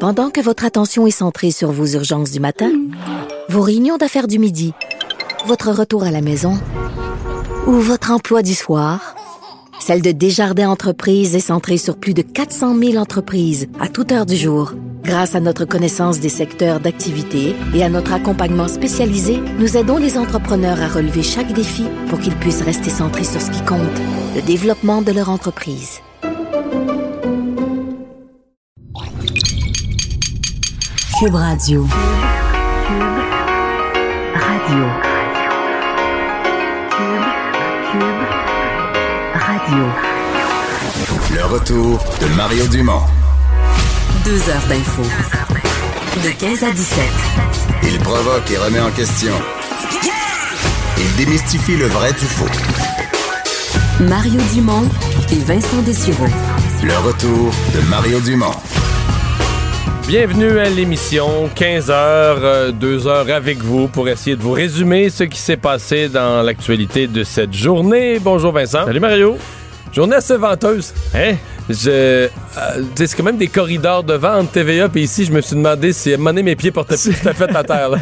Pendant que votre attention est centrée sur vos urgences du matin, vos réunions d'affaires du midi, votre retour à la maison ou votre emploi du soir, celle de Desjardins Entreprises est centrée sur plus de 400 000 entreprises à toute heure du jour. Grâce à notre connaissance des secteurs d'activité et à notre accompagnement spécialisé, nous aidons les entrepreneurs à relever chaque défi pour qu'ils puissent rester centrés sur ce qui compte, le développement de leur entreprise. Cube Radio. Radio. Cube Radio. Le retour de Mario Dumont. 2 heures d'info. De 15 à 17. Il provoque et remet en question. Il démystifie le vrai du faux. Mario Dumont et Vincent Dessureau. Le retour de Mario Dumont. Bienvenue à l'émission, 15h, 2 heures avec vous pour essayer de vous résumer ce qui s'est passé dans l'actualité de cette journée. Bonjour Vincent. Salut Mario. Journée assez venteuse. Hein? C'est quand même des corridors de vent entre TVA et ici, je me suis demandé si à un moment donné, mes pieds portaient plus tout à fait à terre. Là.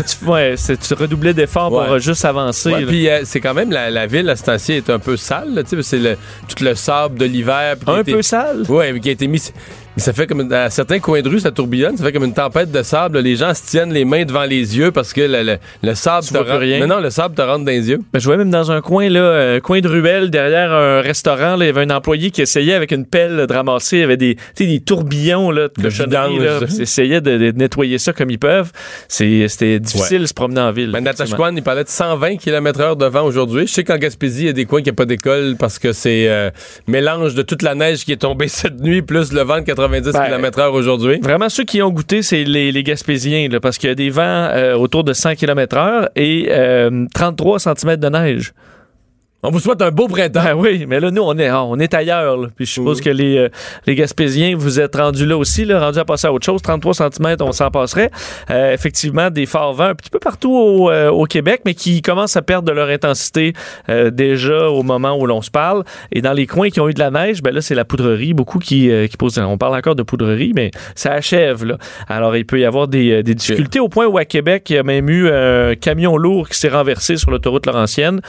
Tu redoublais d'efforts pour juste avancer. Ouais, puis c'est quand même la ville à ce temps-ci est un peu sale. Là, c'est tout le sable de l'hiver. Peu sale? Oui, mais qui a été mis... Mais ça fait comme à certains coins de rue, ça tourbillonne, ça fait comme une tempête de sable. Les gens se tiennent les mains devant les yeux parce que le sable te rentre. Non, le sable te rentre dans les yeux. Ben, je voyais même dans un coin là, coin de ruelle derrière un restaurant, là, il y avait un employé qui essayait avec une pelle de ramasser, il y avait des tourbillons là, de cochonneries, là, ils essayaient de nettoyer ça comme ils peuvent. C'était difficile de se promener en ville. Natashquan, il parlait de 120 km/h de vent aujourd'hui. Je sais qu'en Gaspésie, il y a des coins qui n'ont pas d'école parce que c'est mélange de toute la neige qui est tombée cette nuit plus le vent de 90 km/h aujourd'hui. Vraiment, ceux qui ont goûté, c'est les Gaspésiens, là, parce qu'il y a des vents autour de 100 km/h et 33 cm de neige. On vous souhaite un beau printemps. Ben oui, mais là, nous, on est ailleurs. Là. Puis je suppose que les Gaspésiens, vous êtes rendus là aussi, là, rendus à passer à autre chose. 33 cm, on s'en passerait. Effectivement, des forts vents un petit peu partout au Québec, mais qui commencent à perdre de leur intensité déjà au moment où l'on se parle. Et dans les coins qui ont eu de la neige, ben là, c'est la poudrerie. Beaucoup qui posent... On parle encore de poudrerie, mais ça achève. Là. Alors, il peut y avoir des difficultés au point où, à Québec, il y a même eu un camion lourd qui s'est renversé sur l'autoroute Laurentienne,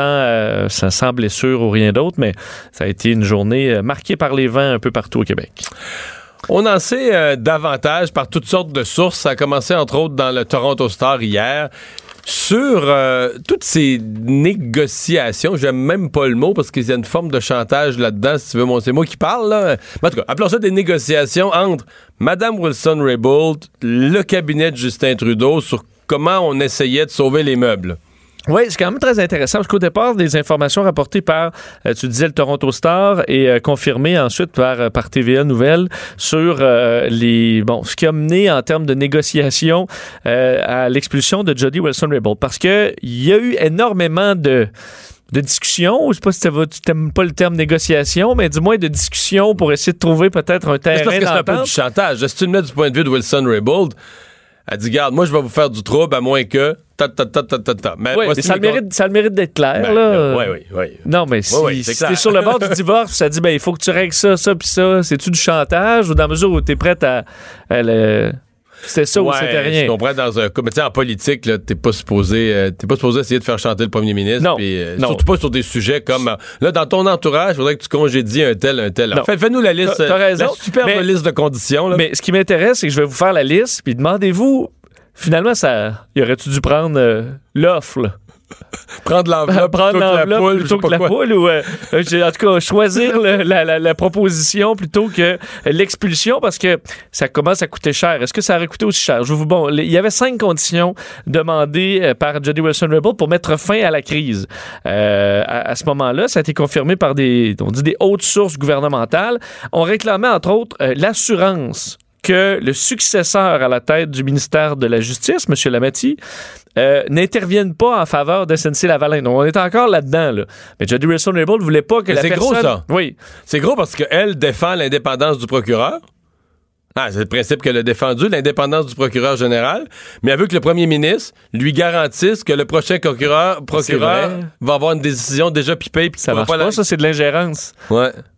sans blessure ou rien d'autre, mais ça a été une journée marquée par les vents un peu partout au Québec. On en sait davantage par toutes sortes de sources. Ça a commencé, entre autres, dans le Toronto Star hier. Sur toutes ces négociations, j'aime même pas le mot parce qu'il y a une forme de chantage là-dedans, si tu veux, c'est moi qui parle, là. Mais en tout cas, appelons ça des négociations entre Mme Wilson-Raybould, le cabinet de Justin Trudeau sur comment on essayait de sauver les meubles. Oui, c'est quand même très intéressant parce qu'au départ, des informations rapportées par, tu disais, le Toronto Star et confirmées ensuite par TVA Nouvelles sur ce qui a mené en termes de négociations à l'expulsion de Jody Wilson-Raybould. Parce qu'il y a eu énormément de discussion, je sais pas si tu t'aimes pas le terme négociation, mais du moins de discussion pour essayer de trouver peut-être un terrain d'entente. C'est un peu du chantage. Si tu le mets du point de vue de Wilson-Raybould, elle dit, garde, moi je vais vous faire du trouble à moins que... Mais ça le mérite d'être clair. Oui. Non, mais si t'es sur le bord du divorce, ça dit, il faut que tu règles ça, puis ça. C'est-tu du chantage ou dans la mesure où t'es prête à c'était ça ou c'était rien? Je comprends dans un cas. Mais tu sais, en politique, là, t'es pas supposé essayer de faire chanter le premier ministre. Non. Surtout pas sur des sujets comme. Là, dans ton entourage, il faudrait que tu congédies un tel. Fais-nous la liste. T'as raison. La superbe liste de conditions. Là. Mais ce qui m'intéresse, c'est que je vais vous faire la liste, puis demandez-vous, finalement, y aurait-tu dû prendre l'offre, là? Prendre l'enveloppe plutôt que la poule ou en tout cas choisir la proposition plutôt que l'expulsion parce que ça commence à coûter cher. Est-ce que ça aurait coûté aussi cher? Il y avait 5 conditions demandées par Jody Wilson-Raybould pour mettre fin à la crise. À ce moment-là, ça a été confirmé par des hautes sources gouvernementales. On réclamait entre autres l'assurance que le successeur à la tête du ministère de la Justice, M. Lametti, n'interviennent pas en faveur de SNC-Lavalin. Donc, on est encore là-dedans, là. Mais Jody Wilson-Raybould ne voulait pas que la personne... C'est gros, ça. Oui. C'est gros parce qu'elle défend l'indépendance du procureur. C'est le principe qu'elle a défendu, l'indépendance du procureur général, mais elle veut que le premier ministre lui garantisse que le prochain procureur va avoir une décision déjà pipée. Ça marche pas, ça, c'est de l'ingérence. Ouais.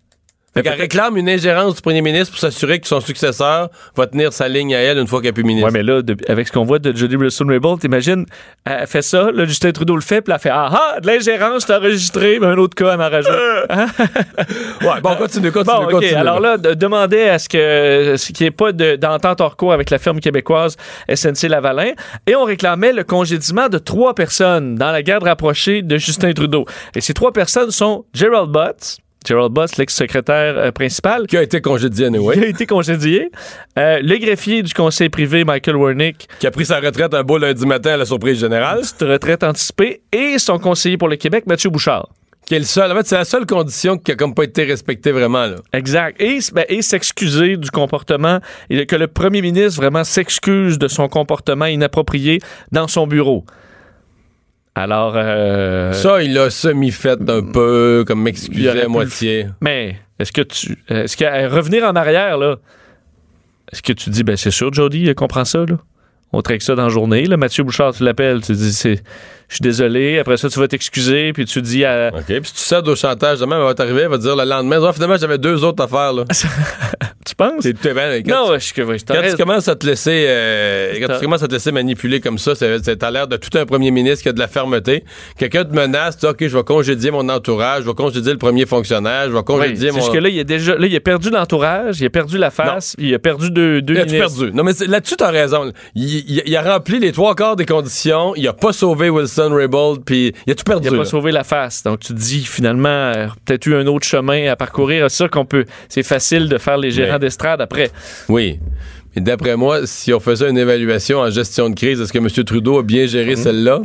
Fait qu'elle réclame une ingérence du premier ministre pour s'assurer que son successeur va tenir sa ligne à elle une fois qu'elle est plus ministre. Ouais, mais là, avec ce qu'on voit de Jody Wilson-Raybould, t'imagines, elle fait ça, là, Justin Trudeau le fait, puis elle fait de l'ingérence, je t'ai enregistré, mais un autre cas, elle en rajoute. Ouais, bon, continue. Bon, OK. Alors là, demandait à ce qu'il n'y ait pas d'entente hors cours avec la firme québécoise SNC-Lavalin, et on réclamait le congédiement de 3 personnes dans la garde rapprochée de Justin Trudeau. Et ces 3 personnes sont Gerald Butts, l'ex-secrétaire principal. Qui a été congédié, anyway. Qui a été congédié. Le greffier du conseil privé, Michael Wernick. Qui a pris sa retraite un beau lundi matin à la surprise générale. Cette retraite anticipée. Et son conseiller pour le Québec, Mathieu Bouchard. Qui est le seul. En fait, c'est la seule condition qui a comme pas été respectée vraiment, là. Exact. Et s'excuser du comportement. Et que le premier ministre vraiment s'excuse de son comportement inapproprié dans son bureau. Alors... Ça, il a semi-fait un peu, comme m'excuser à moitié. Mais, est-ce que revenir en arrière, là, est-ce que tu dis, c'est sûr, Jody, il comprend ça, là? On traque ça dans la journée, là. Mathieu Bouchard, tu l'appelles, tu dis, je suis désolé. Après ça, tu vas t'excuser, puis tu dis à... OK, puis si tu cèdes au chantage, demain, elle va t'arriver, elle va te dire le lendemain, finalement, j'avais 2 autres affaires, là. Tu penses? Quand tu commences à te laisser, manipuler comme ça, t'as l'air de tout un premier ministre qui a de la fermeté. Quelqu'un te menace, tu dis, OK, je vais congédier mon entourage, je vais congédier le premier fonctionnaire, je vais congédier mon... Jusque-là, il a perdu l'entourage, il a perdu la face, il a perdu deux ministres. Perdu. Non, mais là-dessus, t'as raison. Il a rempli les 3/4 des conditions, il a pas sauvé Wilson-Raybould, puis il a tout perdu. Il a pas sauvé la face. Donc, tu te dis, finalement, peut-être eu un autre chemin à parcourir. C'est sûr c'est facile de faire les gérants d'estrade après. Oui. Mais d'après moi, si on faisait une évaluation en gestion de crise, est-ce que M. Trudeau a bien géré celle-là?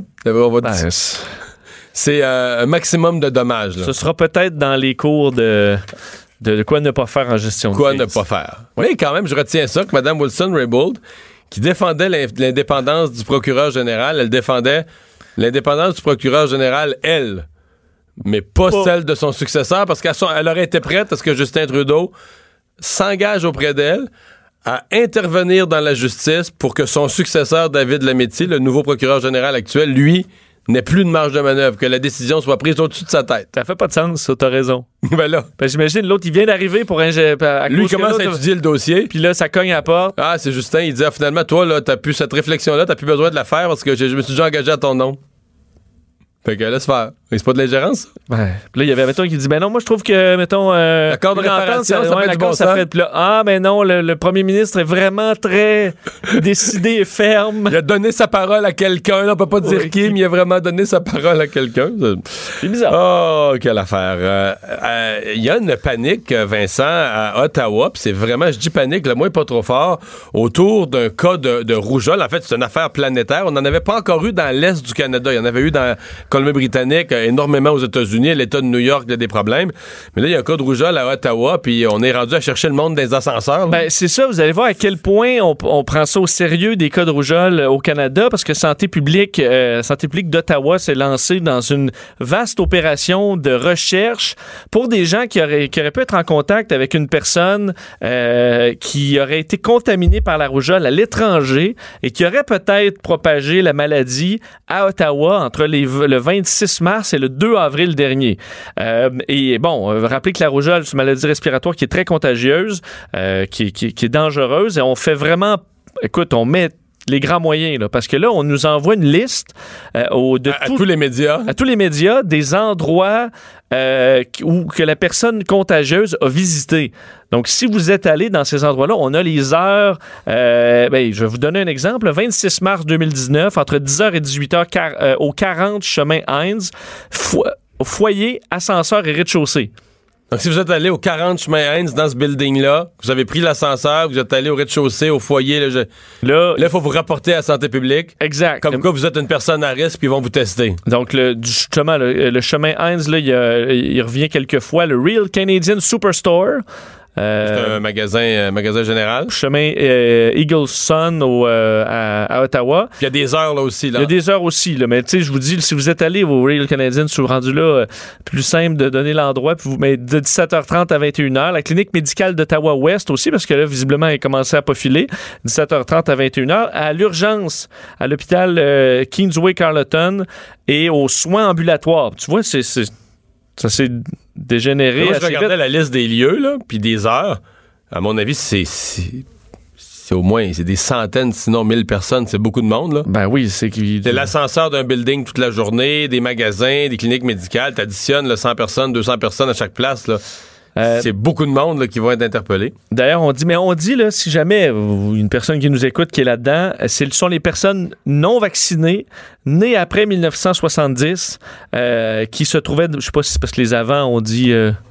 C'est un maximum de dommages. Là. Ce sera peut-être dans les cours de quoi ne pas faire en gestion de crise. Quoi ne pas faire. Oui. Mais quand même, je retiens ça, que Mme Wilson-Raybould, qui défendait l'indépendance du procureur général, elle défendait l'indépendance du procureur général, elle, mais pas celle de son successeur, parce qu'elle aurait été prête à ce que Justin Trudeau s'engage auprès d'elle à intervenir dans la justice pour que son successeur, David Lametti, le nouveau procureur général actuel, lui, n'ait plus de marge de manœuvre, que la décision soit prise au-dessus de sa tête. Ça fait pas de sens, ça, t'as raison. Ben là. J'imagine, l'autre, il vient d'arriver pour lui, il commence à étudier le dossier. Puis là, ça cogne à la porte. Ah, c'est Justin, il dit, finalement, toi, là, t'as plus cette réflexion-là, t'as plus besoin de la faire parce que je me suis déjà engagé à ton nom. Fait que laisse faire. Mais c'est pas de l'ingérence? Ouais. Puis là, il y avait, mettons, qui dit, non, moi, je trouve que, mettons... l'accord de réparation, ça fait du bon sens. Puis là, non, le premier ministre est vraiment très décidé et ferme. Il a donné sa parole à quelqu'un. Là, on peut pas dire qui, mais il a vraiment donné sa parole à quelqu'un. C'est bizarre. Oh, quelle affaire. Il y a une panique, Vincent, à Ottawa, puis c'est vraiment, je dis panique, le moins pas trop fort, autour d'un cas de rougeole. En fait, c'est une affaire planétaire. On n'en avait pas encore eu dans l'Est du Canada. Il y en avait eu dans Colombie-Britannique, énormément aux États-Unis, l'État de New York, il y a des problèmes. Mais là, il y a un cas de rougeole à Ottawa, puis on est rendu à chercher le monde des ascenseurs. C'est ça, vous allez voir à quel point on prend ça au sérieux des cas de rougeole au Canada, parce que Santé publique d'Ottawa s'est lancée dans une vaste opération de recherche pour des gens qui auraient pu être en contact avec une personne qui aurait été contaminée par la rougeole à l'étranger et qui aurait peut-être propagé la maladie à Ottawa entre le 26 mars et le 2 avril dernier. Et bon, rappelez que la rougeole, c'est une maladie respiratoire qui est très contagieuse, qui est dangereuse, et on fait vraiment... Écoute, on met les grands moyens, là, parce que là, on nous envoie une liste à tous les médias. À tous les médias, des endroits où que la personne contagieuse a visité. Donc, si vous êtes allé dans ces endroits-là, on a les heures. Je vais vous donner un exemple. Le 26 mars 2019, entre 10h et 18h, au 40 chemin Heinz, foyer, ascenseur et rez-de-chaussée. Donc, si vous êtes allé au 40 chemin Heinz dans ce building-là, vous avez pris l'ascenseur, vous êtes allé au rez-de-chaussée, au foyer, là, il faut vous rapporter à la santé publique. Exact. Comme quoi, vous êtes une personne à risque, puis ils vont vous tester. Donc, justement, le chemin Heinz, là, il revient quelques fois. Le Real Canadian Superstore. C'est un magasin général. Chemin Eagle Sun à Ottawa. Il y a des heures là aussi. Là. Il y a des heures aussi. Là. Mais tu sais, je vous dis, si vous êtes allé au Real Canadian, si vous rendu là, plus simple de donner l'endroit. Puis mais de 17h30 à 21h. La clinique médicale d'Ottawa-Ouest aussi, parce que là, visiblement, elle commençait à pas filer. 17h30 à 21h. À l'urgence, à l'hôpital Kingsway Carleton et aux soins ambulatoires. Tu vois, c'est Ça s'est dégénéré Moi, je assez regardais vite. la liste des lieux, là, puis des heures. À mon avis, c'est au moins c'est des centaines, sinon 1000 personnes. C'est beaucoup de monde, là. Ben oui, c'est qu'il... C'est l'ascenseur d'un building toute la journée, des magasins, des cliniques médicales. T'additionnes là, 100 personnes, 200 personnes à chaque place, là. C'est beaucoup de monde là, qui vont être interpellés. D'ailleurs, on dit, là, si jamais une personne qui nous écoute qui est là-dedans, ce sont les personnes non vaccinées, nées après 1970, qui se trouvaient, je sais pas si c'est parce que les avant ont dit...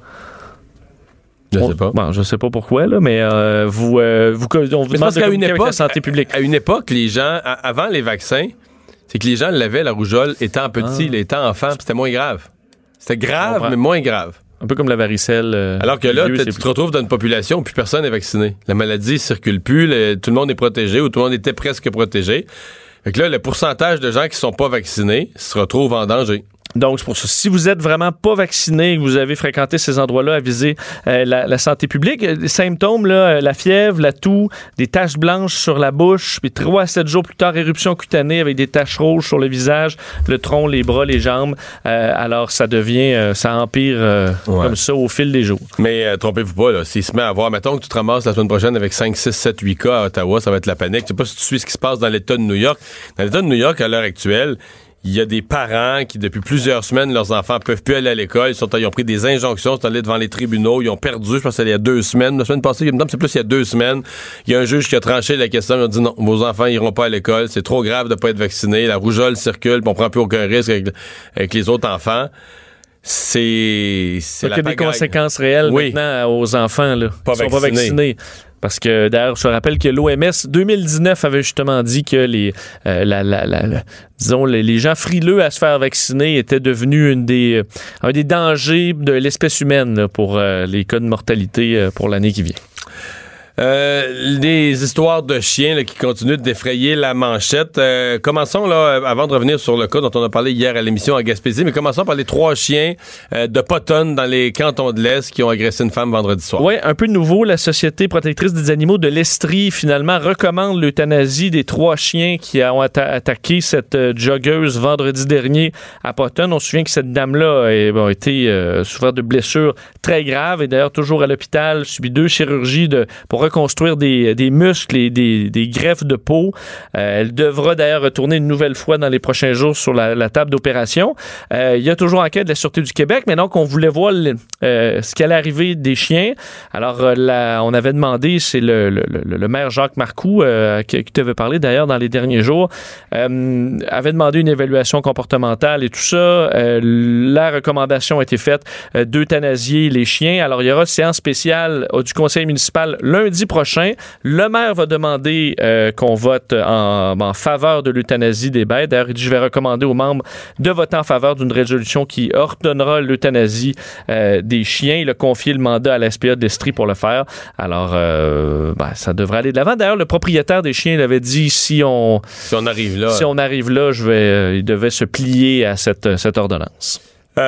Je sais pas. Bon, je sais pas pourquoi, là, mais on vous demande de communiquer avec la santé publique. À une époque, les gens, avant les vaccins, c'est que les gens l'avaient, la rougeole, étant petits, étant enfants, puis c'était moins grave. C'était grave, mais moins grave. Un peu comme la varicelle. Alors que là, tu te retrouves dans une population où plus personne n'est vacciné. La maladie circule plus, tout le monde est protégé ou tout le monde était presque protégé. Fait que là, le pourcentage de gens qui sont pas vaccinés se retrouvent en danger. Donc, c'est pour ça. Si vous êtes vraiment pas vacciné et que vous avez fréquenté ces endroits-là, avisez la santé publique. Les symptômes, là, la fièvre, la toux, des taches blanches sur la bouche, puis 3 à 7 jours plus tard, éruption cutanée avec des taches rouges sur le visage, le tronc, les bras, les jambes. Alors, ça devient, ça empire comme ça au fil des jours. Mais trompez-vous pas, là, s'il se met à avoir, mettons que tu te ramasses la semaine prochaine avec 5, 6, 7, 8 cas à Ottawa, ça va être la panique. Je sais pas si tu suis ce qui se passe dans l'État de New York. Dans l'État de New York, à l'heure actuelle, il y a des parents qui, depuis plusieurs semaines, leurs enfants peuvent plus aller à l'école. Ils ont pris des injonctions, ils sont allés devant les tribunaux. Ils ont perdu, je pense que c'était il y a 2 semaines. La semaine passée, c'est plus il y a 2 semaines. Il y a un juge qui a tranché la question. Il a dit non, vos enfants iront pas à l'école. C'est trop grave de pas être vaccinés. La rougeole circule, puis on prend plus aucun risque avec les autres enfants. C'est la pagaille. Il y a des conséquences réelles maintenant aux enfants là, qui sont pas vaccinés. Parce que, d'ailleurs, je rappelle que l'OMS, 2019, avait justement dit que les gens frileux à se faire vacciner étaient devenus un des dangers de l'espèce humaine là, pour les cas de mortalité pour l'année qui vient. Des histoires de chiens là, qui continuent de défrayer la manchette. Commençons là, avant de revenir sur le cas dont on a parlé hier à l'émission à Gaspésie, mais commençons par les 3 chiens de Potton dans les cantons de l'Est qui ont agressé une femme vendredi soir. Oui, un peu nouveau. La Société protectrice des animaux de l'Estrie, finalement, recommande l'euthanasie des 3 chiens qui ont attaqué cette joggeuse vendredi dernier à Potton. On se souvient que cette dame-là a été souffert de blessures très graves et d'ailleurs toujours à l'hôpital, subit 2 chirurgies pour reconstruire des muscles et des greffes de peau. Elle devra d'ailleurs retourner une nouvelle fois dans les prochains jours sur la table d'opération. Il y a toujours enquête de la Sûreté du Québec, mais donc on voulait voir ce qui allait arriver des chiens. Alors on avait demandé, c'est le maire Jacques Marcoux qui t'avait parlé d'ailleurs dans les derniers jours, avait demandé une évaluation comportementale et tout ça. La recommandation a été faite d'euthanasier les chiens. Alors il y aura séance spéciale du conseil municipal lundi prochain. Le maire va demander qu'on vote en faveur de l'euthanasie des bêtes. D'ailleurs, il dit, je vais recommander aux membres de voter en faveur d'une résolution qui ordonnera l'euthanasie des chiens. Il a confié le mandat à la SPA d'Estrie pour le faire. Alors, ça devrait aller de l'avant. D'ailleurs, le propriétaire des chiens l'avait dit, si on arrive là, il devait se plier à cette ordonnance.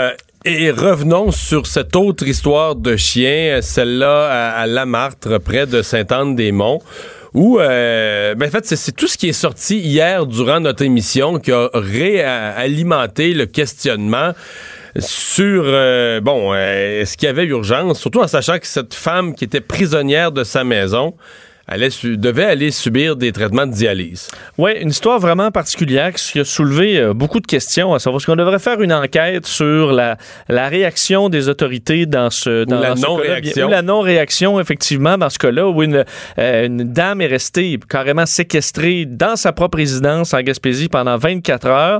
Et revenons sur cette autre histoire de chien, celle-là à Lamartre, près de Sainte-Anne-des-Monts, où, en fait, c'est tout ce qui est sorti hier durant notre émission qui a réalimenté le questionnement sur, est-ce qu'il y avait urgence, surtout en sachant que cette femme qui était prisonnière de sa maison devait aller subir des traitements de dialyse. Oui, une histoire vraiment particulière qui a soulevé beaucoup de questions, à savoir, est-ce qu'on devrait faire une enquête sur la réaction des autorités dans ce non-réaction. Ou la non-réaction, effectivement, dans ce cas-là, où une dame est restée carrément séquestrée dans sa propre résidence en Gaspésie pendant 24 heures,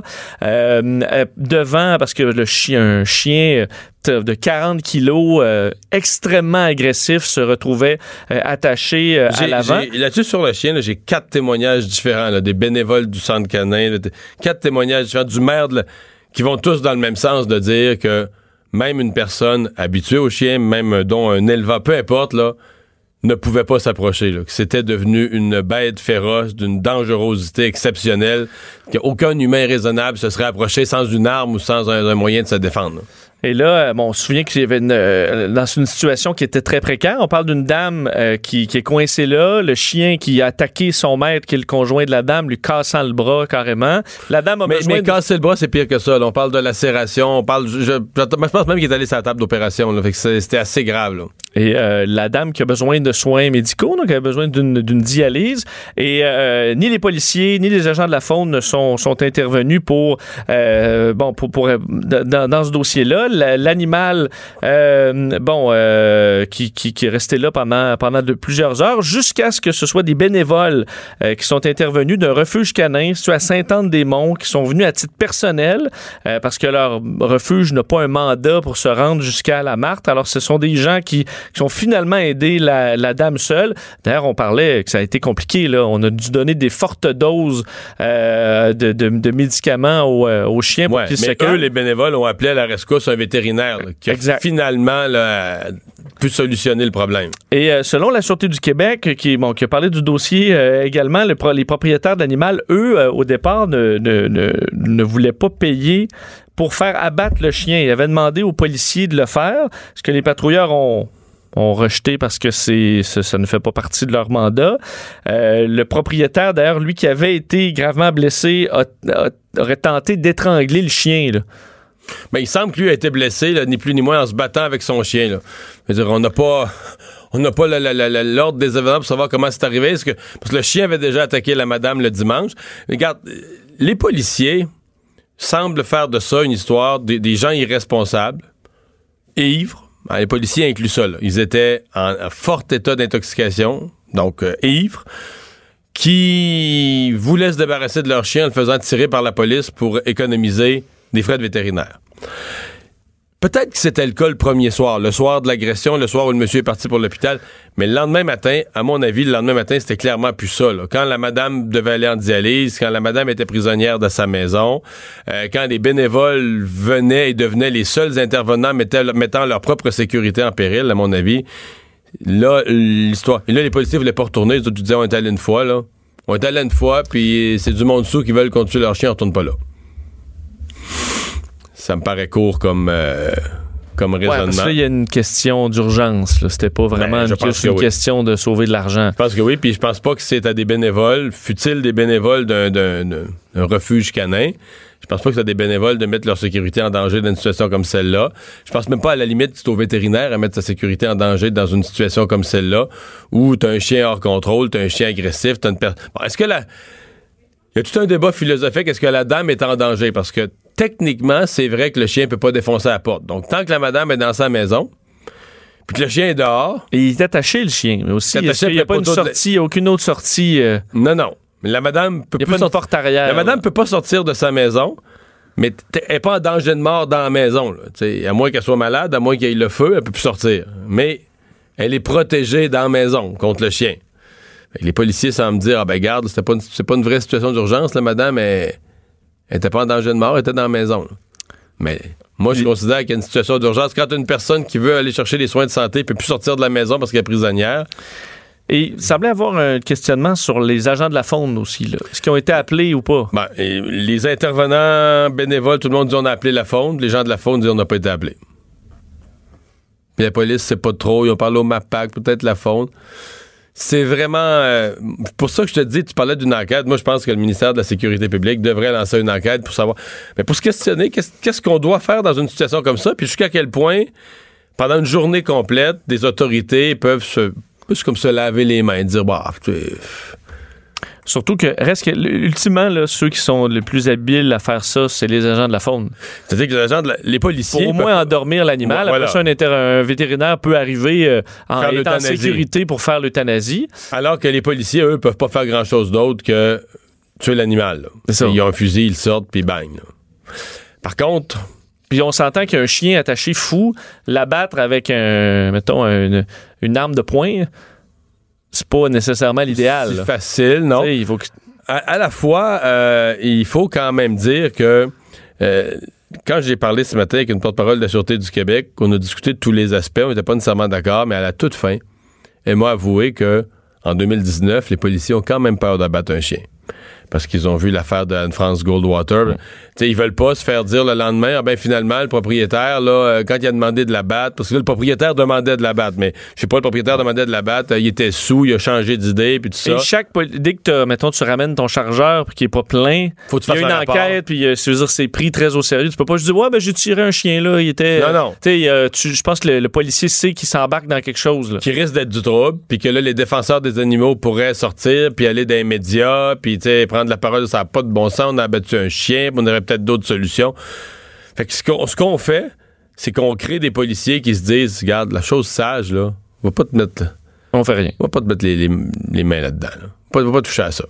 devant, parce que un chien de 40 kilos, extrêmement agressif, se retrouvait attaché à l'avant. Là-dessus, sur le chien, j'ai 4 témoignages différents, des bénévoles du centre canin, 4 témoignages différents du maire qui vont tous dans le même sens, de dire que même une personne habituée au chien, même dont un éleveur, peu importe, là, ne pouvait pas s'approcher, que c'était devenu une bête féroce, d'une dangerosité exceptionnelle, qu'aucun humain raisonnable se serait approché sans une arme ou sans un moyen de se défendre. Et là, on se souvient qu'il y avait dans une situation qui était très précaire. On parle d'une dame qui est coincée là, le chien qui a attaqué son maître, qui est le conjoint de la dame, lui cassant le bras carrément. La dame a besoin mais casser le bras, c'est pire que ça. Là. On parle de lacération, je pense même qu'il est allé sur la table d'opération. Là, fait que c'était assez grave. Là. Et la dame qui a besoin de soins médicaux, donc elle a besoin d'une dialyse. Et ni les policiers, ni les agents de la faune ne sont intervenus pour dans ce dossier-là. L'animal qui est resté là pendant plusieurs heures, jusqu'à ce que ce soit des bénévoles qui sont intervenus d'un refuge canin situé à Sainte-Anne-des-Monts, qui sont venus à titre personnel parce que leur refuge n'a pas un mandat pour se rendre jusqu'à la Marthe. Alors, ce sont des gens qui ont finalement aidé la dame seule. D'ailleurs, on parlait que ça a été compliqué. Là. On a dû donner des fortes doses de médicaments aux chiens pour qu'ils se calment. Eux, les bénévoles, ont appelé à la rescousse un vétérinaire qui a finalement pu solutionner le problème. Et selon la Sûreté du Québec, qui a parlé du dossier également, les propriétaires d'animal, eux, au départ, ne voulaient pas payer pour faire abattre le chien. Ils avaient demandé aux policiers de le faire, ce que les patrouilleurs ont rejeté parce que ça ne fait pas partie de leur mandat. Le propriétaire, d'ailleurs, lui qui avait été gravement blessé, aurait tenté d'étrangler le chien, là. Mais il semble que lui a été blessé, là, ni plus ni moins, en se battant avec son chien. Là. Je veux dire, on n'a pas l'ordre des événements pour savoir comment c'est arrivé. Parce que le chien avait déjà attaqué la madame le dimanche. Regarde, les policiers semblent faire de ça une histoire des gens irresponsables et ivres. Les policiers incluent ça. Là. Ils étaient en fort état d'intoxication, donc ivres, qui voulaient se débarrasser de leur chien en le faisant tirer par la police pour économiser des frais de vétérinaire. Peut-être que c'était le cas le premier soir, le soir de l'agression, le soir où le monsieur est parti pour l'hôpital, mais le lendemain matin, à mon avis, c'était clairement plus ça. Là. Quand la madame devait aller en dialyse, quand la madame était prisonnière de sa maison, quand les bénévoles venaient et devenaient les seuls intervenants mettant leur propre sécurité en péril, à mon avis, là, l'histoire... Et là, les policiers voulaient pas retourner, ils disaient, on est allé une fois, là. On est allé une fois, puis c'est du monde sous qui veulent continuer leur chien, on retourne pas là. Ça me paraît court comme raisonnement. Ouais, parce que là, il y a une question d'urgence. Là. C'était pas vraiment une question de sauver de l'argent. Je pense que oui, puis je pense pas que c'est à des bénévoles, fut-il des bénévoles d'un refuge canin, je pense pas que c'est à des bénévoles de mettre leur sécurité en danger dans une situation comme celle-là. Je pense même pas à la limite que c'est au vétérinaire à mettre sa sécurité en danger dans une situation comme celle-là, où t'as un chien hors contrôle, t'as un chien agressif, t'as une personne... Bon, est-ce que il y a tout un débat philosophique, est-ce que la dame est en danger? Parce que techniquement, c'est vrai que le chien peut pas défoncer la porte. Donc, tant que la madame est dans sa maison, puis que le chien est dehors... Et il est attaché, le chien. Mais aussi, il n'y a pas une sortie, il n'y a aucune autre sortie. Non. La madame peut pas une porte arrière. La madame peut pas sortir de sa maison, mais elle n'est pas en danger de mort dans la maison. Là. À moins qu'elle soit malade, à moins qu'il y ait le feu, elle peut plus sortir. Mais elle est protégée dans la maison contre le chien. Les policiers semblent dire, garde, c'est pas une vraie situation d'urgence, la madame, elle était pas en danger de mort, elle était dans la maison. Là. Mais moi, je considère qu'il y a une situation d'urgence. Quand une personne qui veut aller chercher les soins de santé ne peut plus sortir de la maison parce qu'elle est prisonnière. Et il semblait avoir un questionnement sur les agents de la faune aussi. Là. Est-ce qu'ils ont été appelés ou pas? Les intervenants bénévoles, tout le monde dit on a appelé la faune. Les gens de la faune disent on n'a pas été appelés. Puis la police, c'est pas trop. Ils ont parlé au MAPAC, peut-être la faune. C'est vraiment... pour ça que je te dis, tu parlais d'une enquête. Moi, je pense que le ministère de la Sécurité publique devrait lancer une enquête pour savoir... Mais pour se questionner, qu'est-ce qu'on doit faire dans une situation comme ça? Puis jusqu'à quel point, pendant une journée complète, des autorités peuvent se laver les mains et dire... Surtout que, ultimement, là, ceux qui sont les plus habiles à faire ça, c'est les agents de la faune. C'est-à-dire que les policiers... Pour au moins endormir l'animal. Voilà. Après ça, un vétérinaire peut arriver en sécurité pour faire l'euthanasie. Alors que les policiers, eux, peuvent pas faire grand-chose d'autre que tuer l'animal. Ils ont un fusil, ils sortent, puis bang. Là. Par contre... Puis on s'entend qu'un chien attaché fou, l'abattre avec une arme de poing... C'est pas nécessairement l'idéal. C'est facile, non? Il faut à la fois, il faut quand même dire que quand j'ai parlé ce matin avec une porte-parole de la Sûreté du Québec, on a discuté de tous les aspects, on n'était pas nécessairement d'accord, mais à la toute fin, elle m'a avoué que en 2019, les policiers ont quand même peur d'abattre un chien. parce qu'ils ont vu l'affaire d'Anne-France Goldwater. Ils veulent pas se faire dire le lendemain, finalement, le propriétaire, là, quand il a demandé de la battre, parce que là, le propriétaire demandait de la battre, mais je sais pas, le propriétaire demandait de la battre, il était sous, il a changé d'idée, puis tout ça. Et dès que mettons, tu ramènes ton chargeur puis qu'il est pas plein, faut que tu fasses il y a une enquête, puis c'est pris très au sérieux. Tu peux pas juste dire, j'ai tiré un chien là, il était... Non. Je pense que le policier sait qu'il s'embarque dans quelque chose, là. Qui risque d'être du trouble, puis que là, les défenseurs des animaux pourraient sortir, puis aller dans les médias, puis prendre la parole, ça n'a pas de bon sens, on a abattu un chien, puis on aurait peut-être d'autres solutions. Fait que ce qu'on fait, c'est qu'on crée des policiers qui se disent, regarde, la chose sage, là, va pas te mettre... On fait rien. Va pas te mettre les mains là-dedans, là. Va pas toucher à ça.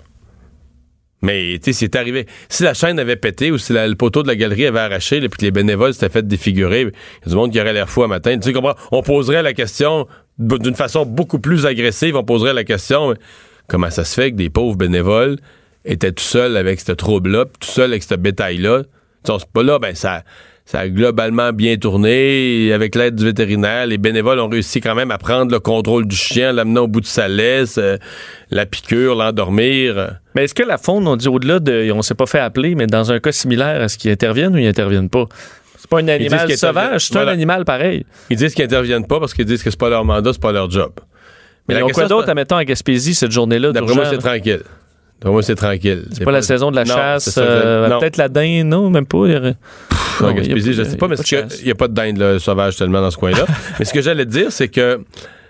Mais, c'est arrivé. Si la chaîne avait pété ou si le poteau de la galerie avait arraché, puis que les bénévoles s'étaient fait défigurer, il y a du monde qui aurait l'air fou à matin. Tu comprends? On poserait la question d'une façon beaucoup plus agressive. On poserait la question, comment ça se fait que des pauvres bénévoles étaient tout seuls avec ce trouble-là, tout seuls avec ce bétail-là? C'est pas là, ça a globalement bien tourné. Avec l'aide du vétérinaire, les bénévoles ont réussi quand même à prendre le contrôle du chien, l'amener au bout de sa laisse, la piqûre, l'endormir. Mais est-ce que la faune, on dit au-delà de... On s'est pas fait appeler, mais dans un cas similaire, est-ce qu'ils interviennent ou ils interviennent pas? C'est pas un animal sauvage, c'est un animal pareil. Ils disent qu'ils interviennent pas parce qu'ils disent que c'est pas leur mandat, c'est pas leur job. Mais ils ont quoi d'autre, admettons, à Gaspésie, cette journée-là? D'après moi, c'est tranquille. C'est pas la saison de la chasse. Peut-être la dinde, non, même pas. Non, Gaspésie, je sais pas, mais il n'y a pas de dinde sauvage tellement dans ce coin-là. Mais ce que j'allais te dire, c'est que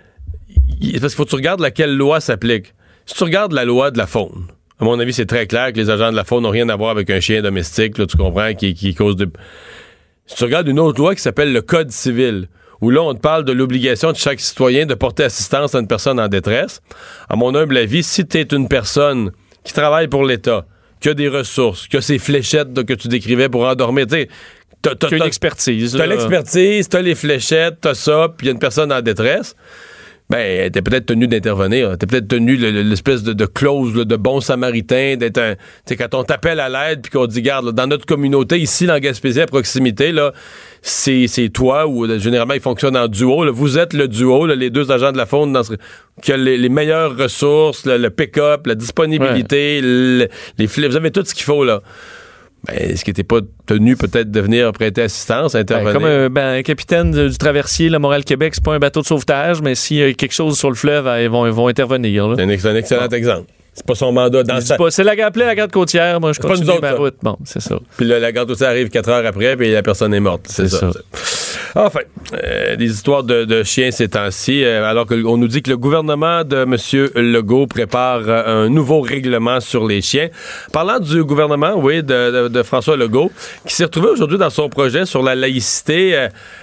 parce qu'il faut que tu regardes laquelle loi s'applique. Si tu regardes la loi de la faune, à mon avis, c'est très clair que les agents de la faune n'ont rien à voir avec un chien domestique, là, tu comprends, qui cause de... Si tu regardes une autre loi qui s'appelle le Code civil, où là, on te parle de l'obligation de chaque citoyen de porter assistance à une personne en détresse, à mon humble avis, si tu es une personne qui travaille pour l'État, qui a des ressources, qui a ces fléchettes que tu décrivais pour endormir, tu sais, t'as une expertise. T'as l'expertise, t'as les fléchettes, t'as ça, puis il y a une personne en détresse, t'es peut-être tenu d'intervenir. T'es peut-être tenu l'espèce de clause de bon samaritain, d'être un... Tu sais, quand on t'appelle à l'aide, puis qu'on te dit, garde, là, dans notre communauté, ici, dans Gaspésie, à proximité, là, c'est toi, ou généralement, ils fonctionnent en duo. Là, vous êtes le duo, là, les deux agents de la faune, qui ont les meilleures ressources, le pick-up, la disponibilité, les flèches, vous avez tout ce qu'il faut, là. Est-ce que t'es pas tenu peut-être de venir prêter assistance, intervenir? Comme un capitaine du traversier, le Montréal-Québec, c'est pas un bateau de sauvetage, mais s'il y a quelque chose sur le fleuve, ils vont intervenir. Là. C'est un excellent exemple. C'est pas son mandat. C'est la garde côtière, moi je continue ma route. Bon, c'est ça. Puis la garde côtière arrive 4 heures après, puis la personne est morte. C'est ça. Enfin, des histoires de chiens ces temps-ci, alors qu'on nous dit que le gouvernement de M. Legault prépare un nouveau règlement sur les chiens. Parlant du gouvernement, oui, de François Legault, qui s'est retrouvé aujourd'hui dans son projet sur la laïcité,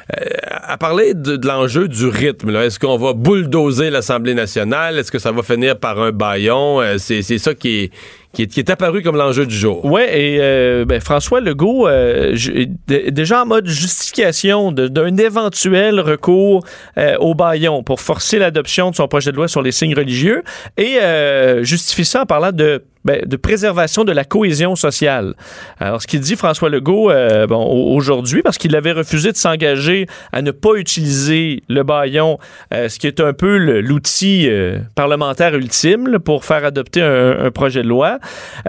à parler de l'enjeu du rythme. Là. Est-ce qu'on va bulldozer l'Assemblée nationale? Est-ce que ça va finir par un bâillon? C'est ça qui est apparu comme l'enjeu du jour. Oui, et François Legault est déjà en mode justification d'un éventuel recours au bâillon pour forcer l'adoption de son projet de loi sur les signes religieux et justifie ça en parlant de préservation de la cohésion sociale. Alors, ce qu'il dit François Legault aujourd'hui, parce qu'il avait refusé de s'engager à ne pas utiliser le bâillon, ce qui est un peu l'outil parlementaire ultime là, pour faire adopter un projet de loi.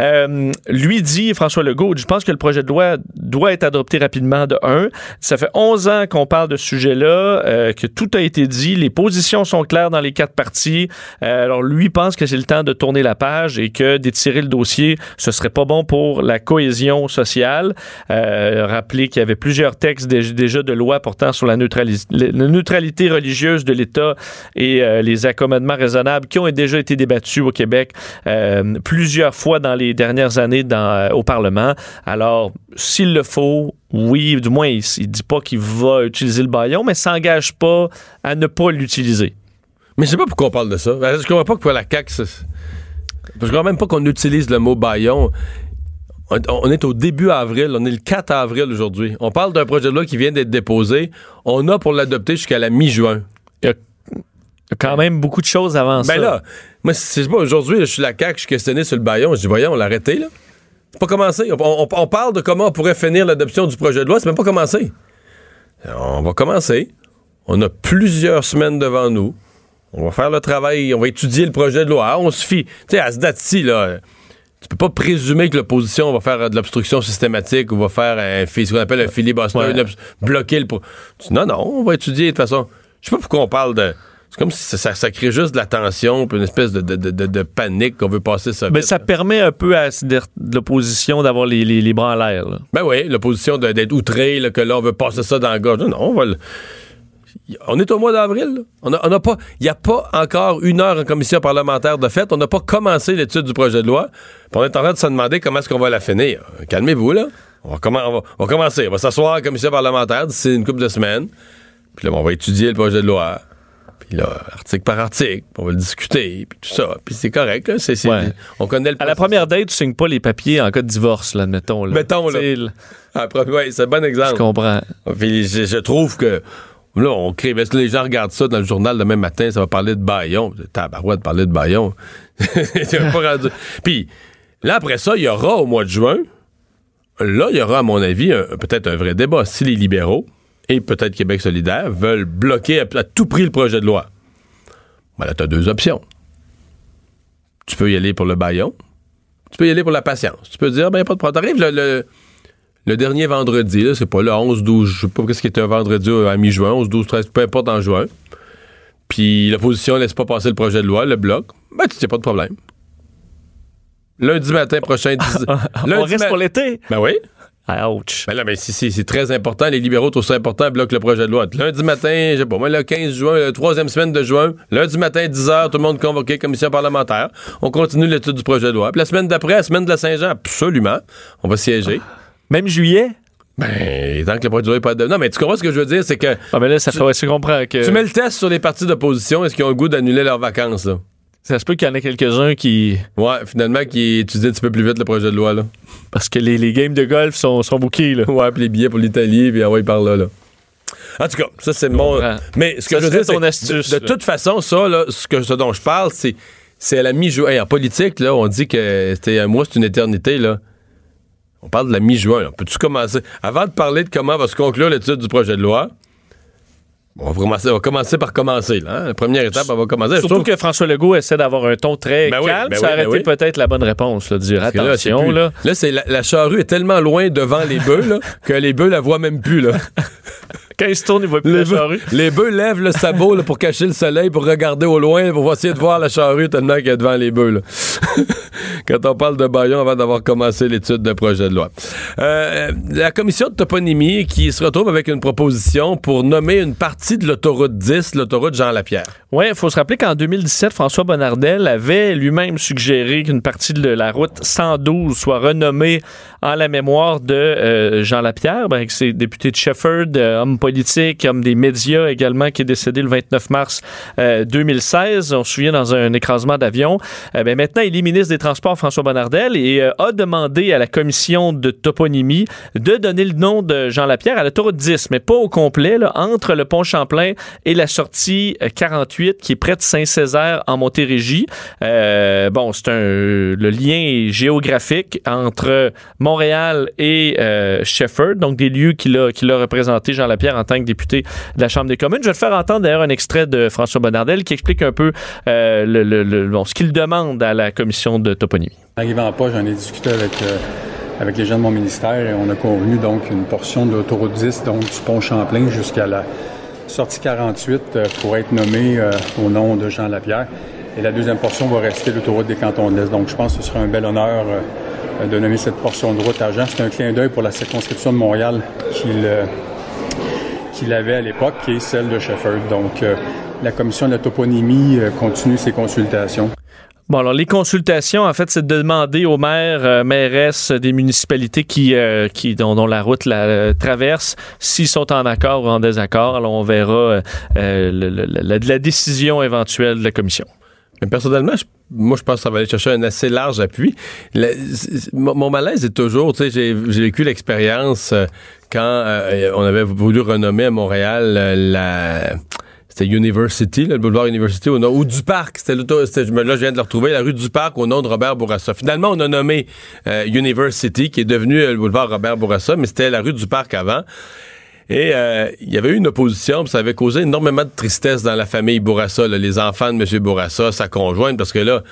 Lui dit, François Legault, je pense que le projet de loi doit être adopté rapidement de 1. Ça fait 11 ans qu'on parle de ce sujet-là, que tout a été dit, les positions sont claires dans les 4 partis. Alors, lui pense que c'est le temps de tourner la page et que d'étirer le dossier, ce serait pas bon pour la cohésion sociale. Rappelez qu'il y avait plusieurs textes déjà de loi portant sur la neutralité religieuse de l'État et les accommodements raisonnables qui ont déjà été débattus au Québec plusieurs fois dans les dernières années au Parlement. Alors, s'il le faut, oui, du moins, il dit pas qu'il va utiliser le bâillon, mais s'engage pas à ne pas l'utiliser. Mais je sais pas pourquoi on parle de ça. Je comprends pas que pour la CAQ, je crois même pas qu'on utilise le mot bâillon. On est au début avril, on est le 4 avril aujourd'hui. On parle d'un projet de loi qui vient d'être déposé. On a pour l'adopter jusqu'à la mi-juin. Il y a quand même beaucoup de choses avant ça. Ben là, moi, c'est pas aujourd'hui, je suis la CAQ, je suis questionné sur le bâillon. Je dis, voyons, on l'a arrêté, là. C'est pas commencé. On parle de comment on pourrait finir l'adoption du projet de loi, c'est même pas commencé. On va commencer. On a plusieurs semaines devant nous. On va faire le travail, on va étudier le projet de loi. On se fie, tu sais, à ce date-ci, là, Tu peux pas présumer que l'opposition va faire de l'obstruction systématique ou va faire ce qu'on appelle un filibuster, bloquer le... Non, on va étudier de toute façon. Je sais pas pourquoi on parle de... C'est comme si ça crée juste de la tension puis une espèce de panique qu'on veut passer ça. Mais ça permet un peu à l'opposition d'avoir les bras en l'air. Là. Ben oui, l'opposition d'être outrée, là, que là, on veut passer ça dans la gorge. Non, on est au mois d'avril. Il n'y a pas encore 1 heure en commission parlementaire de fait. On n'a pas commencé l'étude du projet de loi. Puis on est en train de se demander comment est-ce qu'on va la finir. Calmez-vous, là. On va commencer. On va s'asseoir en commission parlementaire d'ici une couple de semaines. Puis là, on va étudier le projet de loi. Puis là, article par article, on va le discuter, puis tout ça. Puis c'est correct, là. On connaît le processus. À la première date, tu signes pas les papiers en cas de divorce, là, admettons. Là. Mettons, là. Oui, c'est un bon exemple. Je comprends. Puis je trouve que, là, on crée... Parce que les gens regardent ça dans le journal demain matin, ça va parler de Bayon. Tabarouette, parler de Bayon. Puis là, après ça, il y aura au mois de juin, là, il y aura, à mon avis, peut-être un vrai débat. Si les libéraux et peut-être Québec solidaire veulent bloquer à tout prix le projet de loi. Ben là, tu as 2 options. Tu peux y aller pour le baillon, tu peux y aller pour la patience. Tu peux dire, ben, pas de problème. T'arrives le dernier vendredi, là, c'est pas le 11, 12, je sais pas qu'est-ce qui était un vendredi à mi-juin, 11, 12, 13, peu importe en juin. Puis l'opposition laisse pas passer le projet de loi, le bloc. Ben, tu n'as pas de problème. Lundi matin prochain, on reste pour l'été? Ben oui. Ouch. Ben là, mais c'est très important. Les libéraux trouvent ça important, bloquent le projet de loi. Lundi matin, je sais pas, moi, le 15 juin, la 3e semaine de juin, lundi matin, 10h, tout le monde convoqué, commission parlementaire. On continue l'étude du projet de loi. Puis la semaine d'après, la semaine de la Saint-Jean, absolument, on va siéger. Même juillet? Ben, tant que le projet de loi n'est pas... Non, mais tu comprends ce que je veux dire, c'est que... Ah, mais là, je comprends que... Tu mets le test sur les partis d'opposition, est-ce qu'ils ont le goût d'annuler leurs vacances, là? Ça se peut qu'il y en ait quelques-uns qui... Ouais, finalement, qui étudient un petit peu plus vite le projet de loi, là. Parce que les games de golf sont bookés, là. Ouais, puis les billets pour l'Italie, puis envoyés par là. En tout cas, ça, c'est mon... Mais ce que je veux dire, c'est astuce, de toute façon, ça, là, ce dont je parle, c'est à la mi-juin. Hey, en politique, là, on dit que c'était un mois, c'est une éternité, là. On parle de la mi-juin, là. Peux-tu commencer... Avant de parler de comment va se conclure l'étude du projet de loi... On va commencer par commencer. Là, hein? La première étape, on va commencer. Surtout que François Legault essaie d'avoir un ton très calme. Ça aurait été peut-être la bonne réponse. Là, de dire attention. Là, c'est la charrue est tellement loin devant les bœufs là, que les bœufs la voient même plus. Là. Quand ils se tournent, ils voient plus la charrue. Les bœufs lèvent le sabot là, pour cacher le soleil, pour regarder au loin, pour essayer de voir la charrue tellement qu'elle est devant les bœufs. Là. Quand on parle de Bayon avant d'avoir commencé l'étude d'un projet de loi. La commission de toponymie qui se retrouve avec une proposition pour nommer une partie de l'autoroute 10, l'autoroute Jean-Lapierre. Oui, il faut se rappeler qu'en 2017, François Bonnardel avait lui-même suggéré qu'une partie de la route 112 soit renommée en la mémoire de Jean Lapierre, avec ses députés de Shefford, homme politique, homme des médias également, qui est décédé le 29 mars 2016. On se souvient dans un écrasement d'avion. Maintenant, il est ministre des Transports, François Bonnardel, et a demandé à la commission de toponymie de donner le nom de Jean Lapierre à l'autoroute 10, mais pas au complet, là, entre le pont Champlain et la sortie 48, qui est près de Saint-Césaire en Montérégie. Le lien est géographique entre Montréal et Shefford, donc des lieux qu'il a représenté, Jean Lapierre, en tant que député de la Chambre des communes. Je vais te faire entendre d'ailleurs un extrait de François Bonnardel qui explique un peu ce qu'il demande à la commission de toponymie. Arrivant pas, j'en ai discuté avec les gens de mon ministère et on a convenu donc une portion de l'autoroute 10, donc du pont Champlain jusqu'à la sortie 48 pour être nommée au nom de Jean Lapierre. Et la deuxième portion va rester l'autoroute des Cantons de l'Est. Donc je pense que ce sera un bel honneur de nommer cette portion de route à Jean. C'est un clin d'œil pour la circonscription de Montréal qu'il avait à l'époque, qui est celle de Shefford. Donc la commission de la toponymie continue ses consultations. Bon, alors les consultations, en fait, c'est de demander aux maires, mairesses des municipalités dont la route la traverse, s'ils sont en accord ou en désaccord. Alors on verra la décision éventuelle de la commission. Mais personnellement, moi, je pense que ça va aller chercher un assez large appui. Mon malaise est toujours, tu sais, j'ai vécu l'expérience quand on avait voulu renommer à Montréal c'était University, le boulevard University, ou du Parc. Là, je viens de le retrouver, la rue du Parc, au nom de Robert Bourassa. Finalement, on a nommé University, qui est devenu le boulevard Robert Bourassa, mais c'était la rue du Parc avant. Et il y avait eu une opposition, puis ça avait causé énormément de tristesse dans la famille Bourassa, là, les enfants de M. Bourassa, sa conjointe, parce que là,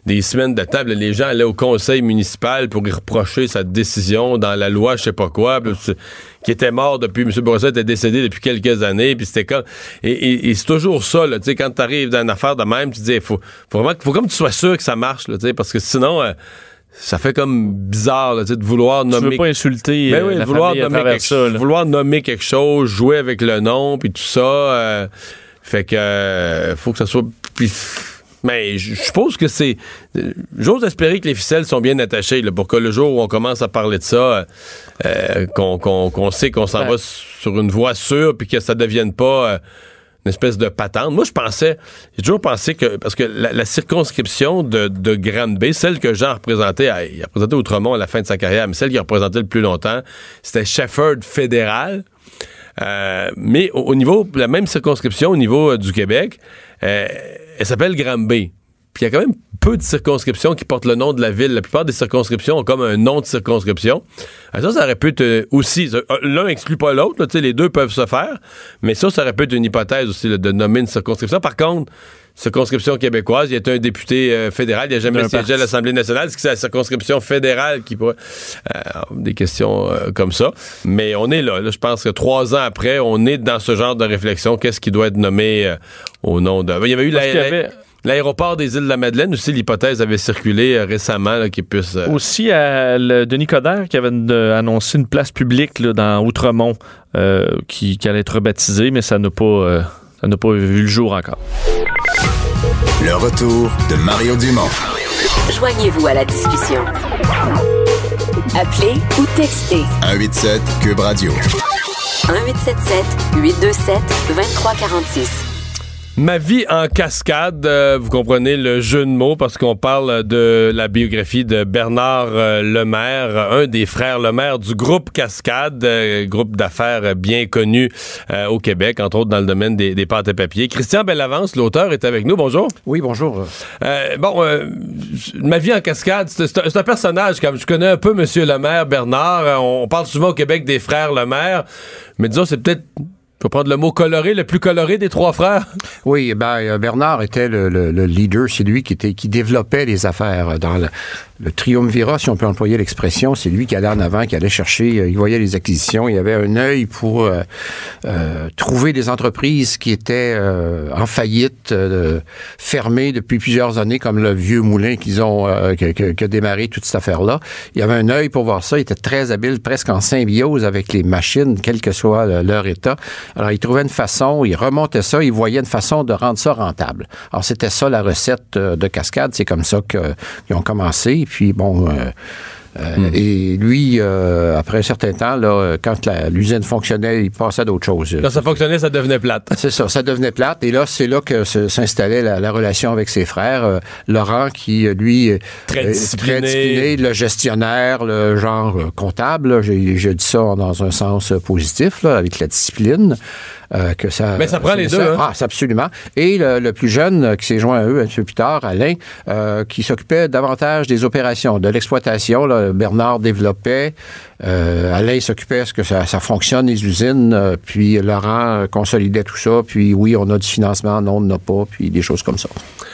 des semaines de temps. Les gens allaient au conseil municipal pour y reprocher sa décision dans la loi, je sais pas quoi, qui était mort depuis, M. Bourassa était décédé depuis quelques années, puis c'était comme... Et c'est toujours ça, là, tu sais, quand t'arrives dans une affaire de même, tu te dis, faut vraiment comme tu sois sûr que ça marche, là, tu sais, parce que sinon... ça fait comme bizarre là, de vouloir nommer... Tu veux pas insulter la famille à travers ça. Vouloir nommer quelque chose, jouer avec le nom, puis tout ça. Fait que faut que ça soit... Mais je suppose que c'est... J'ose espérer que les ficelles sont bien attachées là, pour que le jour où on commence à parler de ça, qu'on sait qu'on s'en va sur une voie sûre puis que ça devienne pas... une espèce de patente. Moi, j'ai toujours pensé que, parce que la circonscription de Granby, celle que Jean représentait, il a représenté Outremont à la fin de sa carrière, mais celle qu'il a représentée le plus longtemps, c'était Shefford fédéral. Mais au niveau, la même circonscription au niveau du Québec, elle s'appelle Granby. Puis il y a quand même peu de circonscriptions qui portent le nom de la ville. La plupart des circonscriptions ont comme un nom de circonscription. Alors ça aurait pu être aussi... L'un exclut pas l'autre, là, les deux peuvent se faire, mais ça aurait pu être une hypothèse aussi là, de nommer une circonscription. Par contre, circonscription québécoise, il y a un député fédéral, il n'a jamais siégé à l'Assemblée nationale. Est-ce que c'est la circonscription fédérale qui pourrait... des questions comme ça. Mais on est là. Je pense que 3 ans après, on est dans ce genre de réflexion. Qu'est-ce qui doit être nommé au nom de... Il y avait eu l'aéroport des Îles-de-la-Madeleine aussi, l'hypothèse avait circulé récemment là, qu'il puisse... Aussi, Denis Coderre qui avait annoncé une place publique là, dans Outremont qui allait être rebaptisée, mais ça n'a pas vu le jour encore. Le retour de Mario Dumont. Joignez-vous à la discussion. Appelez ou textez. 187 Cube Radio. 1877-827-2346. Ma vie en cascade, vous comprenez le jeu de mots parce qu'on parle de la biographie de Bernard Lemaire, un des frères Lemaire du groupe Cascade, groupe d'affaires bien connu au Québec, entre autres dans le domaine des pâtes et papiers. Christian Bellavance, l'auteur, est avec nous. Bonjour. Oui, bonjour. Ma vie en cascade, c'est un personnage, comme je connais un peu M. Lemaire, Bernard. On parle souvent au Québec des frères Lemaire, mais disons, c'est peut-être... Je vais prendre le mot coloré, le plus coloré des 3 frères. Oui, Bernard était le leader, c'est lui qui développait les affaires dans le triumvirat, si on peut employer l'expression. C'est lui qui allait en avant, qui allait chercher, il voyait les acquisitions, il avait un œil pour trouver des entreprises qui étaient en faillite, fermées depuis plusieurs années, comme le vieux moulin qui a démarré toute cette affaire-là. Il avait un œil pour voir ça, il était très habile, presque en symbiose avec les machines, quel que soit leur état. Alors, il trouvait une façon, il remontait ça, il voyait une façon de rendre ça rentable. Alors, c'était ça la recette de Cascade, c'est comme ça qu'ils ont commencé. Puis, bon... Et lui, après un certain temps, là, quand l'usine fonctionnait, il passait à d'autres choses. Quand ça fonctionnait, ça devenait plate. C'est ça, ça devenait plate. Et là, c'est là que s'installait la relation avec ses frères. Laurent, qui, lui, très discipliné, le gestionnaire, le genre comptable. Là, j'ai dit ça dans un sens positif, là, avec la discipline. Mais ça prend les deux. Hein? Ah, absolument. Et le plus jeune qui s'est joint à eux un peu plus tard, Alain, qui s'occupait davantage des opérations, de l'exploitation. Là, Bernard développait. Alain s'occupait de ce que ça fonctionne, les usines. Puis Laurent consolidait tout ça. Puis oui, on a du financement, non, on n'en a pas. Puis des choses comme ça.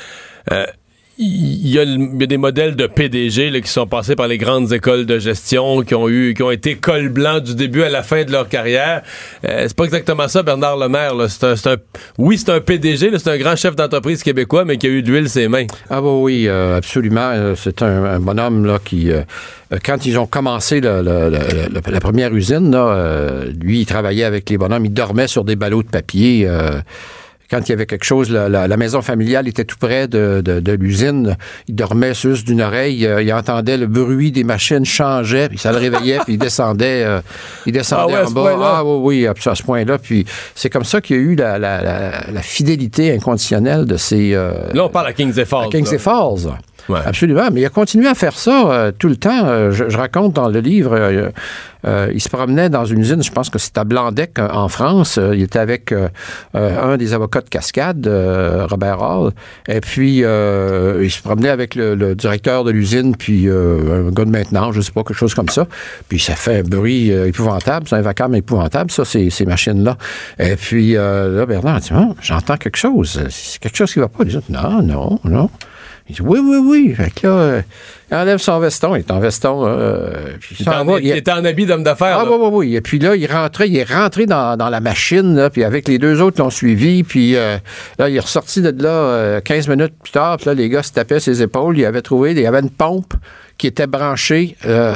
Il y a des modèles de PDG là, qui sont passés par les grandes écoles de gestion, qui ont été col blanc du début à la fin de leur carrière. C'est pas exactement ça, Bernard Lemaire. Là. C'est un PDG, là, c'est un grand chef d'entreprise québécois, mais qui a eu de l'huile ses mains. Ah bah oui, absolument. C'est un bonhomme là qui... quand ils ont commencé la première usine, là, lui, il travaillait avec les bonhommes, il dormait sur des ballots de papier. Quand il y avait quelque chose, la maison familiale était tout près de l'usine. Il dormait juste d'une oreille. Il entendait le bruit des machines changeait, puis ça le réveillait, puis il descendait en bas. Ah oui, à ce point-là. Puis c'est comme ça qu'il y a eu la fidélité inconditionnelle de ces... Là, on parle à Kings et Falls. Falls. Ouais. Absolument, mais il a continué à faire ça tout le temps. Je raconte dans le livre, il se promenait dans une usine, je pense que c'était à Blandec, en France. Il était avec un des avocats de Cascade, Robert Hall, et puis il se promenait avec le directeur de l'usine, puis un gars de maintenance, je sais pas, quelque chose comme ça. Puis ça fait un bruit épouvantable, c'est un vacarme épouvantable, ça, ces machines-là. Et puis là, Bernard a dit, j'entends quelque chose, c'est quelque chose qui va pas. Il dit, non. Il dit oui. Fait que là, il enlève son veston. Il est en veston. Puis il était en habit d'homme d'affaires. Oui. Et puis là, il est rentré dans la machine, là, puis avec les deux autres l'ont suivi. Puis là, il est ressorti de là 15 minutes plus tard. Puis là, les gars se tapaient ses épaules. Il y avait une pompe qui était branchée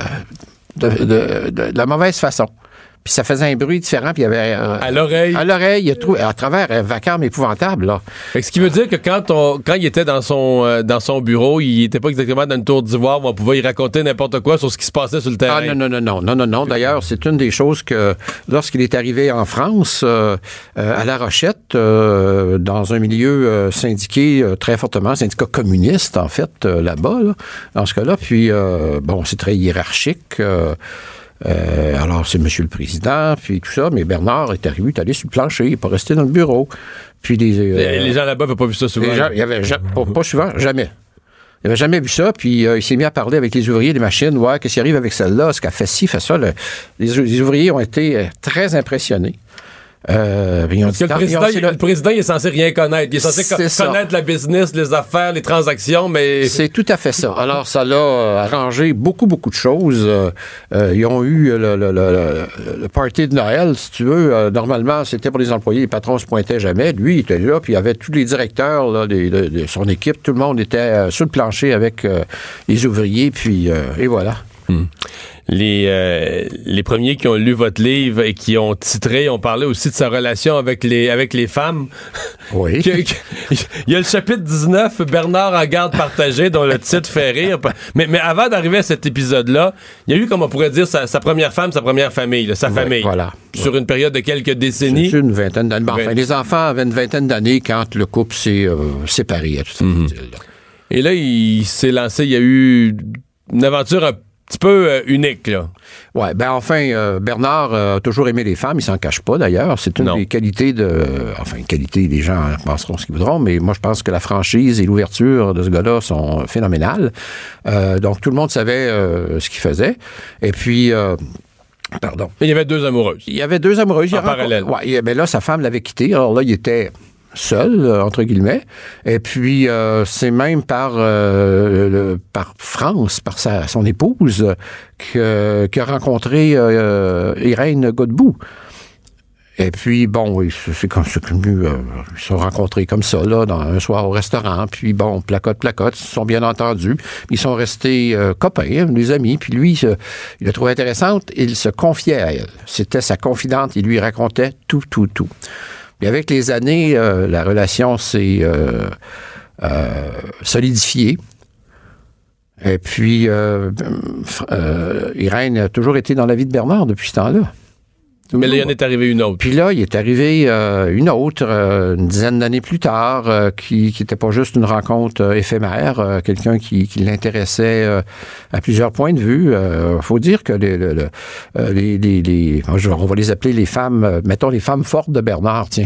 de la mauvaise façon. Puis ça faisait un bruit différent, puis il y avait... à l'oreille. À l'oreille, à travers un vacarme épouvantable, là. Fait que ce qui veut dire que quand il était dans son bureau, il n'était pas exactement dans une tour d'ivoire où on pouvait y raconter n'importe quoi sur ce qui se passait sur le terrain. Ah non. D'ailleurs, c'est une des choses que, lorsqu'il est arrivé en France, à La Rochette, dans un milieu syndiqué très fortement, syndicat communiste, en fait, là-bas, là, dans ce cas-là, puis, c'est très hiérarchique, alors, c'est Monsieur le Président, puis tout ça, mais Bernard est arrivé, il est allé sur le plancher, il n'est pas resté dans le bureau. Puis les gens là-bas n'avaient pas vu ça souvent. Il y avait pas souvent, jamais. Il n'avait jamais vu ça, puis il s'est mis à parler avec les ouvriers des machines. Ouais, qu'est-ce qui arrive avec celle-là? Est-ce qu'elle fait ci, fait ça? Les ouvriers ont été très impressionnés. Le président, il est censé rien connaître. Il est censé connaître la business, les affaires, les transactions, mais... C'est tout à fait ça. Alors, ça l'a arrangé beaucoup de choses. Ils ont eu le party de Noël, si tu veux. Normalement, c'était pour les employés. Les patrons se pointaient jamais. Lui, il était là, puis il y avait tous les directeurs là, de son équipe. Tout le monde était sur le plancher avec les ouvriers, puis et voilà. Les premiers qui ont lu votre livre et qui ont titré, ont parlé aussi de sa relation avec les femmes. Oui. Il y a le chapitre 19, Bernard en garde partagée, dont le titre fait rire. Mais avant d'arriver à cet épisode-là, il y a eu, comme on pourrait dire, sa première femme, sa première famille, là, sa famille. Voilà. Sur une période de quelques décennies. C'est une vingtaine d'années. Enfin, les enfants avaient une vingtaine d'années quand le couple s'est séparé. À tout ça. Et là, il s'est lancé, il y a eu une aventure un petit peu unique, là. Ouais, Bernard a toujours aimé les femmes, il s'en cache pas d'ailleurs. C'est une des qualités une qualité, les gens penseront ce qu'ils voudront, mais moi je pense que la franchise et l'ouverture de ce gars-là sont phénoménales. Donc tout le monde savait ce qu'il faisait. Et puis... Pardon. Il y avait deux amoureuses. Il y avait deux amoureuses. En parallèle. Ouais, mais là, sa femme l'avait quitté. Alors là, il était... seul, entre guillemets. Et puis, c'est même par France, par son épouse, qu'il a rencontré Irène Godbout. Et puis, c'est comme ça qu'ils se sont rencontrés comme ça, là, un soir au restaurant. Puis, placote, ils se sont bien entendus. Ils sont restés copains, des amis. Puis lui, il l'a trouvée intéressante. Il se confiait à elle. C'était sa confidente. Il lui racontait tout. Et avec les années, la relation s'est solidifiée. Et puis, Irène a toujours été dans la vie de Bernard depuis ce temps-là. Mais là, il en est arrivé une autre. Puis là, il est arrivé une autre, une dizaine d'années plus tard, qui n'était pas juste une rencontre éphémère, quelqu'un qui l'intéressait à plusieurs points de vue. Faut dire que on va les appeler les femmes, mettons les femmes fortes de Bernard, tiens.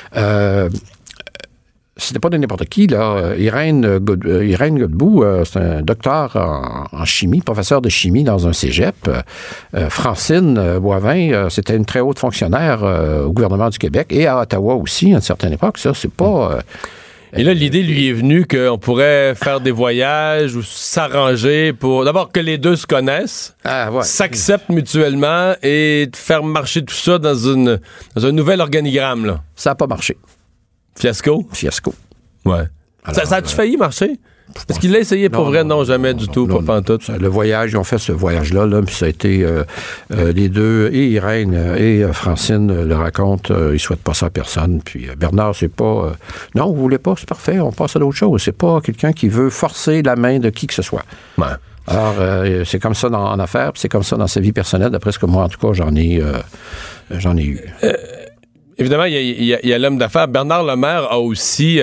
C'était pas de n'importe qui, là. Irène Godbout, c'est un docteur en chimie, professeur de chimie dans un cégep. Francine Boivin, c'était une très haute fonctionnaire au gouvernement du Québec et à Ottawa aussi, à une certaine époque. Ça, c'est pas... Et là, l'idée lui est venue qu'on pourrait faire des voyages ou s'arranger pour... D'abord, que les deux se connaissent, s'acceptent mutuellement et faire marcher tout ça dans un nouvel organigramme, là. Ça n'a pas marché. Fiasco? Ouais. Alors, ça a-tu failli marcher? Est-ce qu'il l'a essayé pour vrai? Non, jamais du tout, pas pantoute. Le voyage, ils ont fait ce voyage-là, là, puis ça a été les deux, et Irène et Francine le racontent, ils souhaitent pas ça à personne. Puis Bernard, c'est pas... non, vous voulez pas, c'est parfait, on passe à d'autres choses. C'est pas quelqu'un qui veut forcer la main de qui que ce soit. Ouais. Alors, c'est comme ça en affaires, puis c'est comme ça dans sa vie personnelle, d'après ce que moi, en tout cas, j'en ai eu. Évidemment, il y a l'homme d'affaires. Bernard Lemaire a aussi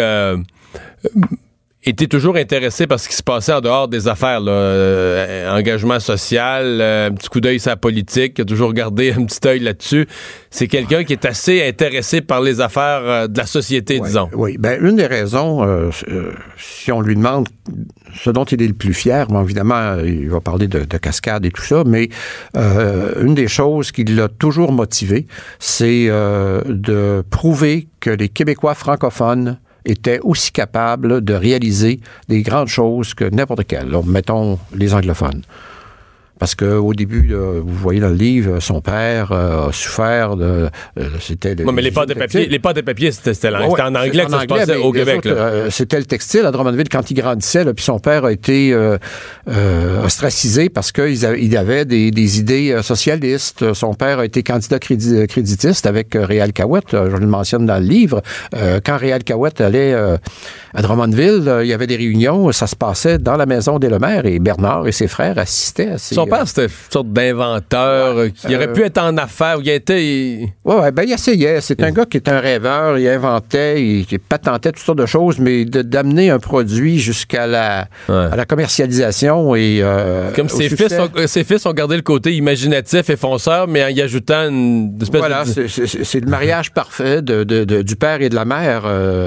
été toujours intéressé par ce qui se passait en dehors des affaires. Engagement social, un petit coup d'œil sur la politique, il a toujours gardé un petit œil là-dessus. C'est quelqu'un qui est assez intéressé par les affaires de la société, disons. Oui, une des raisons, si on lui demande ce dont il est le plus fier, bon, évidemment, il va parler de cascade et tout ça, mais une des choses qui l'a toujours motivé, c'est de prouver que les Québécois francophones était aussi capable de réaliser des grandes choses que n'importe quel. Donc, mettons les anglophones. Parce qu'au début, vous voyez dans le livre, son père a souffert de... c'était non, mais les pâtes de papier, c'était en anglais que ça se passait au Québec. Autres, c'était le textile à Drummondville quand il grandissait. Puis son père a été ostracisé parce qu'il avait des idées socialistes. Son père a été candidat créditiste avec Réal Cahouette. Je le mentionne dans le livre. Quand Réal Cahouette allait à Drummondville, il y avait des réunions. Ça se passait dans la maison des Lemaire et Bernard et ses frères assistaient à ces... Son père, c'était une sorte d'inventeur qui aurait pu être en affaires. Il il essayait. C'est un gars qui est un rêveur. Il inventait, il patentait toutes sortes de choses, mais d'amener un produit jusqu'à à la commercialisation et comme ses fils ont gardé le côté imaginatif et fonceur, mais en y ajoutant une espèce c'est le mariage parfait du père et de la mère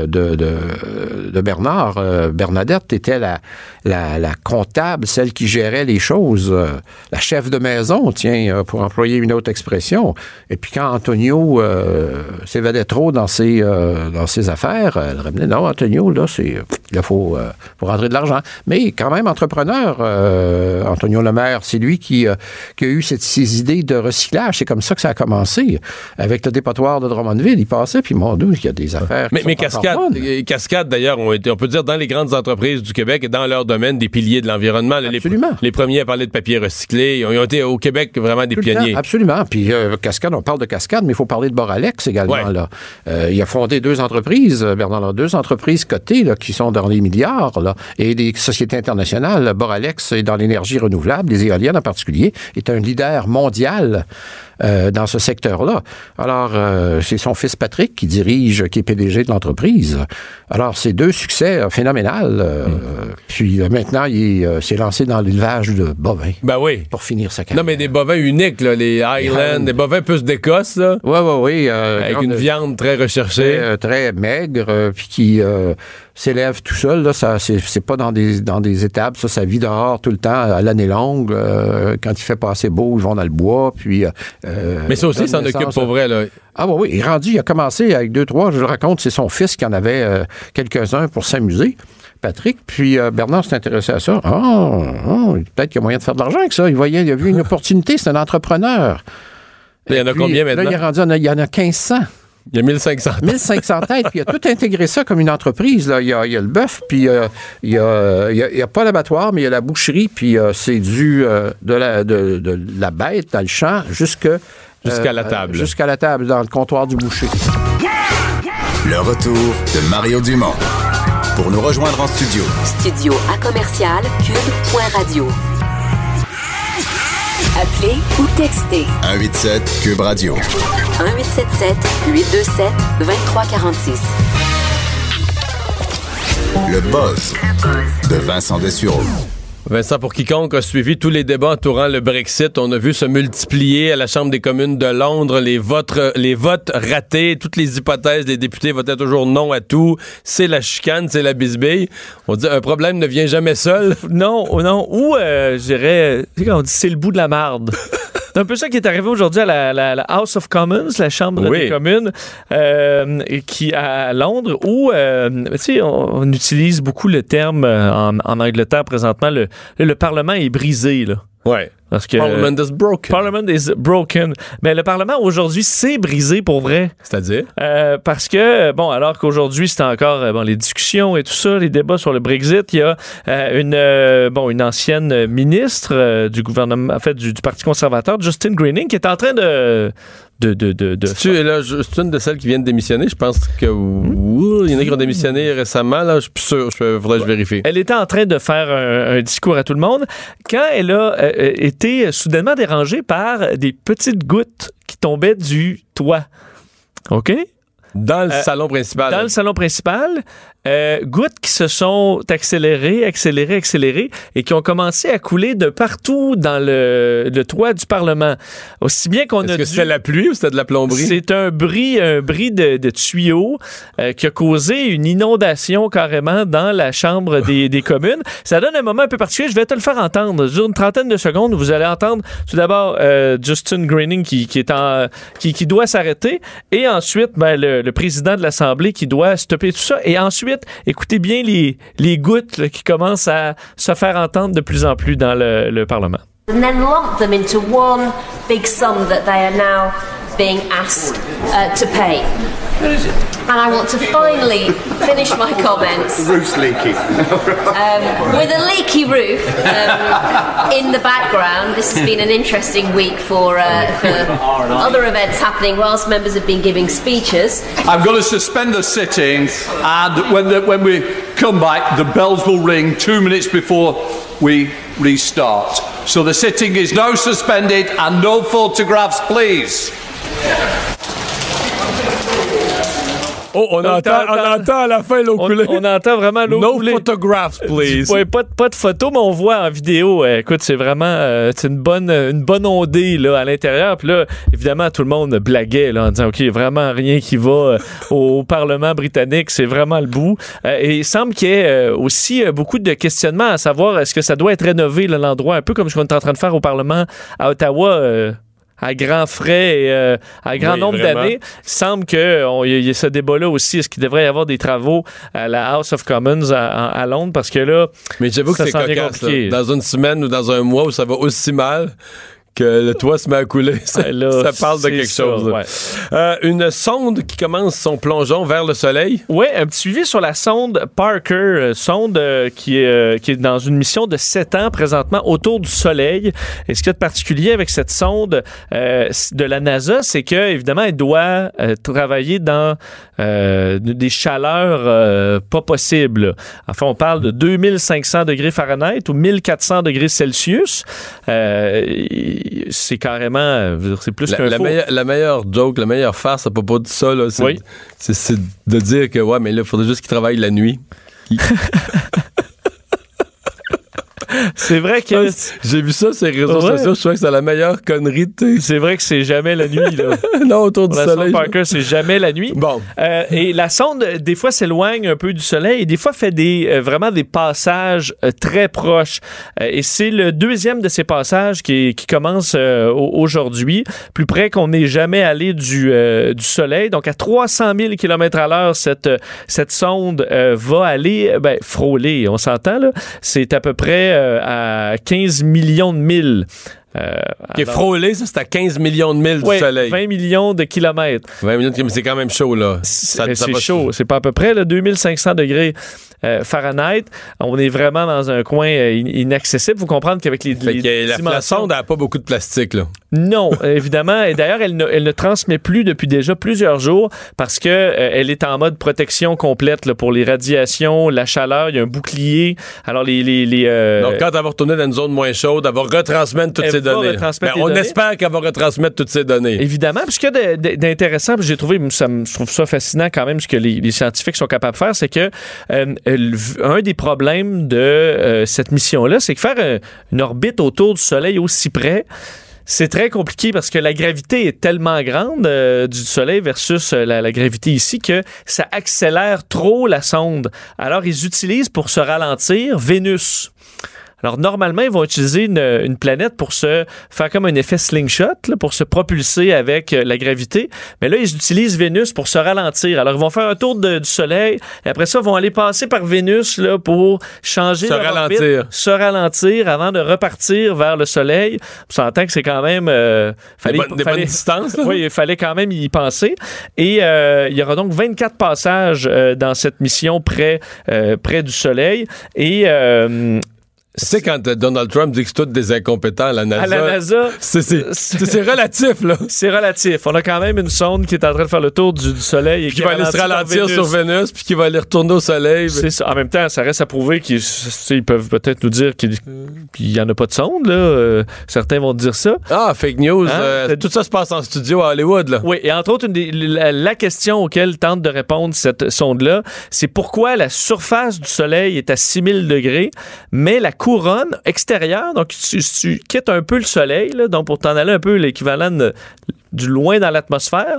de Bernard. Bernadette était la comptable, celle qui gérait les choses. La chef de maison, tiens, pour employer une autre expression. Et puis quand Antonio s'évadait trop dans ses affaires, elle ramenait, non, Antonio, là, il faut rentrer de l'argent. Mais quand même, entrepreneur, Antonio Lemaire, c'est lui qui a eu ces idées de recyclage. C'est comme ça que ça a commencé. Avec le dépotoir de Drummondville, il passait, puis mon Dieu, il y a des affaires mais Cascade, d'ailleurs, ont été, on peut dire, dans les grandes entreprises du Québec et dans leur domaine, des piliers de l'environnement. Absolument. Les premiers à parler de papier recyclé. Ils ont été au Québec vraiment des pionniers. Absolument. Puis Cascade, on parle de Cascade, mais il faut parler de Boralex également. Ouais. Là. Il a fondé 2 entreprises, Bernard, 2 entreprises cotées là, qui sont dans les milliards là, et des sociétés internationales. Boralex est dans l'énergie renouvelable, les éoliennes en particulier, est un leader mondial dans ce secteur-là. Alors, c'est son fils Patrick qui est PDG de l'entreprise. Alors, c'est 2 succès phénoménal. Puis maintenant, il s'est lancé dans l'élevage de bovins. Ben oui. Pour finir sa carrière. Non, mais des bovins uniques, là, les Highlands, des bovins plus d'Écosse, là. Oui. Avec une viande très recherchée. Très maigre, puis qui s'élève tout seul. Là, ça, c'est pas dans des étapes. Ça vit dehors tout le temps, à l'année longue. Quand il fait pas assez beau, ils vont dans le bois, puis... mais ça aussi, ça en occupe pour vrai, là. Ah oui, il a commencé avec 2-3, je le raconte, c'est son fils qui en avait quelques-uns pour s'amuser, Patrick, puis Bernard s'est intéressé à ça. Peut-être qu'il y a moyen de faire de l'argent avec ça. Il a vu une opportunité, c'est un entrepreneur. Il y en a combien maintenant? Là, il y en a 1500. Il y a 1500. 1500 têtes, puis il a tout intégré ça comme une entreprise. Là. Il y a le bœuf, puis il y a pas l'abattoir, mais il y a la boucherie, puis c'est de la bête dans le champ jusqu'à la table. Jusqu'à la table, dans le comptoir du boucher. Le retour de Mario Dumont. Pour nous rejoindre en studio. Studio à commercial cube.radio. Appelez ou textez. 187 Cube Radio. 1877 827 2346. Le buzz de Vincent Dessureau. Vincent, pour quiconque a suivi tous les débats entourant le Brexit, on a vu se multiplier à la Chambre des communes de Londres les votes ratés, toutes les hypothèses, les députés votaient toujours non à tout, c'est la chicane, c'est la bisbille. On dit un problème ne vient jamais seul. Non, ou je dirais, tu sais quand on dit c'est le bout de la marde. C'est un peu ça qui est arrivé aujourd'hui à la House of Commons, la Chambre des communes, qui à Londres, où tu sais, on utilise beaucoup le terme en Angleterre présentement, le Parlement est brisé, là. Ouais. Parce que Parliament is broken. Parliament is broken. Mais le Parlement, aujourd'hui, c'est brisé pour vrai. C'est-à-dire? Parce que, alors qu'aujourd'hui, c'est encore les discussions et tout ça, les débats sur le Brexit, il y a une ancienne ministre du gouvernement, en fait, du Parti conservateur, Justin Greening, qui est en train de c'est une de celles qui viennent de démissionner. Je pense que il y en a qui ont démissionné récemment. Là, je suis plus sûr. Faudrait que je vérifie. Elle était en train de faire un discours à tout le monde quand elle a été soudainement dérangée par des petites gouttes qui tombaient du toit. OK? Dans le salon principal. Dans le salon principal. gouttes qui se sont accélérées et qui ont commencé à couler de partout dans le toit du Parlement. Aussi bien qu'on Est-ce que c'était la pluie ou c'était de la plomberie? C'est un bris de tuyaux qui a causé une inondation carrément dans la Chambre des communes. Ça donne un moment un peu particulier. Je vais te le faire entendre. Sur une trentaine de secondes, vous allez entendre tout d'abord Justin Greening qui doit s'arrêter et ensuite le président de l'Assemblée qui doit stopper tout ça. Et ensuite, écoutez bien les gouttes là, qui commencent à se faire entendre de plus en plus dans le Parlement. And then lump them into one big sum that they are now being asked to pay. And I want to finally finish my comments. The roof's leaky. With a leaky roof in the background. This has been an interesting week for other events happening whilst members have been giving speeches. I'm going to suspend the sitting, and when we come back, the bells will ring 2 minutes before we restart. So the sitting is now suspended, and no photographs, please. Oh, on entend à la fin l'eau couler. On entend vraiment l'eau couler. No photographs, please. Ouais, pas de photos, mais on voit en vidéo. Écoute, c'est vraiment c'est une bonne ondée là, à l'intérieur. Puis là, évidemment, tout le monde blaguait là, en disant OK, vraiment rien qui va au Parlement britannique. C'est vraiment le bout. Et il semble qu'il y ait aussi beaucoup de questionnements à savoir est-ce que ça doit être rénové là, l'endroit, un peu comme ce qu'on est en train de faire au Parlement à Ottawa. À grands frais et à grand nombre d'années. Il semble qu'il y a ce débat-là aussi. Est-ce qu'il devrait y avoir des travaux à la House of Commons à Londres? Parce que là, mais j'avoue que c'est cocasse. Dans une semaine ou dans un mois où ça va aussi mal que le toit se met à couler, ça parle de quelque chose. Ouais. Une sonde qui commence son plongeon vers le soleil. Oui, un petit suivi sur la sonde Parker, sonde qui est dans une mission de 7 ans présentement autour du soleil. Et ce qu'il y a de particulier avec cette sonde de la NASA, c'est que évidemment elle doit travailler dans des chaleurs pas possibles. Enfin, on parle de 2500 degrés Fahrenheit ou 1400 degrés Celsius. C'est carrément, c'est plus qu'un faux. La meilleure joke, la meilleure farce à propos de ça, là, c'est de dire que ouais, mais là, il faudrait juste qu'il travaille la nuit. C'est vrai que... J'ai vu ça sur les réseaux sociaux, je trouvais que c'est la meilleure connerie. C'est vrai que c'est jamais la nuit, là. Non, autour du soleil. La sonde Parker, c'est jamais la nuit. Bon. Et la sonde, des fois, s'éloigne un peu du soleil et des fois fait vraiment des passages très proches. Et c'est le deuxième de ces passages qui commence aujourd'hui, plus près qu'on n'est jamais allé du soleil. Donc, à 300 000 km/h, cette sonde va aller frôler, on s'entend, là. C'est à peu près à 15 millions de milles. Qui est frôlé, ça, c'est à 15 millions de milles du soleil. 20 millions de kilomètres. 20 millions de kilomètres, c'est quand même chaud, là. C'est chaud. C'est pas à peu près là, 2500 degrés Fahrenheit. On est vraiment dans un coin inaccessible. Vous comprenez qu'avec les dimensions... La sonde n'a pas beaucoup de plastique, là. Non, évidemment. Et d'ailleurs, elle ne transmet plus depuis déjà plusieurs jours parce que elle est en mode protection complète là, pour les radiations, la chaleur. Il y a un bouclier. Alors, donc, quand elle va retourner dans une zone moins chaude, elle va retransmettre toutes ces données. On espère qu'elle va retransmettre toutes ces données. Évidemment. Puis ce qu'il y a d'intéressant, j'ai trouvé, je trouve ça fascinant quand même, ce que les scientifiques sont capables de faire, c'est que un des problèmes de cette mission-là, c'est que faire une orbite autour du Soleil aussi près, c'est très compliqué parce que la gravité est tellement grande du Soleil versus la gravité ici que ça accélère trop la sonde. Alors, ils utilisent pour se ralentir Vénus. Alors, normalement, ils vont utiliser une planète pour se faire comme un effet slingshot, là, pour se propulser avec la gravité. Mais là, ils utilisent Vénus pour se ralentir. Alors, ils vont faire un tour du Soleil et après ça, ils vont aller passer par Vénus là, pour changer leur orbite, se ralentir avant de repartir vers le Soleil. On s'entend que c'est quand même... des bonnes distances. Là. Oui, il fallait quand même y penser. Et il y aura donc 24 passages dans cette mission près du Soleil. Et... Tu sais, quand Donald Trump dit que c'est tous des incompétents à la NASA. À la NASA, c'est relatif, là. C'est relatif. On a quand même une sonde qui est en train de faire le tour du Soleil. Et qui va aller se ralentir sur Vénus, puis qui va aller retourner au Soleil. C'est ça. En même temps, ça reste à prouver qu'ils peuvent peut-être nous dire qu'il n'y en a pas de sonde, là. Certains vont dire ça. Ah, fake news. Tout ça se passe en studio à Hollywood, là. Oui, et entre autres, la question auquel tente de répondre cette sonde-là, c'est pourquoi la surface du Soleil est à 6000 degrés, mais la couronne extérieure, donc tu quittes un peu le Soleil, là, donc pour t'en aller un peu l'équivalent du loin dans l'atmosphère,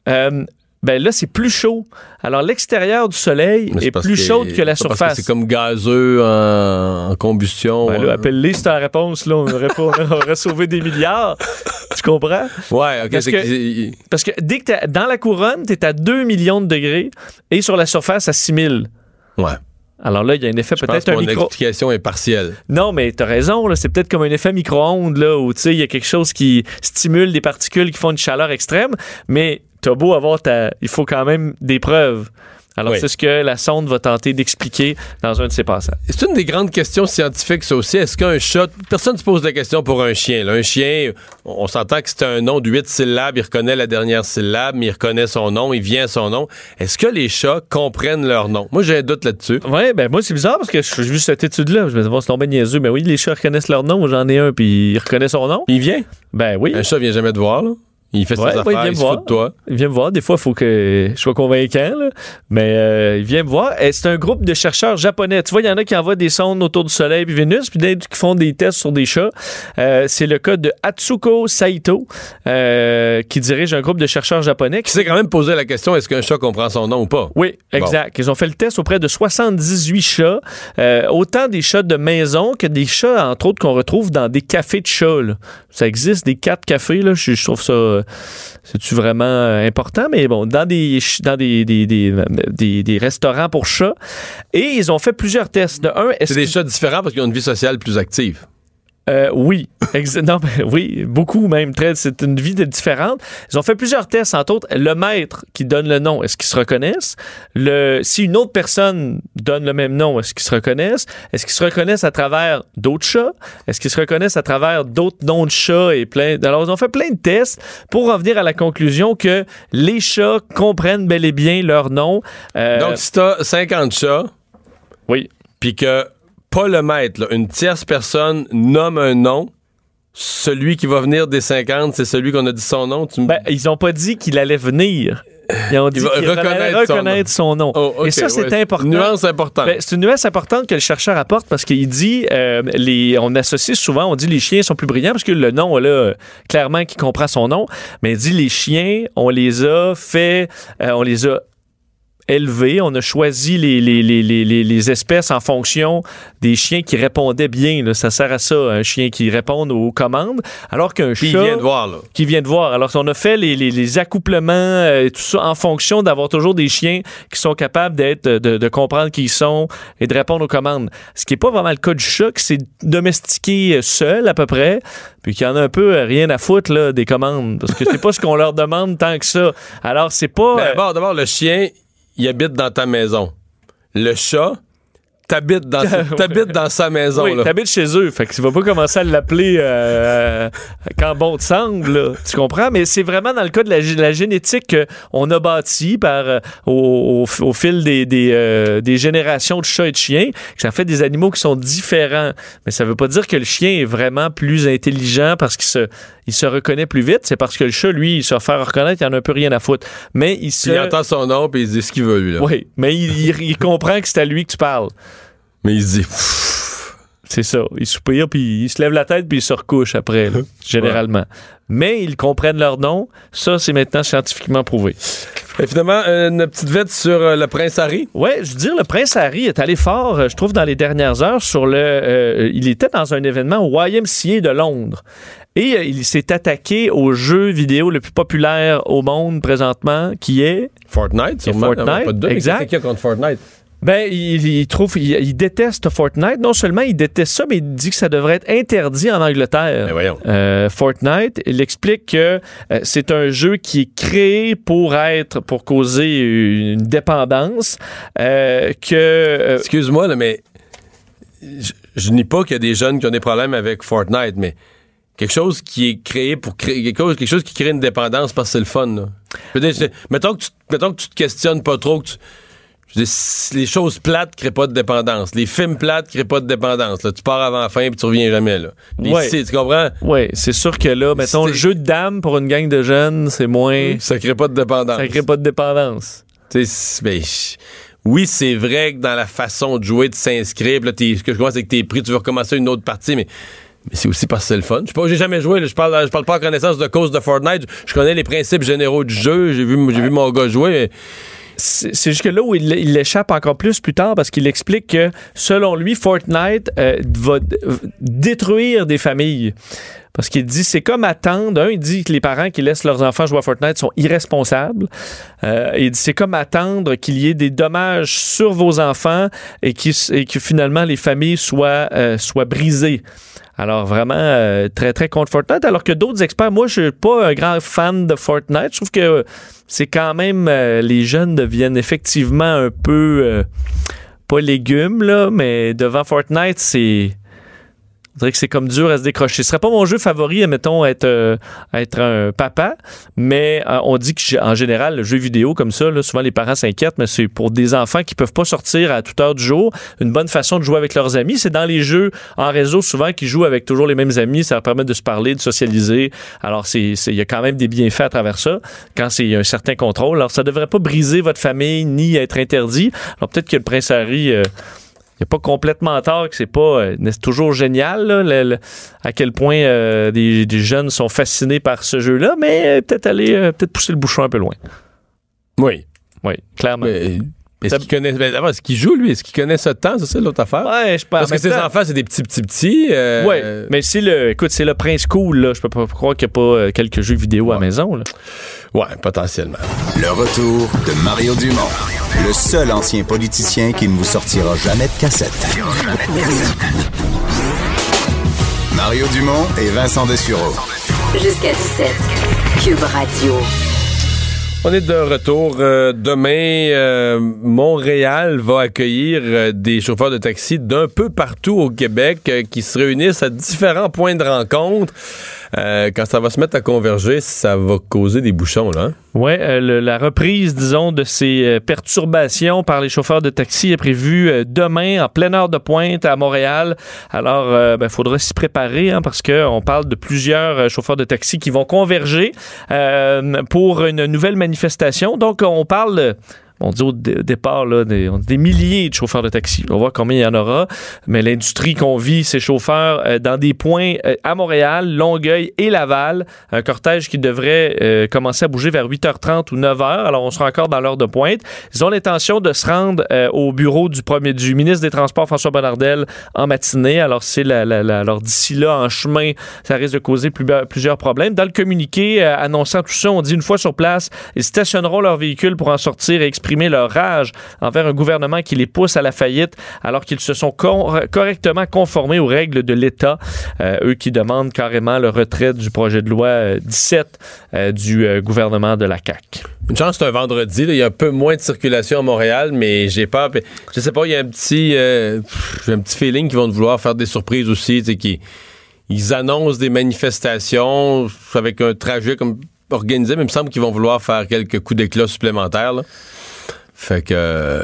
ben là, c'est plus chaud. Alors, l'extérieur du Soleil est plus chaude que la surface. Parce que c'est comme gazeux en combustion. Ben là, appelle-les, c'est ta réponse. Là, on aurait sauvé des milliards. Tu comprends? Ouais, OK. Parce que dès que t'es dans la couronne, t'es à 2 millions de degrés et sur la surface à 6000. Ouais. Alors là, il y a un effet peut-être un micro... Mon explication est partielle. Non, mais t'as raison, là, c'est peut-être comme un effet micro-ondes, là, où il y a quelque chose qui stimule des particules qui font une chaleur extrême, mais t'as beau avoir il faut quand même des preuves. Alors, c'est ce que la sonde va tenter d'expliquer dans un de ses passages. C'est une des grandes questions scientifiques, ça aussi. Est-ce qu'un chat... Personne ne se pose la question pour un chien. Là. Un chien, on s'entend que c'est un nom de 8 syllabes, il reconnaît la dernière syllabe, mais il reconnaît son nom, il vient à son nom. Est-ce que les chats comprennent leur nom? Moi, j'ai un doute là-dessus. Oui, ben moi, c'est bizarre parce que j'ai vu cette étude-là. Je me disais, c'est tombé niaiseux. Mais oui, les chats reconnaissent leur nom. Moi, j'en ai un, puis il reconnaît son nom. Puis il vient? Ben oui. Un chat vient jamais te voir, là. Il fait ses affaires, il se fout de toi. Il vient me voir. Des fois, il faut que je sois convaincant, là. Mais il vient me voir. Et c'est un groupe de chercheurs japonais. Tu vois, il y en a qui envoient des sondes autour du Soleil puis Vénus, puis d'autres qui font des tests sur des chats. C'est le cas de Atsuko Saito, qui dirige un groupe de chercheurs japonais. Qui s'est quand même posé la question, est-ce qu'un chat comprend son nom ou pas? Oui, exact. Bon. Ils ont fait le test auprès de 78 chats. Autant des chats de maison que des chats, entre autres, qu'on retrouve dans des cafés de chats, là. Ça existe, des 4 cafés, là. Je trouve ça... C'est-tu vraiment important? Mais bon, dans des restaurants pour chats. Et ils ont fait plusieurs tests. C'est des chats différents parce qu'ils ont une vie sociale plus active. Oui, non, oui, beaucoup même. C'est une vie différente. Ils ont fait plusieurs tests, entre autres. Le maître qui donne le nom, est-ce qu'ils se reconnaissent? Si une autre personne donne le même nom, est-ce qu'ils se reconnaissent? Est-ce qu'ils se reconnaissent à travers d'autres chats? Est-ce qu'ils se reconnaissent à travers d'autres noms de chats et plein? Alors, ils ont fait plein de tests pour en venir à la conclusion que les chats comprennent bel et bien leur nom. Donc, si t'as 50 chats, oui, puis que pas le maître, là, une tierce personne nomme un nom, celui qui va venir des 50, c'est celui qu'on a dit son nom. Ils ont pas dit qu'il allait venir. Ils ont dit qu'il allait reconnaître son nom. Oh, okay, et ça, c'est important. Une nuance importante. C'est une nuance importante que le chercheur apporte parce qu'il dit, on associe souvent, on dit les chiens sont plus brillants parce que le nom, là, clairement, qui comprend son nom, mais il dit les chiens, on les a élevés, on a choisi les espèces en fonction des chiens qui répondaient bien. Là. Ça sert à ça, un chien qui répond aux commandes, alors qu'un chat... Qui vient de voir, là. Qui vient de voir. Alors, on a fait les accouplements et tout ça en fonction d'avoir toujours des chiens qui sont capables de comprendre qui ils sont et de répondre aux commandes. Ce qui n'est pas vraiment le cas du chat, qui s'est domestiqué seul, à peu près, puis qui en a un peu rien à foutre là, des commandes, parce que c'est pas ce qu'on leur demande tant que ça. Alors, c'est pas... D'abord, le chien... il habite dans ta maison. Le chat, t'habites dans sa maison. Oui, t'habites chez eux. Fait que tu vas pas commencer à l'appeler quand bon te semble. Là. Tu comprends? Mais c'est vraiment dans le cas de la génétique qu'on a bâti au fil des générations de chats et de chiens, que ça fait des animaux qui sont différents. Mais ça veut pas dire que le chien est vraiment plus intelligent parce qu'il se reconnaît plus vite. C'est parce que le chat, lui, il se fait reconnaître, il en a un peu rien à foutre. Mais il entend son nom puis il dit ce qu'il veut, lui. Là. Oui, mais il comprend que c'est à lui que tu parles. Mais il se dit... C'est ça. Il soupire, puis il se lève la tête, puis il se recouche après, là, généralement. Ouais. Mais ils comprennent leur nom. Ça, c'est maintenant scientifiquement prouvé. Et finalement, une petite vite sur le prince Harry. Oui, je veux dire, le prince Harry est allé fort, je trouve, dans les dernières heures sur il était dans un événement au YMCA de Londres. Et il s'est attaqué au jeu vidéo le plus populaire au monde présentement, qui est... Fortnite, sûrement. Fortnite, pas de doute, exact. Mais qu'est-ce qu'il y a contre Fortnite? Ben, il déteste Fortnite. Non seulement il déteste ça, mais il dit que ça devrait être interdit en Angleterre. Mais voyons. Fortnite, il explique que c'est un jeu qui est créé pour causer une dépendance. Excuse-moi, là, mais je nie pas qu'il y a des jeunes qui ont des problèmes avec Fortnite, mais quelque chose qui est créé pour créer quelque chose qui crée une dépendance parce que c'est le fun, là. Je veux dire, mettons que tu te questionnes pas trop, les choses plates créent pas de dépendance. Les films plates créent pas de dépendance. Là. Tu pars avant la fin puis tu reviens jamais. Là. Tu comprends? Oui, c'est sûr que là, mettons, le jeu de dames pour une gang de jeunes, c'est moins... Ça crée pas de dépendance. Ça crée pas de dépendance. Oui, c'est vrai que dans la façon de jouer, de s'inscrire, là, ce que je comprends, c'est que t'es pris, tu veux recommencer une autre partie, mais c'est aussi parce que c'est le fun. Je sais pas, j'ai jamais joué. Là, je parle pas en connaissance de cause de Fortnite. Je connais les principes généraux du jeu. J'ai vu mon gars jouer, mais... C'est jusque là où il l'échappe encore plus tard parce qu'il explique que, selon lui, Fortnite va détruire des familles. Parce qu'il dit, c'est comme attendre. Il dit que les parents qui laissent leurs enfants jouer à Fortnite sont irresponsables. Il dit, c'est comme attendre qu'il y ait des dommages sur vos enfants et que finalement les familles soient brisées. Alors vraiment, très, très contre Fortnite. Alors que d'autres experts, moi, je suis pas un grand fan de Fortnite. Je trouve que c'est quand même... les jeunes deviennent effectivement un peu... pas légumes, là, mais devant Fortnite, c'est... On dirait que c'est comme dur à se décrocher. Ce serait pas mon jeu favori, admettons, être un papa, mais on dit qu'en général, le jeu vidéo comme ça, là, souvent les parents s'inquiètent, mais c'est pour des enfants qui peuvent pas sortir à toute heure du jour. Une bonne façon de jouer avec leurs amis, c'est dans les jeux en réseau, souvent, qui jouent avec toujours les mêmes amis. Ça leur permet de se parler, de socialiser. Alors, il y a quand même des bienfaits à travers ça, quand il y a un certain contrôle. Alors, ça devrait pas briser votre famille, ni être interdit. Alors, peut-être que le Prince Harry... il n'y a pas complètement tort que c'est toujours génial là, à quel point des jeunes sont fascinés par ce jeu-là, mais peut-être pousser le bouchon un peu loin. Oui, clairement. Mais est-ce qu'il connaît... est-ce qu'il joue, lui? Est-ce qu'il connaît ça de temps? C'est ça l'autre affaire? Ouais, je pense. Parce que ses enfants, c'est des petits. Oui, mais c'est le Prince Cool, là. Je peux pas croire qu'il n'y a pas quelques jeux vidéo à la maison, là. Ouais, potentiellement. Le retour de Mario Dumont, le seul ancien politicien qui ne vous sortira jamais de cassette. Mario Dumont et Vincent Dessureau. Jusqu'à 17. Cube Radio. On est de retour. Demain, Montréal va accueillir des chauffeurs de taxi d'un peu partout au Québec qui se réunissent à différents points de rencontre. Quand ça va se mettre à converger, ça va causer des bouchons, là. Oui, la reprise, disons, de ces perturbations par les chauffeurs de taxi est prévue demain, en pleine heure de pointe à Montréal. Alors, faudra s'y préparer, parce qu'on parle de plusieurs chauffeurs de taxi qui vont converger pour une nouvelle manifestation. Donc, on parle... On dit au départ là, des milliers de chauffeurs de taxi. On va voir combien il y en aura. Mais l'industrie qu'on vit, ces chauffeurs, dans des points à Montréal, Longueuil et Laval, un cortège qui devrait commencer à bouger vers 8h30 ou 9h. Alors, on sera encore dans l'heure de pointe. Ils ont l'intention de se rendre au bureau du ministre des Transports, François Bonnardel, en matinée. Alors, alors d'ici là, en chemin, ça risque de causer plusieurs problèmes. Dans le communiqué annonçant tout ça, on dit une fois sur place, ils stationneront leur véhicule pour en sortir et exprimer leur rage envers un gouvernement qui les pousse à la faillite alors qu'ils se sont correctement conformés aux règles de l'État. Eux qui demandent carrément le retrait du projet de loi 17 du gouvernement de la CAQ. Une chance, c'est un vendredi. Là, il y a un peu moins de circulation à Montréal, mais j'ai peur. Je sais pas, il y a un petit feeling qu'ils vont vouloir faire des surprises aussi. Ils annoncent des manifestations avec un trajet comme organisé, mais il me semble qu'ils vont vouloir faire quelques coups d'éclat supplémentaires, là. Fait que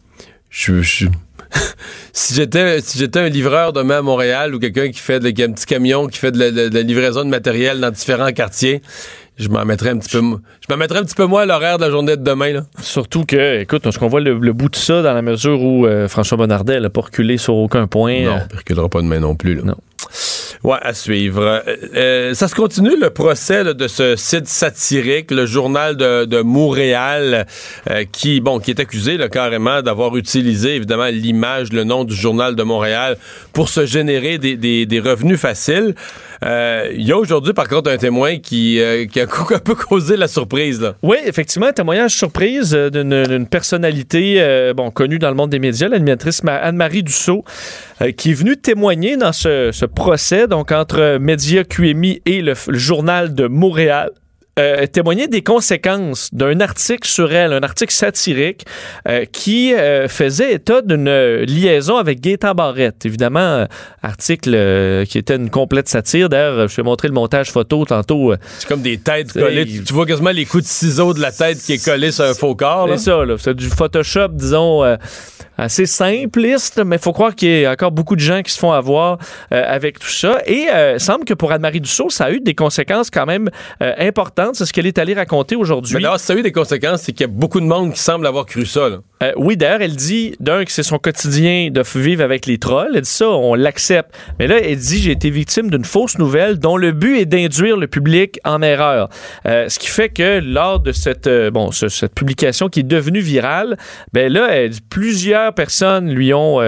si j'étais un livreur demain à Montréal ou quelqu'un qui a un petit camion qui fait de la livraison de matériel dans différents quartiers, je m'en mettrais un petit peu moins à l'horaire de la journée de demain, là. Surtout que, écoute, est-ce qu'on voit le bout de ça dans la mesure où François Bonnardel n'a pas reculé sur aucun point? Non, il ne reculera pas demain non plus, là. Non. Ouais, à suivre. Ça se continue, le procès là, de ce site satirique, le Journal de Montréal, qui est accusé là, carrément d'avoir utilisé, évidemment, l'image, le nom du Journal de Montréal pour se générer des revenus faciles. Il y a aujourd'hui, par contre, un témoin qui a un peu causé la surprise, là. Oui, effectivement, un témoignage surprise d'une personnalité connue dans le monde des médias, l'animatrice Anne-Marie Dussault, qui est venue témoigner dans ce procès, donc entre Média QMI et le Journal de Montréal. témoigner des conséquences d'un article sur elle, un article satirique qui faisait état d'une liaison avec Gaétan Barrette. Évidemment, article qui était une complète satire. D'ailleurs, je vais montrer le montage photo tantôt. C'est comme des têtes collées. Tu vois quasiment les coups de ciseaux de la tête qui est collé sur un faux corps. C'est ça, là. C'est du Photoshop, disons, assez simpliste, mais il faut croire qu'il y a encore beaucoup de gens qui se font avoir avec tout ça. Et il semble que pour Anne-Marie Dussault, ça a eu des conséquences quand même importantes. C'est ce qu'elle est allée raconter aujourd'hui. Mais là, ça a eu des conséquences, c'est qu'il y a beaucoup de monde qui semble avoir cru ça, là. Oui, d'ailleurs, elle dit, que c'est son quotidien de vivre avec les trolls. Elle dit ça, on l'accepte. Mais là, elle dit, j'ai été victime d'une fausse nouvelle dont le but est d'induire le public en erreur. Ce qui fait que lors de cette publication qui est devenue virale, ben là, plusieurs personnes y ont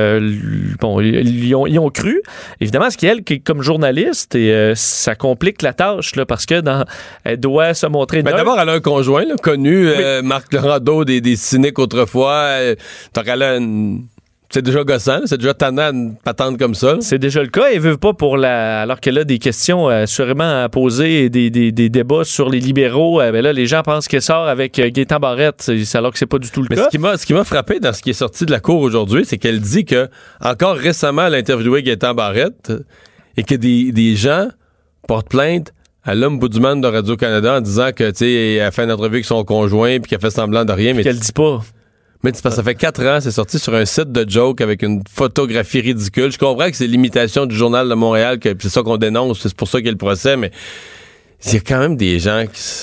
cru. Évidemment, ce qu'elle, comme journaliste, et ça complique la tâche, là, parce que elle doit se montrer... Mais d'abord, elle a un conjoint, là, connu, oui. Marc Laurando, des cyniques autrefois. Donc, elle a c'est déjà gossant, c'est déjà tannant une patente comme ça. C'est déjà le cas. Elle veut pas alors qu'elle a des questions assurément à poser et des débats sur les libéraux. Ben là, les gens pensent qu'elle sort avec Gaétan Barrette, alors que c'est pas du tout le cas. Ce qui m'a frappé dans ce qui est sorti de la cour aujourd'hui, c'est qu'elle dit que encore récemment, elle a interviewé Gaétan Barrette et que des gens portent plainte à l'Ombudsman de Radio-Canada en disant que, tu sais, elle a fait une entrevue avec son conjoint puis qu'elle fait semblant de rien. Mais qu'elle dit pas. Mais c'est parce que ça fait 4 ans, c'est sorti sur un site de joke avec une photographie ridicule. Je comprends que c'est l'imitation du Journal de Montréal, que c'est ça qu'on dénonce, c'est pour ça qu'il y a le procès, mais il y a quand même des gens qui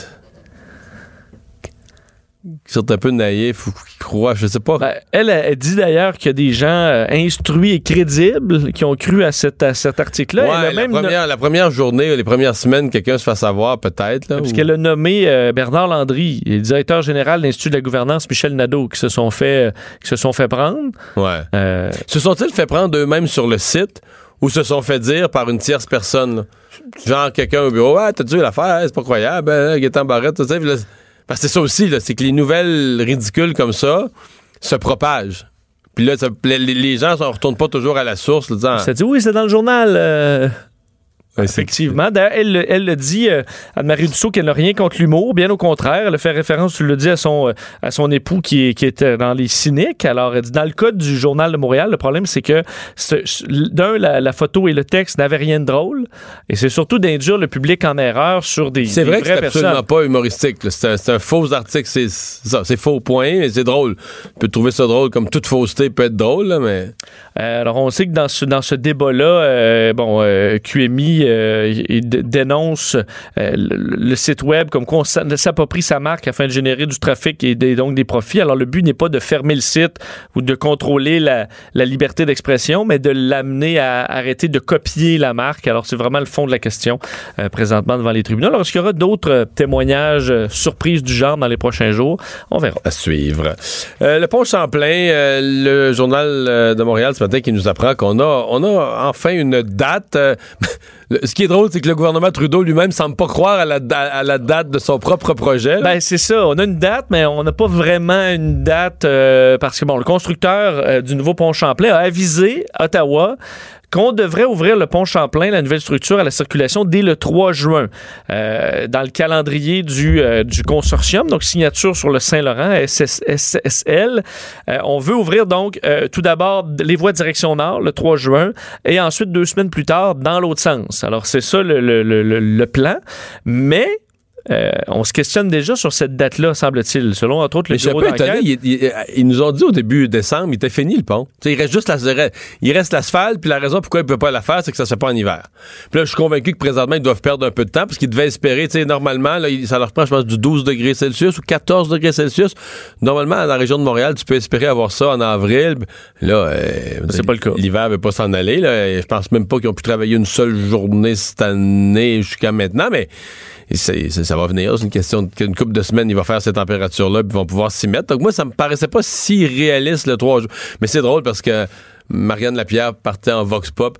sont un peu naïfs ou qui croient, je sais pas. Ben, elle dit d'ailleurs qu'il y a des gens instruits et crédibles qui ont cru à cet article-là. Ouais, la première journée, les premières semaines, quelqu'un se fait savoir peut-être. Là, parce qu'elle a nommé Bernard Landry et le directeur général de l'Institut de la gouvernance, Michel Nadeau, qui se sont fait prendre. Ouais. Se sont-ils fait prendre eux-mêmes sur le site ou se sont fait dire par une tierce personne? Là? Genre quelqu'un au bureau, t'as dû l'affaire, c'est pas croyable, Gaétan Barrette, tu sais. Parce que c'est ça aussi, là, c'est que les nouvelles ridicules comme ça se propagent. Puis là, les gens ne retournent pas toujours à la source. Là, disant, ça dit oui, c'est dans le journal. Effectivement. D'ailleurs, elle le dit, Anne-Marie Dussault, qu'elle n'a rien contre l'humour. Bien au contraire, elle a fait référence, tu le dis, à son époux qui était dans les cyniques. Alors, elle dit, dans le cas du Journal de Montréal, le problème, c'est que, la photo et le texte n'avaient rien de drôle. Et c'est surtout d'induire le public en erreur sur des c'est vrai vraies que c'est personnes. Absolument pas humoristique. C'est un faux article. C'est faux point, mais c'est drôle. On peut trouver ça drôle, comme toute fausseté peut être drôle, là, mais... alors, on sait que dans ce débat-là, QMI il dénonce le site web comme quoi on s'approprie sa marque afin de générer du trafic et donc des profits. Alors, le but n'est pas de fermer le site ou de contrôler la liberté d'expression, mais de l'amener à arrêter de copier la marque. Alors, c'est vraiment le fond de la question présentement devant les tribunaux. Alors, est-ce qu'il y aura d'autres témoignages surprises du genre dans les prochains jours? On verra. À suivre. Le pont Champlain, le Journal de Montréal ce matin qui nous apprend qu'on a enfin une date. Ce qui est drôle, c'est que le gouvernement Trudeau lui-même semble pas croire à la date de son propre projet. Ben, c'est ça. On a une date, mais on n'a pas vraiment une date parce que, le constructeur du nouveau pont Champlain a avisé Ottawa qu'on devrait ouvrir le pont Champlain, la nouvelle structure, à la circulation dès le 3 juin. Dans le calendrier du consortium, donc signature sur le Saint-Laurent, SSL, on veut ouvrir donc tout d'abord les voies direction nord le 3 juin et ensuite 2 semaines plus tard dans l'autre sens. Alors c'est ça le plan, mais... on se questionne déjà sur cette date-là, semble-t-il, selon entre autres le bureau d'enquête. Ils nous ont dit au début décembre, il était fini le pont. T'sais, il reste juste l'asphalte, puis la raison pourquoi ils ne peuvent pas la faire, c'est que ça se fait pas en hiver. Puis là, je suis convaincu que présentement, ils doivent perdre un peu de temps, parce qu'ils devaient espérer, normalement, là, ça leur prend, je pense, du 12 degrés Celsius ou 14 degrés Celsius. Normalement, dans la région de Montréal, tu peux espérer avoir ça en avril. Là, c'est pas le cas. L'hiver ne veut pas s'en aller. Là, je pense même pas qu'ils ont pu travailler une seule journée cette année jusqu'à maintenant, mais ça va venir. C'est une question qu'une couple de semaines, il va faire ces températures-là, puis ils vont pouvoir s'y mettre. Donc moi, ça me paraissait pas si réaliste le 3 jours. Mais c'est drôle parce que Marianne Lapierre partait en vox pop.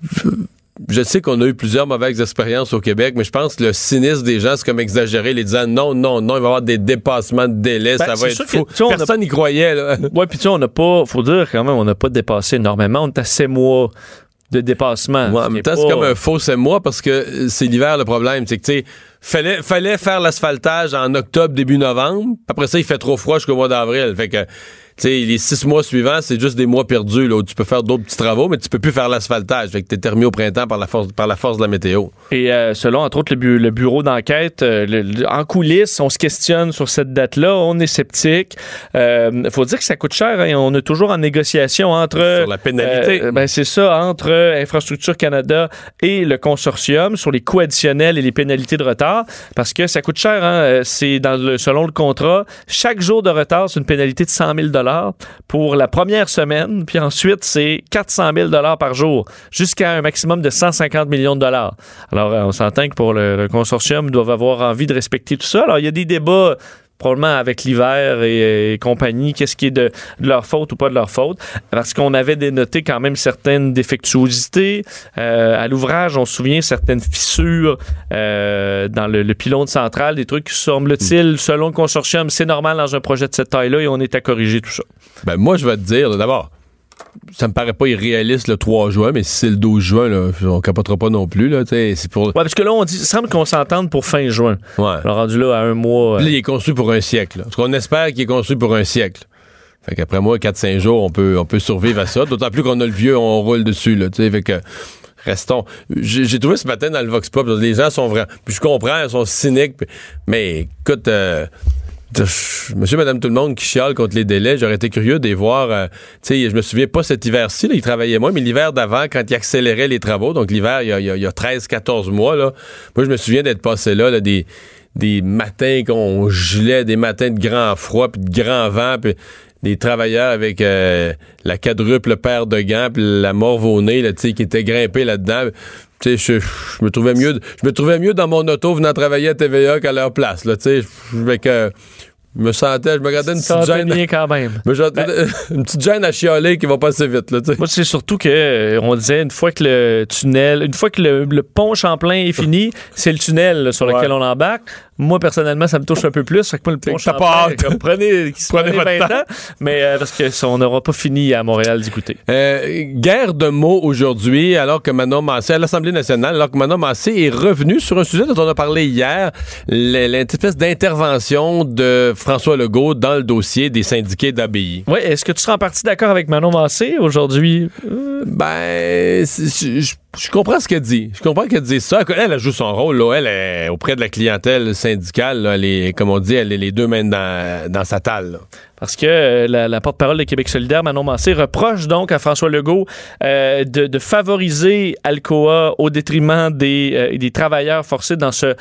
Je sais qu'on a eu plusieurs mauvaises expériences au Québec, mais je pense que le cynisme des gens, c'est comme exagéré, les disant non, il va y avoir des dépassements de délai, ça va être fou. Personne n'y croyait, là. Ouais, puis on n'a pas, faut dire quand même, on n'a pas dépassé énormément. On est à 7 mois de dépassement. Ouais, en même temps, c'est comme un faux 7 mois parce que c'est l'hiver le problème. C'est que, tu sais, fallait faire l'asphaltage en octobre, début novembre. Après ça, il fait trop froid jusqu'au mois d'avril. Fait que, tu sais, les 6 mois suivants, c'est juste des mois perdus, là, où tu peux faire d'autres petits travaux, mais tu peux plus faire l'asphaltage. Fait que t'es terminé au printemps par la force de la météo. Et selon, entre autres, le bureau d'enquête, en coulisses, on se questionne sur cette date-là. On est sceptique. Faut dire que ça coûte cher. Hein, on est toujours en négociation entre... Sur la pénalité. C'est ça, entre Infrastructure Canada et le consortium sur les coûts additionnels et les pénalités de retard. Parce que ça coûte cher. Hein, c'est selon le contrat. Chaque jour de retard, c'est une pénalité de 100 000 pour la première semaine, puis ensuite, c'est 400 000 par jour, jusqu'à un maximum de 150 millions de dollars. Alors, on s'entend que pour le consortium, ils doivent avoir envie de respecter tout ça. Alors, il y a des débats probablement avec l'hiver et compagnie, qu'est-ce qui est de leur faute ou pas de leur faute, parce qu'on avait dénoté quand même certaines défectuosités. À l'ouvrage, on se souvient certaines fissures dans le pylône central, des trucs qui semble-t-il, selon le consortium, c'est normal dans un projet de cette taille-là et on est à corriger tout ça. Ben moi, je vais te dire, là, d'abord, ça me paraît pas irréaliste le 3 juin, mais si c'est le 12 juin, là, on capotera pas non plus. Là, c'est pour... Ouais, parce que là, il semble qu'on s'entende pour fin juin. Ouais. Alors, rendu là à un mois. Là, il est construit pour un siècle. Là. Parce qu'on espère qu'il est construit pour un siècle. Fait qu'après moi, 4-5 jours, on peut survivre à ça. D'autant plus qu'on a le vieux, on roule dessus. Là, fait que restons. J'ai trouvé ce matin dans le Vox Pop, les gens sont vraiment. Puis je comprends, ils sont cyniques. Mais écoute. Monsieur, madame, tout le monde qui chiale contre les délais, j'aurais été curieux de les voir. Tu sais, je me souviens pas cet hiver-ci, là, ils travaillaient moins, mais l'hiver d'avant, quand ils accéléraient les travaux, donc l'hiver, il y a 13-14 mois, là, moi, je me souviens d'être passé là, des matins qu'on gelait, des matins de grand froid, puis de grand vent, puis des travailleurs avec la quadruple paire de gants, puis la morve au nez, là, tu sais, qui était grimpé là-dedans. Tu sais, je me trouvais mieux dans mon auto venant travailler à TVA qu'à leur place, là, tu sais, je me regardais une petite gêne. Quand même. Une petite gêne à chialer qui va passer vite, là, tu sais. Moi, c'est surtout que on disait une fois que le pont Champlain est fini, c'est le tunnel là, sur lequel on embarque. Moi, personnellement, ça me touche un peu plus. Fait que moi, le pont Champlain, prenez votre temps. Mais parce qu'on n'aura pas fini à Montréal d'y goûter. Guerre de mots aujourd'hui, alors que Manon Massé, à l'Assemblée nationale, alors que Manon Massé est revenu sur un sujet dont on a parlé hier, l'espèce d'intervention de François Legault dans le dossier des syndiqués d'ABI. Oui, est-ce que tu seras en partie d'accord avec Manon Massé aujourd'hui? Je comprends ce qu'elle dit. Je comprends qu'elle dit ça. Elle joue son rôle, là. Elle est auprès de la clientèle syndicale, là. Elle est, comme on dit, elle est les deux mains dans sa talle, là. Parce que la porte-parole de Québec solidaire, Manon Massé, reproche donc à François Legault de favoriser Alcoa au détriment des travailleurs forcés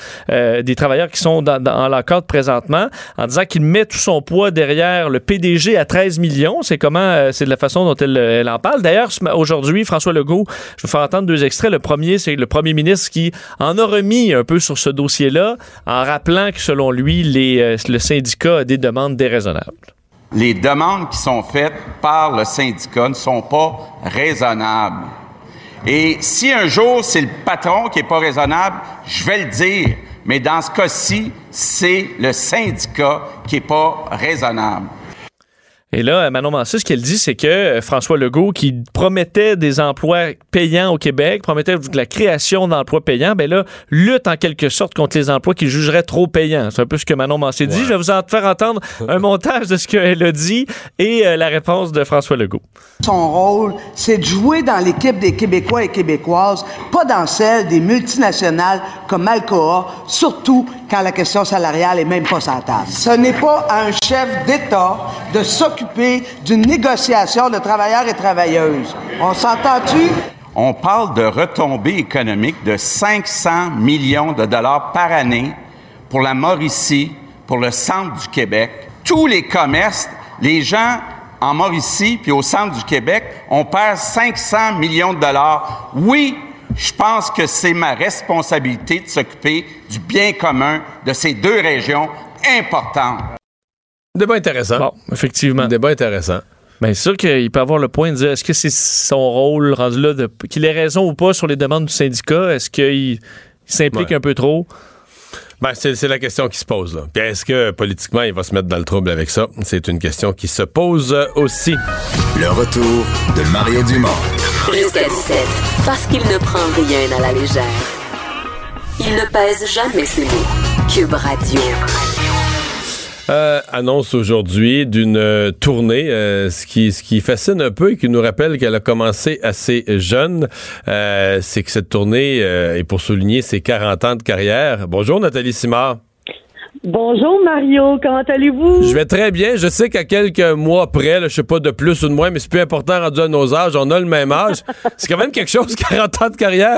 des travailleurs qui sont dans leur cadre présentement, en disant qu'il met tout son poids derrière le PDG à 13 millions. C'est de la façon dont elle en parle. D'ailleurs, aujourd'hui, François Legault, je vais vous faire entendre 2 extraits. Le premier, c'est le premier ministre qui en a remis un peu sur ce dossier-là, en rappelant que selon lui, le syndicat a des demandes déraisonnables. Les demandes qui sont faites par le syndicat ne sont pas raisonnables. Et si un jour, c'est le patron qui n'est pas raisonnable, je vais le dire. Mais dans ce cas-ci, c'est le syndicat qui n'est pas raisonnable. Et là, Manon Massé, ce qu'elle dit, c'est que François Legault, qui promettait des emplois payants au Québec, promettait de la création d'emplois payants, ben là, lutte en quelque sorte contre les emplois qu'il jugerait trop payants. C'est un peu ce que Manon Massé dit. Je vais vous faire entendre un montage de ce qu'elle a dit et la réponse de François Legault. Son rôle, c'est de jouer dans l'équipe des Québécois et Québécoises, pas dans celle des multinationales comme Alcoa, surtout quand la question salariale est même pas sur la table. Ce n'est pas à un chef d'État de s'occuper d'une négociation de travailleurs et travailleuses. On s'entend-tu? On parle de retombées économiques de 500 millions de dollars par année pour la Mauricie, pour le centre du Québec. Tous les commerces, les gens en Mauricie puis au centre du Québec, on perd 500 millions de dollars. Oui, je pense que c'est ma responsabilité de s'occuper du bien commun de ces 2 régions importantes. Débat intéressant. Bon, effectivement. Débat intéressant. Bien, c'est sûr qu'il peut avoir le point de dire est-ce que c'est son rôle rendu là, qu'il ait raison ou pas sur les demandes du syndicat? Est-ce qu'il s'implique un peu trop? Ben, c'est la question qui se pose, là. Puis est-ce que, politiquement, il va se mettre dans le trouble avec ça? C'est une question qui se pose aussi. Le retour de Mario Dumont. Jusqu'à 17, parce qu'il ne prend rien à la légère. Il ne pèse jamais ses mots. Cube Radio. Annonce aujourd'hui d'une tournée, ce qui fascine un peu et qui nous rappelle qu'elle a commencé assez jeune, c'est que cette tournée est pour souligner ses 40 ans de carrière. Bonjour Nathalie Simard. Bonjour Mario, comment allez-vous? Je vais très bien. Je sais qu'à quelques mois près, là, je sais pas de plus ou de moins, mais c'est plus important rendu à nos âges, on a le même âge. C'est quand même quelque chose, 40 ans de carrière.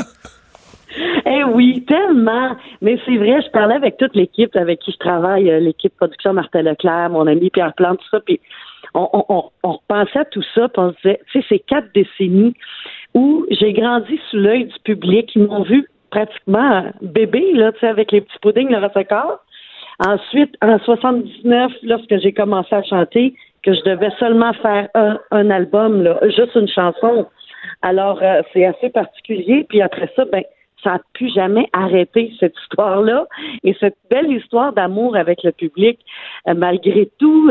Eh oui, tellement. Mais c'est vrai, je parlais avec toute l'équipe avec qui je travaille, l'équipe production Martin Leclerc, mon ami Pierre Plante, tout ça, puis on repensait à tout ça, puis on se disait, tu sais, ces 4 décennies où j'ai grandi sous l'œil du public, ils m'ont vu pratiquement bébé, là, tu sais, avec les petits puddings, le reste-corps. Ensuite, en 79, lorsque j'ai commencé à chanter, que je devais seulement faire un album, là, juste une chanson. Alors, c'est assez particulier. Puis après ça, ça n'a plus jamais arrêté, cette histoire-là. Et cette belle histoire d'amour avec le public, malgré tout,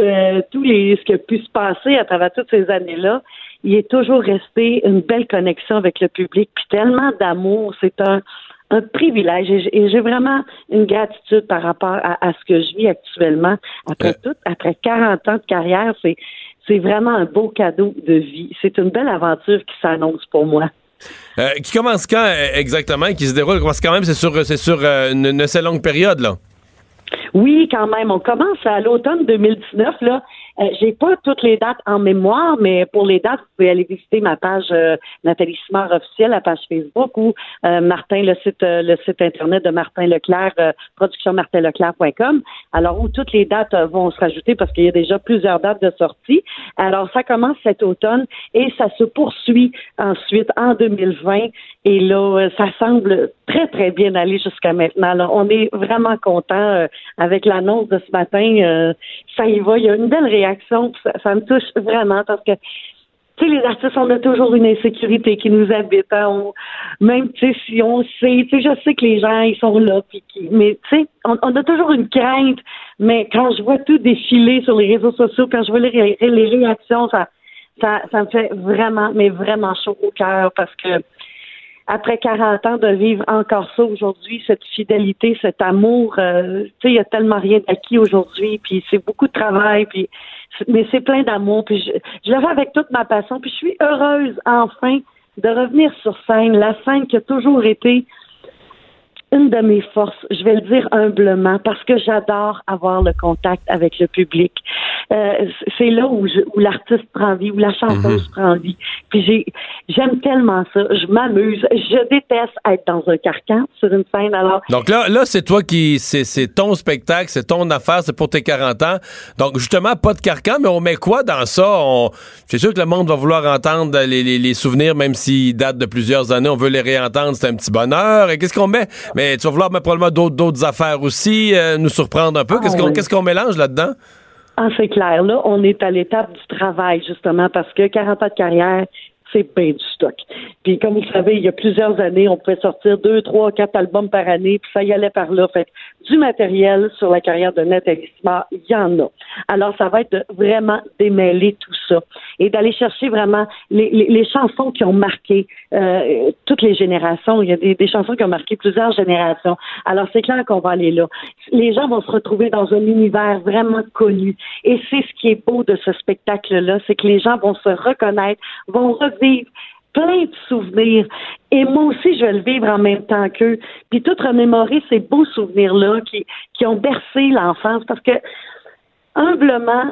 ce qui a pu se passer à travers toutes ces années-là, il est toujours resté une belle connexion avec le public. Puis tellement d'amour, c'est un privilège. Et j'ai vraiment une gratitude par rapport à ce que je vis actuellement. Après 40 ans de carrière, c'est vraiment un beau cadeau de vie. C'est une belle aventure qui s'annonce pour moi. Qui commence quand exactement, qui se déroule? Parce que quand même, c'est sur une assez longue période, là. Oui, quand même. On commence à l'automne 2019, là. J'ai pas toutes les dates en mémoire, mais pour les dates, vous pouvez aller visiter ma page Nathalie Simard officielle, la page Facebook, ou Martin, le site internet de Martin Leclerc, productionmartinleclerc.com. Alors, où toutes les dates vont se rajouter parce qu'il y a déjà plusieurs dates de sortie. Alors, ça commence cet automne et ça se poursuit ensuite en 2020. Et là, ça semble très, très bien aller jusqu'à maintenant. Là, on est vraiment contents avec l'annonce de ce matin. Ça y va. Il y a une belle réaction. Ça me touche vraiment parce que, tu sais, les artistes, on a toujours une insécurité qui nous habite. Hein. Même, tu sais, si on sait, tu sais, je sais que les gens, ils sont là. Mais, tu sais, on a toujours une crainte. Mais quand je vois tout défiler sur les réseaux sociaux, quand je vois les réactions, ça me fait vraiment, mais vraiment chaud au cœur parce que après 40 ans de vivre encore ça aujourd'hui, cette fidélité, cet amour, tu sais, il y a tellement rien d'acquis aujourd'hui, puis c'est beaucoup de travail, mais c'est plein d'amour, puis je le fais avec toute ma passion, puis je suis heureuse enfin de revenir sur scène, la scène qui a toujours été une de mes forces, je vais le dire humblement, parce que j'adore avoir le contact avec le public. C'est là où l'artiste prend vie, où la chanteuse prend vie. Puis j'aime tellement ça, je m'amuse. Je déteste être dans un carcan sur une scène. Alors donc là c'est toi c'est ton spectacle, c'est ton affaire, c'est pour tes 40 ans. Donc justement, pas de carcan, mais on met quoi dans ça? C'est sûr que le monde va vouloir entendre les souvenirs, même s'ils datent de plusieurs années, on veut les réentendre, c'est un petit bonheur. Et qu'est-ce qu'on met? Mais tu vas vouloir mettre probablement d'autres affaires aussi, nous surprendre un peu. Qu'est-ce qu'on mélange là-dedans? Ah, c'est clair. Là, on est à l'étape du travail, justement, parce que 40 ans de carrière, c'est bien du stock. Puis, comme vous le savez, il y a plusieurs années, on pouvait sortir 2, 3, 4 albums par année, puis ça y allait par là. Fait du matériel sur la carrière de Nathalie Simard, il y en a. Alors, ça va être de vraiment démêler tout ça et d'aller chercher vraiment les chansons qui ont marqué toutes les générations. Il y a des chansons qui ont marqué plusieurs générations. Alors, c'est clair qu'on va aller là. Les gens vont se retrouver dans un univers vraiment connu. Et c'est ce qui est beau de ce spectacle-là, c'est que les gens vont se reconnaître, vont revivre plein de souvenirs. Et moi aussi, je vais le vivre en même temps qu'eux. Puis tout remémorer ces beaux souvenirs-là qui ont bercé l'enfance. Parce que, humblement,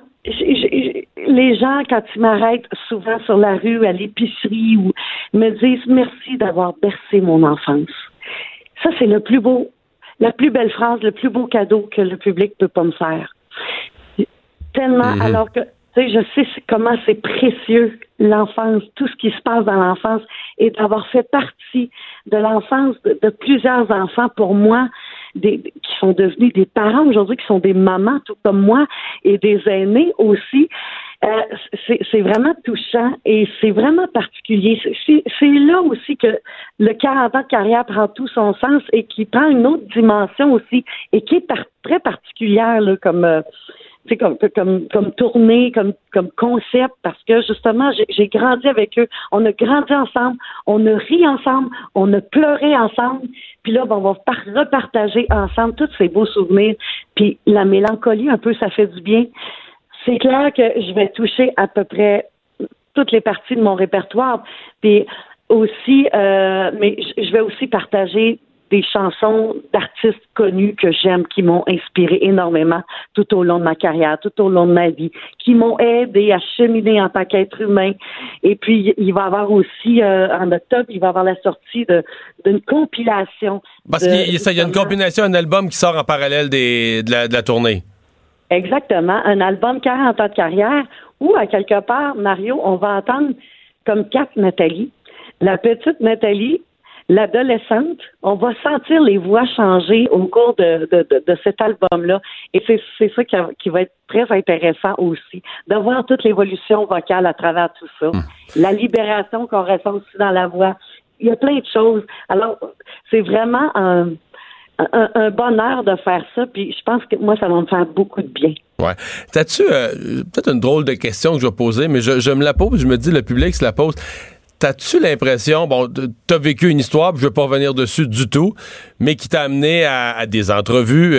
les gens, quand ils m'arrêtent souvent sur la rue, à l'épicerie, ou me disent « Merci d'avoir bercé mon enfance ». Ça, c'est le plus beau, la plus belle phrase, le plus beau cadeau que le public peut pas me faire. Tellement, alors que tu sais, je sais comment c'est précieux, l'enfance, tout ce qui se passe dans l'enfance, et d'avoir fait partie de l'enfance de plusieurs enfants, pour moi, qui sont devenus des parents aujourd'hui, qui sont des mamans, tout comme moi, et des aînés aussi. C'est vraiment touchant et c'est vraiment particulier. C'est là aussi que le 40 ans de carrière prend tout son sens et qui prend une autre dimension aussi et qui est très particulière là, comme tournée, comme concept, parce que justement, j'ai grandi avec eux. On a grandi ensemble, on a ri ensemble, on a pleuré ensemble, puis là, on va repartager ensemble tous ces beaux souvenirs. Puis la mélancolie, un peu, ça fait du bien. C'est clair que je vais toucher à peu près toutes les parties de mon répertoire. Puis aussi, mais je vais aussi partager des chansons d'artistes connus que j'aime, qui m'ont inspiré énormément tout au long de ma carrière, tout au long de ma vie, qui m'ont aidé à cheminer en tant qu'être humain. Et puis, il va y avoir aussi, en octobre, il va y avoir la sortie d'une compilation. Parce qu'il y a une compilation, un album qui sort en parallèle de la tournée. Exactement. Un album 40 ans de carrière où, à quelque part, Mario, on va entendre comme 4 Nathalie. La petite Nathalie, l'adolescente, on va sentir les voix changer au cours de cet album-là. Et c'est ça qui va être très intéressant aussi, de voir toute l'évolution vocale à travers tout ça. La libération qu'on ressent aussi dans la voix. Il y a plein de choses. Alors, c'est vraiment un bonheur de faire ça, puis je pense que moi, ça va me faire beaucoup de bien. Ouais. T'as-tu, peut-être une drôle de question que je vais poser, mais je me la pose, je me dis, le public se la pose. T'as-tu l'impression, bon, t'as vécu une histoire, puis je veux pas revenir dessus du tout, mais qui t'a amené à des entrevues,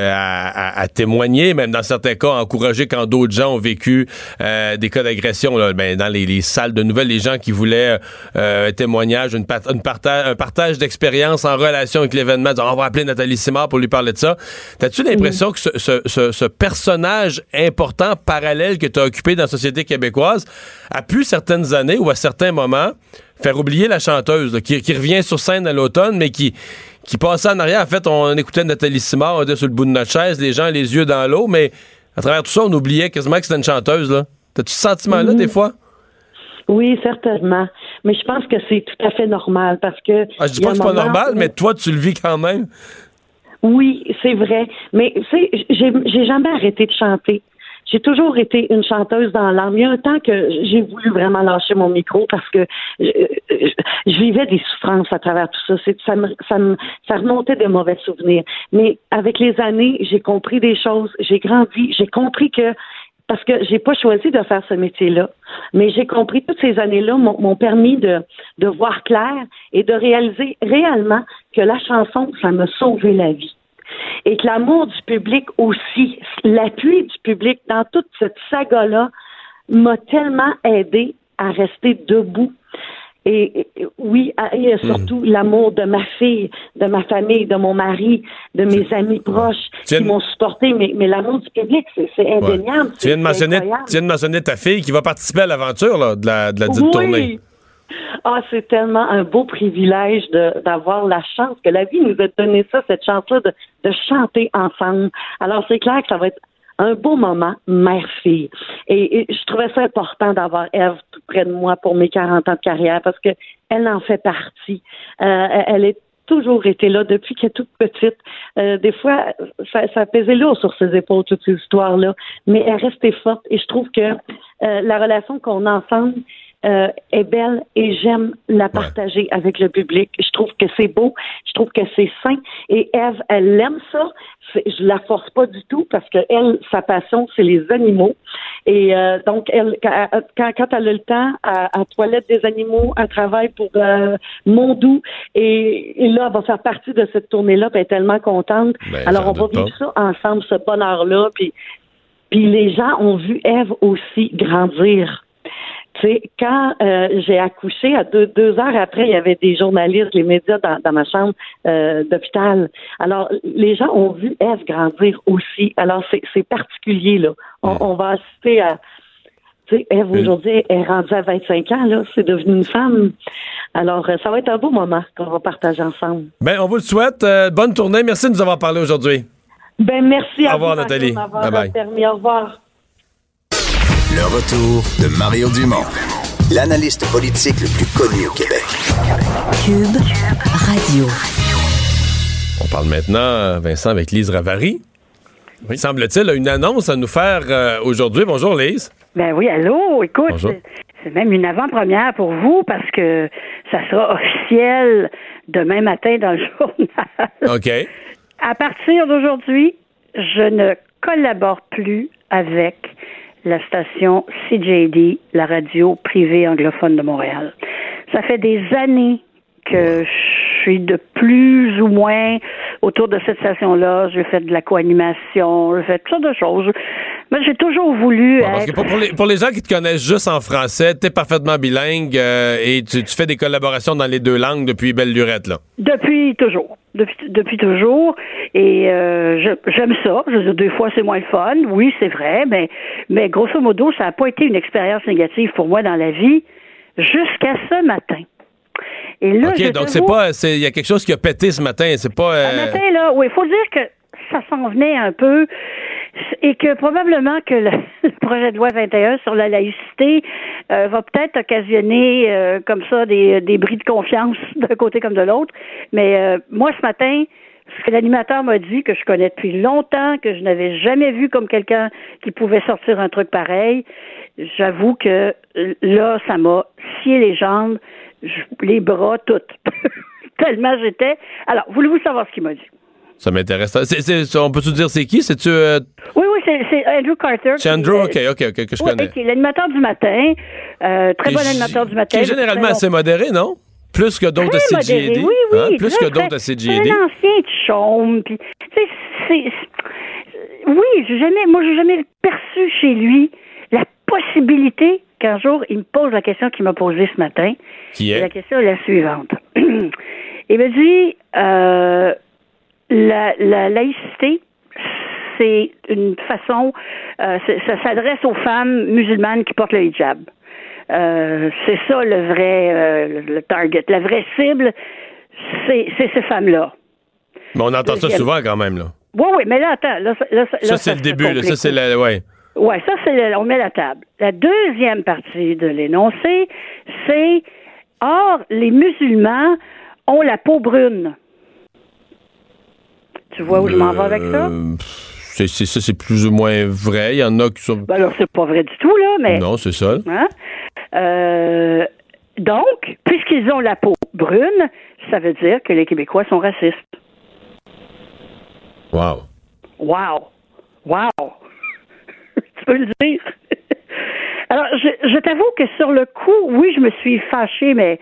à témoigner, même dans certains cas, à encourager quand d'autres gens ont vécu des cas d'agression, là, ben, dans les salles de nouvelles, les gens qui voulaient un témoignage, un partage d'expérience en relation avec l'événement, disant, on va appeler Nathalie Simard pour lui parler de ça. T'as-tu l'impression que ce personnage important, parallèle que t'as occupé dans la société québécoise, a pu certaines années ou à certains moments faire oublier la chanteuse là, qui revient sur scène à l'automne, mais qui passait en arrière. En fait, on écoutait Nathalie Simard, on était sur le bout de notre chaise, les gens les yeux dans l'eau, mais à travers tout ça, on oubliait quasiment que c'était une chanteuse. Là. T'as-tu ce sentiment-là, des fois? Oui, certainement. Mais je pense que c'est tout à fait normal, parce que... je dis pas que c'est pas normal, mais toi, tu le vis quand même. Oui, c'est vrai. Mais tu sais, j'ai jamais arrêté de chanter. J'ai toujours été une chanteuse dans l'âme. Il y a un temps que j'ai voulu vraiment lâcher mon micro parce que je vivais des souffrances à travers tout ça. Ça remontait de mauvais souvenirs. Mais avec les années, j'ai compris des choses. J'ai grandi. J'ai compris que, parce que j'ai pas choisi de faire ce métier-là, mais j'ai compris toutes ces années-là m'ont permis de voir clair et de réaliser réellement que la chanson, ça m'a sauvé la vie. Et que l'amour du public aussi, l'appui du public dans toute cette saga-là m'a tellement aidé à rester debout. Et oui, et surtout l'amour de ma fille, de ma famille, de mon mari, de mes amis proches qui m'ont supporté. Mais l'amour du public, c'est indéniable. Ouais. Tu viens de mentionner ta fille qui va participer à l'aventure là, de la dite tournée. Ah, c'est tellement un beau privilège d'avoir la chance, que la vie nous a donné ça, cette chance-là de chanter ensemble. Alors, c'est clair que ça va être un beau moment, mère-fille. Et je trouvais ça important d'avoir Ève tout près de moi pour mes 40 ans de carrière, parce que elle en fait partie. Elle est toujours été là depuis qu'elle est toute petite. Des fois, ça pesait lourd sur ses épaules, toutes ces histoires-là, mais elle restait forte. Et je trouve que la relation qu'on a ensemble est belle et j'aime la partager avec le public. Je trouve que c'est beau, je trouve que c'est sain. Et Ève, elle aime ça. Je la force pas du tout parce que elle, sa passion, c'est les animaux. Et donc, elle, quand elle a le temps, elle toilette des animaux, elle travaille pour Mondou. Et là, elle va faire partie de cette tournée-là, puis elle est tellement contente. Alors, on va vivre ça ensemble, ce bonheur-là. Puis les gens ont vu Ève aussi grandir. Tu sais, quand j'ai accouché, à deux heures après, il y avait des journalistes, les médias dans ma chambre d'hôpital. Alors, les gens ont vu Ève grandir aussi. Alors, c'est particulier, là. On va assister à... Tu sais, Ève, aujourd'hui, est rendue à 25 ans, là. C'est devenu une femme. Alors, ça va être un beau moment qu'on va partager ensemble. Ben, on vous le souhaite. Bonne tournée. Merci de nous avoir parlé aujourd'hui. Ben, merci à vous. Au revoir, Nathalie. Bye-bye. Permis. Au revoir. Le retour de Mario Dumont, l'analyste politique le plus connu au Québec. Cube Radio. On parle maintenant, Vincent, avec Lise Ravary. Oui. Semble-t-il, a une annonce à nous faire aujourd'hui. Bonjour, Lise. Ben oui, allô, écoute, Bonjour. c'est même une avant-première pour vous parce que ça sera officiel demain matin dans le journal. OK. À partir d'aujourd'hui, je ne collabore plus avec la station CJD, la radio privée anglophone de Montréal. Ça fait des années que je suis de plus ou moins autour de cette station-là. J'ai fait de la co-animation, j'ai fait toutes sortes de choses. Mais j'ai toujours voulu Parce que pour les gens qui te connaissent juste en français, t'es parfaitement bilingue et tu fais des collaborations dans les deux langues depuis belle lurette, là. Depuis toujours. Depuis toujours. Et j'aime ça. Je veux dire, des fois, c'est moins le fun. Oui, c'est vrai. Mais grosso modo, ça n'a pas été une expérience négative pour moi dans la vie jusqu'à ce matin. Et là, OK, donc il y a quelque chose qui a pété ce matin. C'est pas. Ce matin, là, oui, il faut dire que ça s'en venait un peu. Et que probablement que le projet de loi 21 sur la laïcité va peut-être occasionner comme ça des bris de confiance d'un côté comme de l'autre. Mais moi, ce matin, ce que l'animateur m'a dit, que je connais depuis longtemps, que je n'avais jamais vu comme quelqu'un qui pouvait sortir un truc pareil, j'avoue que là, ça m'a scié les jambes, les bras, tout. Tellement j'étais. Alors, voulez-vous savoir ce qu'il m'a dit? Ça m'intéresse. On peut-tu dire c'est qui? C'est-tu... Oui, c'est Andrew Carter. C'est Andrew, OK, que je connais. Qui est l'animateur du matin. Très bon animateur du matin. Qui est généralement assez modéré, non? Plus que d'autres à CJD. Oui, oui. Hein? Plus que d'autres à CJD. C'est un ancien de chaume. Puis, oui, j'ai jamais perçu chez lui la possibilité qu'un jour, il me pose la question qu'il m'a posée ce matin. Qui est? Et la question est la suivante. Il me dit... La laïcité, c'est une façon, ça s'adresse aux femmes musulmanes qui portent le hijab. C'est ça le vrai le target. La vraie cible, c'est ces femmes-là. Mais on entend ça souvent quand même, là. Oui, mais là, attends. Ça, c'est le début. Là, ça, c'est la... Ouais. Oui, ça, on met la table. La deuxième partie de l'énoncé, c'est « Or, les musulmans ont la peau brune ». Tu vois où je m'en vais avec ça? C'est plus ou moins vrai. Il y en a qui sont... Ben alors, c'est pas vrai du tout, là, mais... Non, c'est ça. Hein? Donc, puisqu'ils ont la peau brune, ça veut dire que les Québécois sont racistes. Wow. Tu peux le dire? Alors, je t'avoue que sur le coup, oui, je me suis fâchée, mais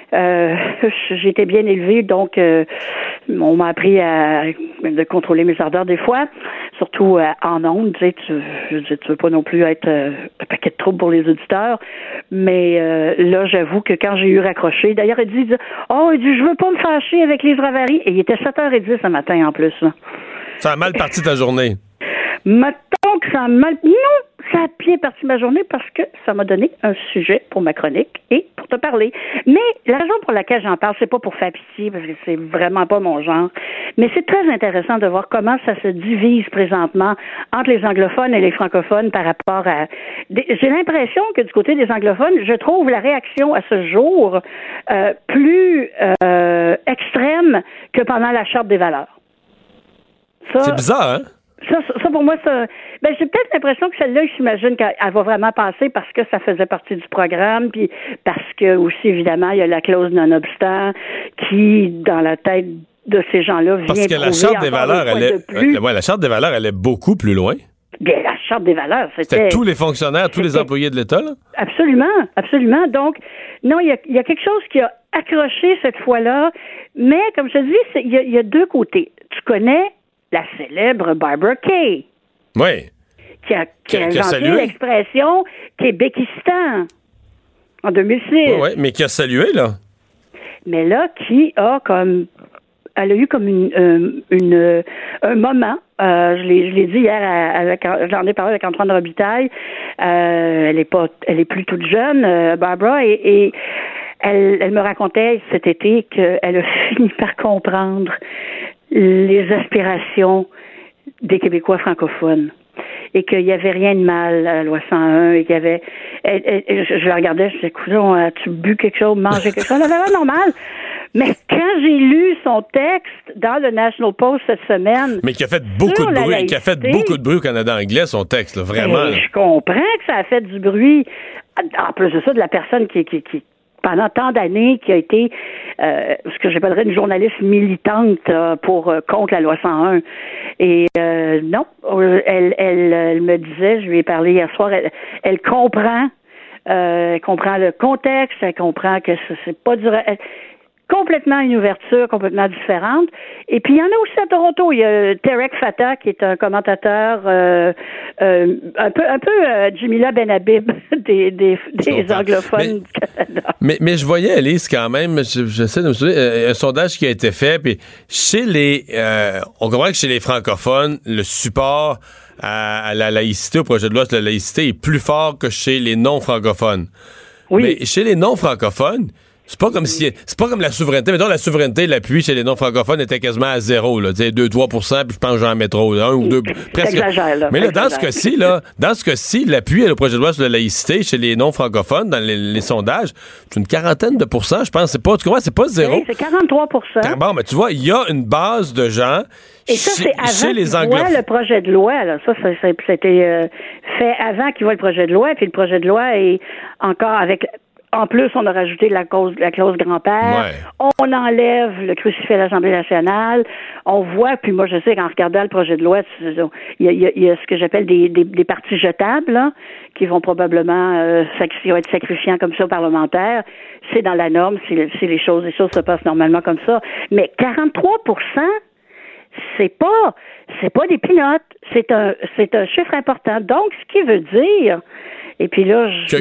j'ai été bien élevée, donc on m'a appris de contrôler mes ardeurs des fois, surtout en ondes. Tu veux pas non plus être un paquet de troubles pour les auditeurs, mais là, j'avoue que quand j'ai eu raccroché, d'ailleurs, il dit je veux pas me fâcher avec les Ravary, et il était 7h10 ce matin en plus. Là. Ça a mal parti ta journée. Mettons que ça a mal... Non, ça a bien parti ma journée parce que ça m'a donné un sujet pour ma chronique et pour te parler. Mais la raison pour laquelle j'en parle, c'est pas pour faire pitié, parce que c'est vraiment pas mon genre, mais c'est très intéressant de voir comment ça se divise présentement entre les anglophones et les francophones par rapport à... J'ai l'impression que du côté des anglophones, je trouve la réaction à ce jour plus extrême que pendant la Charte des valeurs. Ça, c'est bizarre, hein? Ça pour moi, j'ai peut-être l'impression que celle-là, j'imagine qu'elle va vraiment passer parce que ça faisait partie du programme, puis parce que aussi, évidemment, il y a la clause non-obstant qui, dans la tête de ces gens-là, vient parce que la Charte des valeurs, la Charte des valeurs, elle est beaucoup plus loin. Bien, la Charte des valeurs, c'était tous les fonctionnaires, tous les employés de l'État, là? Absolument. Donc, non, il y a quelque chose qui a accroché cette fois-là, mais comme je te dis, il y a deux côtés. Tu connais la célèbre Barbara Kay. Oui. Qui a inventé l'expression Québékistan en 2006. Oui, mais qui a salué, là. Mais là, elle a eu comme un moment, je l'ai dit hier, j'en ai parlé avec Antoine Robitaille, elle est plus toute jeune, Barbara, et elle me racontait cet été qu'elle a fini par comprendre les aspirations des Québécois francophones et qu'il n'y avait rien de mal à la loi 101 et qu'il y avait... je la regardais, je disais, as-tu bu quelque chose, mangé quelque chose? Elle avait l'air normal. Mais quand j'ai lu son texte dans le National Post cette semaine... Mais qui a fait beaucoup de bruit, qui a fait beaucoup de bruit au Canada anglais, son texte, là, vraiment. Là. Je comprends que ça a fait du bruit. En plus de ça, de la personne qui pendant tant d'années, qui a été ce que j'appellerais une journaliste militante contre la loi 101. Et non, elle me disait, je lui ai parlé hier soir, elle comprend le contexte, elle comprend que c'est pas du... complètement une ouverture complètement différente. Et puis, il y en a aussi à Toronto. Il y a Tarek Fatah, qui est un commentateur un peu Jamila Benhabib des anglophones du Canada. Mais je voyais, Elise, quand même, j'essaie de me souvenir, un sondage qui a été fait, puis on comprend que chez les francophones, le support à la laïcité, au projet de loi sur la laïcité, est plus fort que chez les non-francophones. Oui. Mais chez les non-francophones, c'est pas comme la souveraineté. Mettons, la souveraineté, l'appui chez les non-francophones était quasiment à zéro, là. 2-3%, puis je pense Jean Métro, 1 ou 2, presque. Exagère, mais là, dans ce cas-ci, l'appui au projet de loi sur la laïcité chez les non-francophones, dans les sondages, c'est une quarantaine de pourcents, je pense. Tu comprends, c'est pas zéro. Oui, c'est 43%. Bon, mais tu vois, il y a une base de gens. Et ça, c'est avant qu'ils voient le projet de loi. Là. Ça c'était fait avant qu'ils voient le projet de loi. Puis le projet de loi est encore avec... En plus, on a rajouté la clause grand-père. Ouais. On enlève le crucifix à l'Assemblée nationale. On voit, puis moi, je sais qu'en regardant le projet de loi, il y a ce que j'appelle des partis jetables, là, qui vont probablement être sacrifiants comme ça aux parlementaires. C'est dans la norme, les choses se passent normalement comme ça. Mais 43%, c'est pas des pinottes. C'est un chiffre important. Donc, ce qui veut dire... Et puis là, il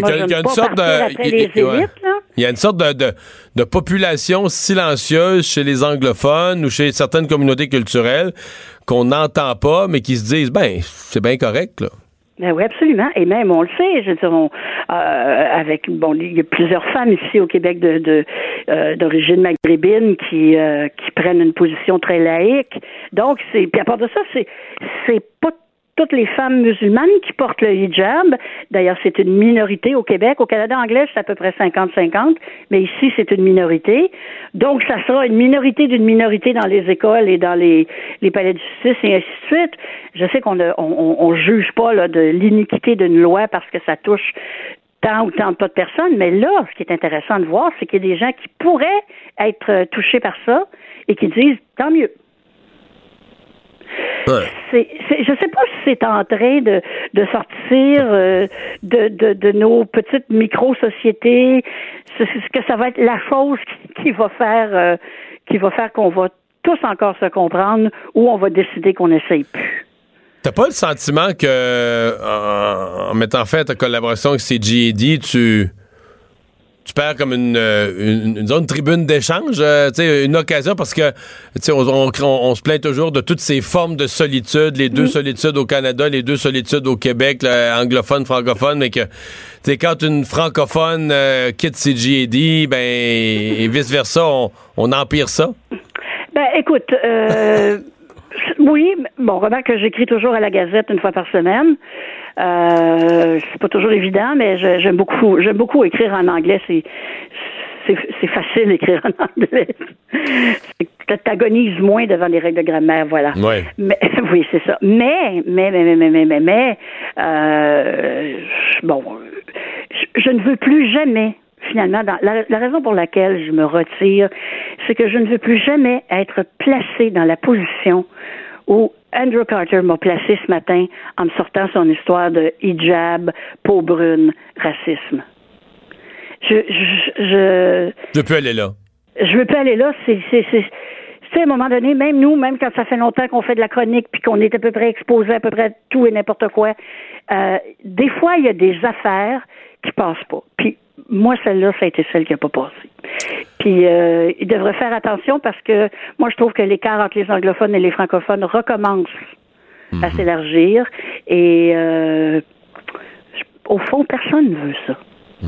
y a une sorte de population silencieuse chez les anglophones ou chez certaines communautés culturelles qu'on n'entend pas, mais qui se disent, c'est bien correct, là. Ben oui, absolument. Et même, on le sait, je veux dire, il y a plusieurs femmes ici au Québec d'origine maghrébine qui prennent une position très laïque. Donc, puis à part de ça, c'est pas toutes les femmes musulmanes qui portent le hijab. D'ailleurs, c'est une minorité au Québec. Au Canada anglais, c'est à peu près 50-50, mais ici, c'est une minorité. Donc, ça sera une minorité d'une minorité dans les écoles et dans les palais de justice et ainsi de suite. Je sais qu'on juge pas là, de l'iniquité d'une loi parce que ça touche tant ou tant pas de personnes, mais là, ce qui est intéressant de voir, c'est qu'il y a des gens qui pourraient être touchés par ça et qui disent « tant mieux ». Ouais. Je sais pas si c'est en train de sortir de nos petites micro-sociétés. Est-ce que ça va être la chose qui va faire qu'on va tous encore se comprendre ou on va décider qu'on n'essaye plus? T'as pas le sentiment que en mettant fin à ta collaboration avec CJAD, tu perds comme une zone tribune d'échange, une occasion, parce que on se plaint toujours de toutes ces formes de solitude, les deux solitudes au Canada, les deux solitudes au Québec, là, anglophone, francophone, mais que quand une francophone quitte CJAD, et vice-versa, on empire ça? Écoute, oui, remarque que j'écris toujours à la Gazette une fois par semaine. C'est pas toujours évident, mais j'aime beaucoup écrire en anglais. C'est facile d'écrire en anglais. T'agonises moins devant les règles de grammaire, voilà. Ouais. Mais oui, c'est ça. Mais je ne veux plus jamais. Finalement, la raison pour laquelle je me retire, c'est que je ne veux plus jamais être placée dans la position où Andrew Carter m'a placé ce matin en me sortant son histoire de hijab, peau brune, racisme. Je veux plus aller là. Je veux plus aller là. C'est à un moment donné, même nous, même quand ça fait longtemps qu'on fait de la chronique puis qu'on est à peu près exposé à peu près tout et n'importe quoi, des fois, il y a des affaires qui passent pas. Puis moi, celle-là, ça a été celle qui n'a pas passé. Puis il devrait faire attention parce que moi, je trouve que l'écart entre les anglophones et les francophones recommence à s'élargir. Et au fond, personne ne veut ça.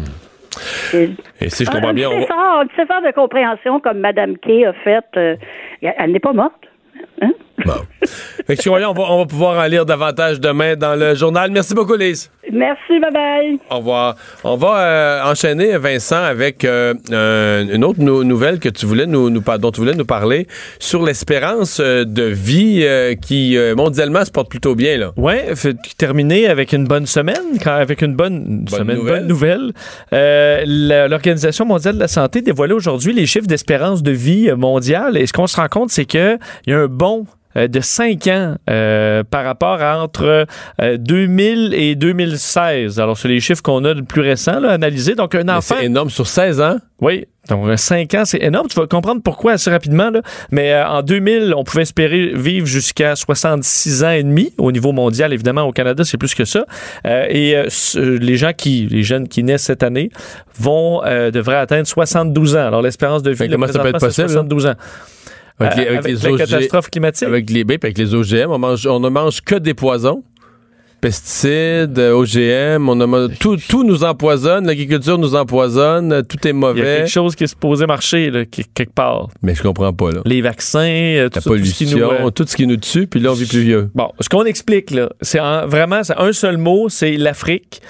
Et si je comprends bien... Un faire de compréhension comme Mme Kay a fait, elle n'est pas morte. Hein? Bon. Fait que, on va pouvoir en lire davantage demain dans le journal. Merci beaucoup, Lise. Merci, bye-bye. Au revoir. On va enchaîner, Vincent, avec une autre nouvelle que dont tu voulais nous parler sur l'espérance de vie qui, mondialement, se porte plutôt bien. Là. Oui, terminé avec une bonne semaine, avec une bonne nouvelle. L'Organisation mondiale de la santé dévoilait aujourd'hui les chiffres d'espérance de vie mondiale. Et ce qu'on se rend compte, c'est qu'il y a un bond de 5 ans par rapport à entre 2000 et 2016. Alors, c'est les chiffres qu'on a le plus récents analysés. Donc, un enfant... C'est énorme sur 16 ans? Oui. Donc, 5 ans, c'est énorme. Tu vas comprendre pourquoi assez rapidement. Là. Mais en 2000, on pouvait espérer vivre jusqu'à 66 ans et demi. Au niveau mondial, évidemment, au Canada, c'est plus que ça. Les jeunes qui naissent cette année devraient atteindre 72 ans. Alors, l'espérance de vie, comment ça peut être possible? 72 ans. Avec les catastrophes climatiques. Avec les OGM, on ne mange que des poisons. Pesticides, OGM, tout nous empoisonne, l'agriculture nous empoisonne, tout est mauvais. Il y a quelque chose qui est supposé marcher là, quelque part. Mais je comprends pas. Là. Les vaccins, la pollution, tout ce qui nous tue, puis là on vit plus vieux. Bon, ce qu'on explique là, c'est vraiment un seul mot, c'est l'Afrique.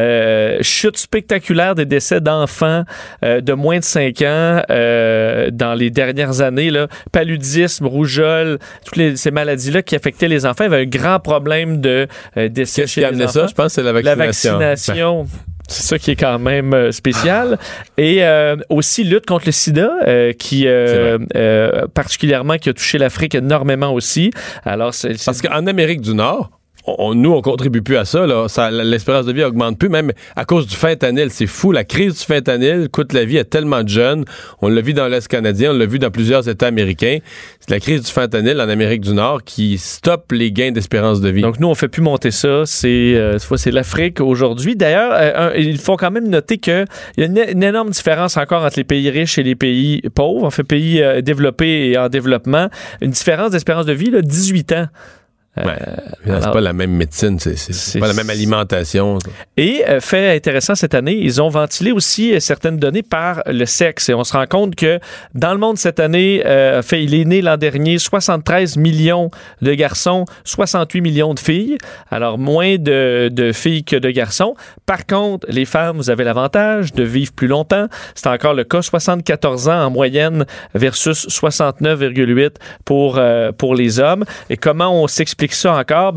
Chute spectaculaire des décès d'enfants de moins de 5 ans dans les dernières années. Là. Paludisme, rougeole, toutes ces maladies-là qui affectaient les enfants. Il y avait un grand problème de Qu'est-ce qui a amené ça? Je pense que c'est la vaccination. La vaccination, c'est ça qui est quand même spécial. Et aussi lutte contre le sida, qui particulièrement qui a touché l'Afrique énormément aussi. Alors, parce qu'en Amérique du Nord, nous, on contribue plus à ça, là. L'espérance de vie augmente plus, même à cause du fentanyl. C'est fou. La crise du fentanyl coûte la vie à tellement de jeunes. On l'a vu dans l'Est canadien, on l'a vu dans plusieurs États américains. C'est la crise du fentanyl en Amérique du Nord qui stoppe les gains d'espérance de vie. Donc, nous, on fait plus monter ça. C'est l'Afrique aujourd'hui. D'ailleurs, il faut quand même noter qu'il y a une énorme différence encore entre les pays riches et les pays pauvres. En fait, pays développés et en développement. Une différence d'espérance de vie, là, 18 ans. C'est pas la même médecine, c'est pas la même alimentation. Ça. Et fait intéressant cette année, ils ont ventilé aussi certaines données par le sexe. Et on se rend compte que dans le monde cette année, il est né l'an dernier 73 millions de garçons, 68 millions de filles. Alors moins de filles que de garçons. Par contre, les femmes, vous avez l'avantage de vivre plus longtemps. C'est encore le cas, 74 ans en moyenne versus 69,8 pour les hommes. Et comment on s'explique ça encore?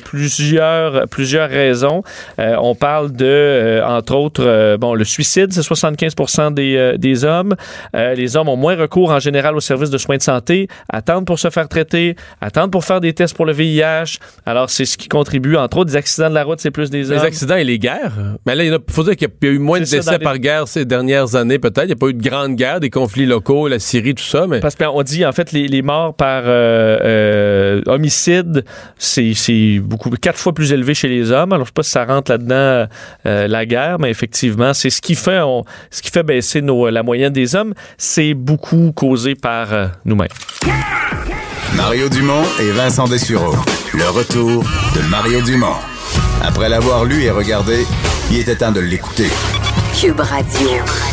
Plusieurs raisons. On parle de, entre autres, le suicide, c'est 75% des hommes. Les hommes ont moins recours en général aux services de soins de santé, attendent pour se faire traiter, attendent pour faire des tests pour le VIH. Alors, c'est ce qui contribue, entre autres, des accidents de la route, c'est plus des hommes. Les accidents et les guerres. Mais là, il faut dire qu'il y a eu moins de décès par guerre ces dernières années, peut-être. Il n'y a pas eu de grandes guerres, des conflits locaux, la Syrie, tout ça. Mais... Parce qu'on dit, en fait, les morts par homicide, c'est 4 fois plus élevé chez les hommes. Alors, je ne sais pas si ça rentre là-dedans la guerre, mais effectivement, c'est ce qui fait baisser la moyenne des hommes. C'est beaucoup causé par nous-mêmes. Mario Dumont et Vincent Dessureau. Le retour de Mario Dumont. Après l'avoir lu et regardé, il était temps de l'écouter. Cube Radio.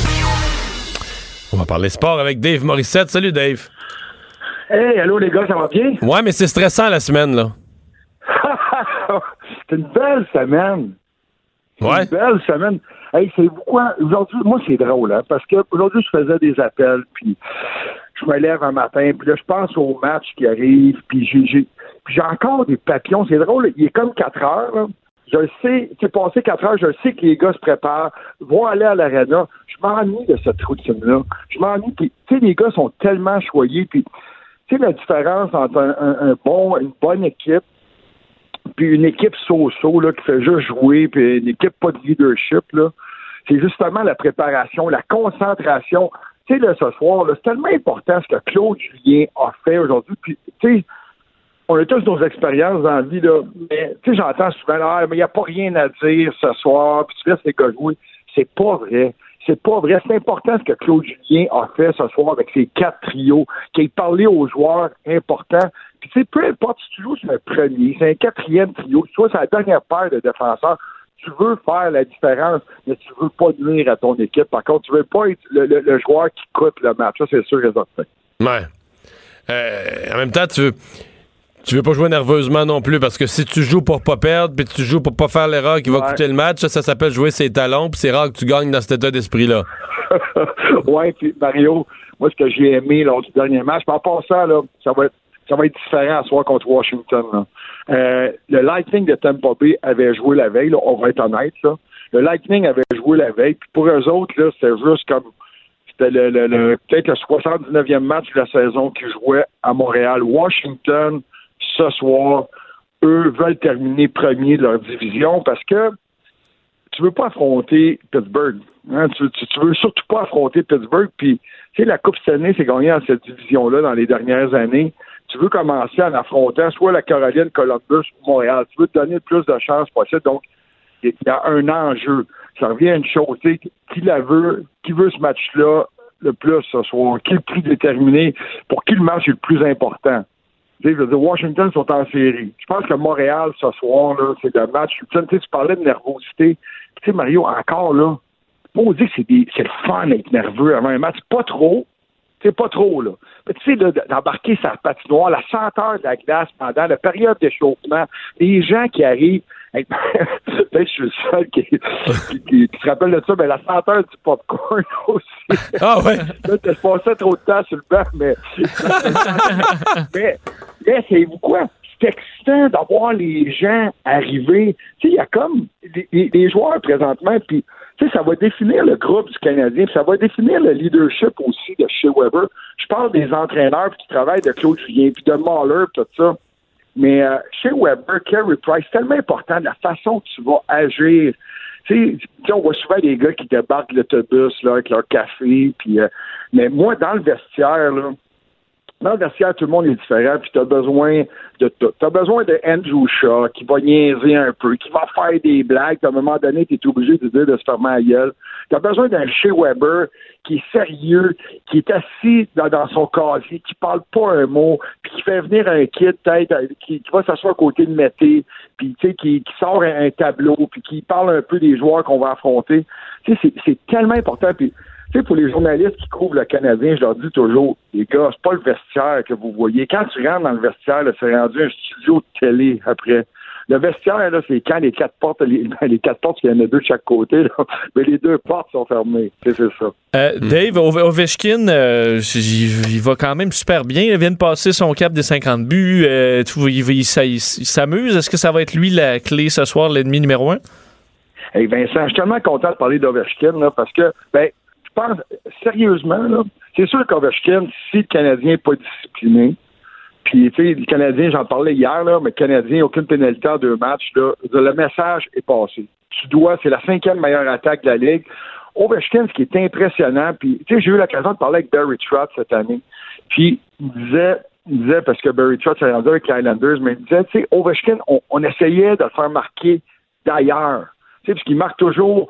On va parler sport avec Dave Morissette. Salut, Dave. Hey, allô les gars, ça va bien? Ouais, mais c'est stressant la semaine, là. C'est une belle semaine. Ouais. Une belle semaine. Hey, c'est quoi? Aujourd'hui, moi, c'est drôle, hein, parce que aujourd'hui, je faisais des appels, puis je me lève un matin, puis là, je pense au match qui arrive, puis j'ai encore des papillons. C'est drôle, il est comme 4 heures, là. Je le sais, c'est passé 4 heures, je sais que les gars se préparent, vont aller à l'aréna. Je m'ennuie de cette routine-là. Je m'ennuie, puis, tu sais, les gars sont tellement choyés, puis, tu sais, la différence entre une bonne équipe, puis une équipe so-so, là, qui fait juste jouer, puis une équipe pas de leadership, là, c'est justement la préparation, la concentration. Tu sais, là, ce soir, là, c'est tellement important ce que Claude Julien a fait aujourd'hui, puis, tu sais, on a tous nos expériences dans la vie, là, mais, tu sais, j'entends souvent, mais il n'y a pas rien à dire ce soir, puis tu laisses les gars jouer. C'est pas vrai. C'est pas vrai. C'est important ce que Claude Julien a fait ce soir avec ses 4 trios, qu'il ait parlé aux joueurs importants. Puis, tu sais, peu importe si tu joues sur un premier, c'est un 4e trio, soit c'est la dernière paire de défenseurs, tu veux faire la différence, mais tu veux pas nuire à ton équipe. Par contre, tu veux pas être le joueur qui coûte le match. Ça, c'est sûr et certain. Ouais. En même temps, Tu veux pas jouer nerveusement non plus, parce que si tu joues pour pas perdre, puis tu joues pour pas faire l'erreur qui va coûter le match, ça s'appelle jouer ses talons, puis c'est rare que tu gagnes dans cet état d'esprit-là. Oui, puis Mario, moi, ce que j'ai aimé lors du dernier match, en passant, là, ça va être différent à soir contre Washington. Là. Le Lightning de Tampa Bay avait joué la veille, là, on va être honnête, là. Le Lightning avait joué la veille, puis pour eux autres, là, c'était juste comme c'était peut-être le 79e match de la saison qu'ils jouaient à Montréal. Washington, ce soir, eux veulent terminer premier de leur division parce que tu veux pas affronter Pittsburgh. Hein? Tu veux surtout pas affronter Pittsburgh. Puis, tu sais, la Coupe Stanley s'est gagnée dans cette division-là dans les dernières années. Tu veux commencer en affrontant soit la Caroline, Columbus ou Montréal. Tu veux te donner le plus de chances possible. Donc, il y a un enjeu. Ça revient à une chose. Qui veut ce match-là le plus ce soir? Qui est le plus déterminé? Pour qui le match est le plus important? Les Washington sont en série. Je pense que Montréal, ce soir, là, c'est un match. Tu parlais de nervosité. Tu sais, Mario, encore là, on dit que c'est le fun d'être nerveux avant un match. Pas trop. C'est pas trop, là. Mais tu sais, d'embarquer sa patinoire, la senteur de la glace pendant la période d'échauffement, les gens qui arrivent, peut-être que je suis le seul qui se rappelle de ça, mais la senteur du popcorn aussi. Ah ouais? Là, je passais trop de temps sur le banc, mais savez-vous quoi? C'est excitant d'avoir les gens arriver. Tu sais, il y a comme des joueurs présentement, puis tu sais, ça va définir le groupe du Canadien, puis ça va définir le leadership aussi de chez Weber. Je parle des entraîneurs qui travaillent de Claude Julien, puis de Mahler, tout ça. Mais chez Weber, Carey Price, c'est tellement important de la façon que tu vas agir. Tu sais, on voit souvent des gars qui débarquent de l'autobus là, avec leur café, puis mais moi, dans le vestiaire, là, tout le monde est différent, puis t'as besoin de tout. T'as besoin de Andrew Shaw, qui va niaiser un peu, qui va faire des blagues, puis à un moment donné, t'es obligé de dire de se fermer la gueule. T'as besoin d'un Shea Weber qui est sérieux, qui est assis dans son casier, qui parle pas un mot, puis qui fait venir un kid, peut-être, qui va s'asseoir à côté de Mété, puis tu sais, qui sort un tableau, puis qui parle un peu des joueurs qu'on va affronter. Tu sais, c'est tellement important, puis tu sais, pour les journalistes qui couvrent le Canadien, je leur dis toujours, les gars, c'est pas le vestiaire que vous voyez. Quand tu rentres dans le vestiaire, là, c'est rendu un studio de télé après. Le vestiaire, là, c'est quand les quatre portes, les quatre portes, il y en a deux de chaque côté, là, mais les deux portes sont fermées. C'est ça. Dave, Ovechkin, il va quand même super bien. Il vient de passer son cap des 50 buts. Il s'amuse. Est-ce que ça va être lui la clé ce soir, l'ennemi numéro 1? Hey Vincent, je suis tellement content de parler d'Ovechkin, là, parce que, je pense, sérieusement, là, c'est sûr qu'Ovechkin, si le Canadien n'est pas discipliné, puis, tu sais, le Canadien, j'en parlais hier, là, mais le Canadien, aucune pénalité en 2 matchs, là, le message est passé. C'est la 5e meilleure attaque de la Ligue. Ovechkin, ce qui est impressionnant, puis, tu sais, j'ai eu l'occasion de parler avec Barry Trotz cette année, puis il disait, parce que Barry Trotz est rendu avec les Islanders, mais il disait, tu sais, Ovechkin, on essayait de le faire marquer d'ailleurs. Tu sais, puisqu'il marque toujours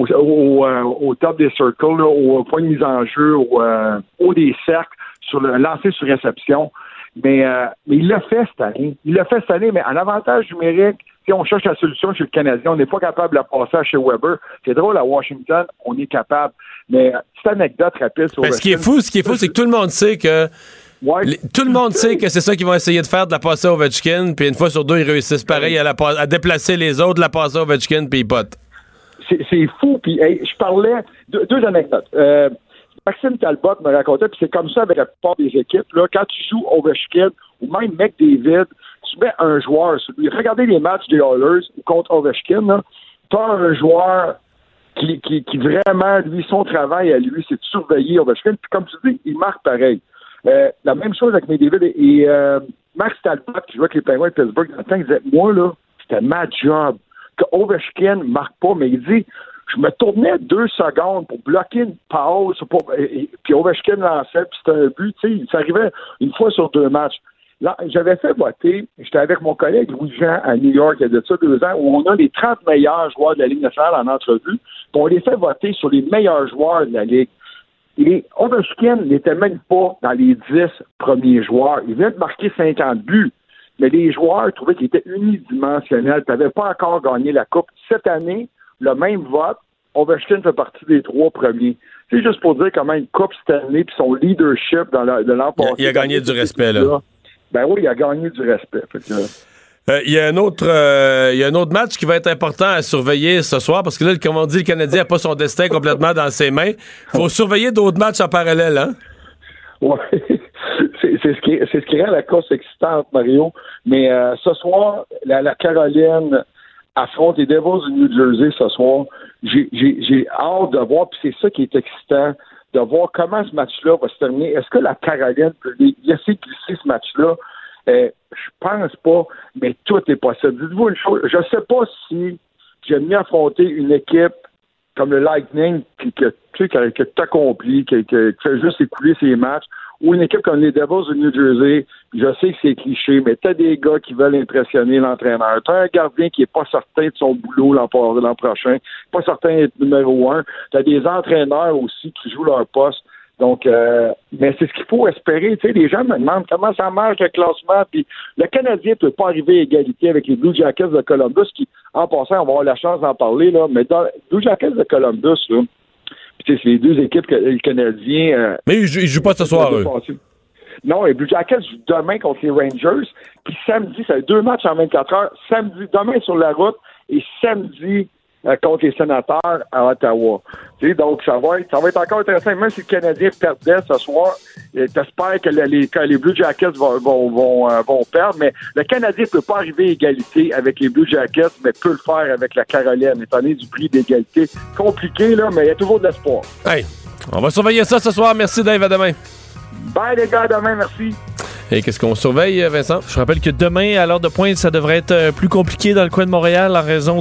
au top des circles, là, au point de mise en jeu, au haut des cercles, sur le lancer sur réception. Mais il l'a fait cette année. Mais en avantage numérique, si on cherche la solution chez le Canadien, on n'est pas capable de la passer chez Weber. C'est drôle, à Washington, on est capable. Mais petite anecdote rapide sur ce qui est fou, c'est que tout le monde sait que tout le monde sait que c'est ça qu'ils vont essayer de faire, de la passer à Ovechkin, puis une fois sur deux, ils réussissent pareil à déplacer les autres, de la passer à Ovechkin, puis ils potent. C'est fou, puis je parlais... Deux anecdotes. Maxime Talbot me racontait, puis c'est comme ça avec la plupart des équipes, là, quand tu joues Ovechkin, ou même McDavid, tu mets un joueur sur lui. Regardez les matchs des Oilers contre Ovechkin, tu as un joueur qui vraiment, lui, son travail à lui, c'est de surveiller Ovechkin, puis comme tu dis, il marque pareil. La même chose avec McDavid et Max Talbot, qui jouait avec les Penguins de Pittsburgh, dans le temps, il disait, moi, là, c'était ma job. Que Ovechkin ne marque pas, mais il dit, je me tournais 2 secondes pour bloquer une pause, puis Ovechkin lançait, puis c'était un but, tu sais, ça arrivait une fois sur 2 matchs. Là, j'avais fait voter, j'étais avec mon collègue Louis-Jean à New York, il y a de ça 2 ans, où on a les 30 meilleurs joueurs de la Ligue nationale en entrevue, puis on les fait voter sur les meilleurs joueurs de la Ligue. Et Ovechkin n'était même pas dans les 10 premiers joueurs. Il venait de marquer 50 buts. Mais les joueurs trouvaient qu'il était unidimensionnel. Tu n'avais pas encore gagné la Coupe. Cette année, le même vote, Ovechkin fait partie des 3 premiers. C'est juste pour dire comment une Coupe Stanley puis son leadership de l'an passé. Il a gagné du respect, là. ben oui, il a gagné du respect. Il y a un autre match qui va être important à surveiller ce soir, parce que là, comme on dit, le Canadien n'a pas son destin complètement dans ses mains. Il faut surveiller d'autres matchs en parallèle, hein? Oui, c'est ce qui rend la course excitante, Mario. Mais ce soir, la Caroline affronte les Devils du New Jersey ce soir. J'ai hâte de voir, puis c'est ça qui est excitant, de voir comment ce match-là va se terminer. Est-ce que la Caroline peut laisser glisser ce match-là? Je pense pas, mais tout est possible. Dites-vous une chose, je sais pas si j'aime mieux affronter une équipe comme le Lightning qui a accompli, qui fait juste écouler ses matchs, ou une équipe comme les Devils de New Jersey. Je sais que c'est cliché, mais t'as des gars qui veulent impressionner l'entraîneur. T'as un gardien qui est pas certain de son boulot l'an prochain, pas certain d'être numéro 1. T'as des entraîneurs aussi qui jouent leur poste. Donc, mais c'est ce qu'il faut espérer. Tu sais, les gens me demandent comment ça marche le classement. Puis le Canadien ne peut pas arriver à égalité avec les Blue Jackets de Columbus, qui, en passant, on va avoir la chance d'en parler, là. Mais dans les Blue Jackets de Columbus, là, puis c'est les deux équipes que le Canadien. Mais ils jouent pas ce soir, eux. Non, les Blue Jackets jouent demain contre les Rangers. Puis samedi, c'est 2 matchs en 24 heures. Samedi, demain sur la route, et samedi contre les Sénateurs à Ottawa. Tu sais, donc, ça va être encore intéressant. Même si le Canadien perdait ce soir, t'espères que les Blue Jackets vont perdre, mais le Canadien ne peut pas arriver à égalité avec les Blue Jackets, mais peut le faire avec la Caroline, étant donné du prix d'égalité. Compliqué, là, mais il y a toujours de l'espoir. Hey, on va surveiller ça ce soir. Merci, Dave. À demain. Bye, les gars. À demain. Merci. Et qu'est-ce qu'on surveille, Vincent? Je rappelle que demain, à l'heure de pointe, ça devrait être plus compliqué dans le coin de Montréal en raison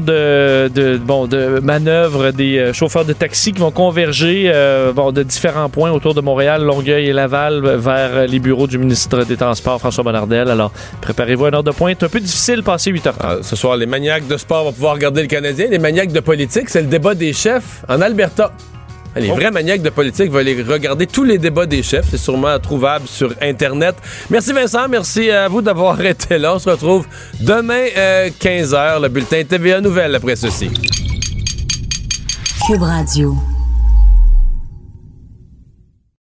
de manœuvres des chauffeurs de taxi qui vont converger de différents points autour de Montréal, Longueuil et Laval vers les bureaux du ministre des Transports, François Bonnardel. Alors, préparez-vous à une heure de pointe. Un peu difficile, passer 8 heures. Ce soir, les maniaques de sport vont pouvoir regarder le Canadien. Les maniaques de politique, c'est le débat des chefs en Alberta. Les vrais maniaques de politique vont aller regarder tous les débats des chefs. C'est sûrement trouvable sur Internet. Merci Vincent, merci à vous d'avoir été là. On se retrouve demain 15h, le bulletin TVA Nouvelles après ceci. Cube Radio.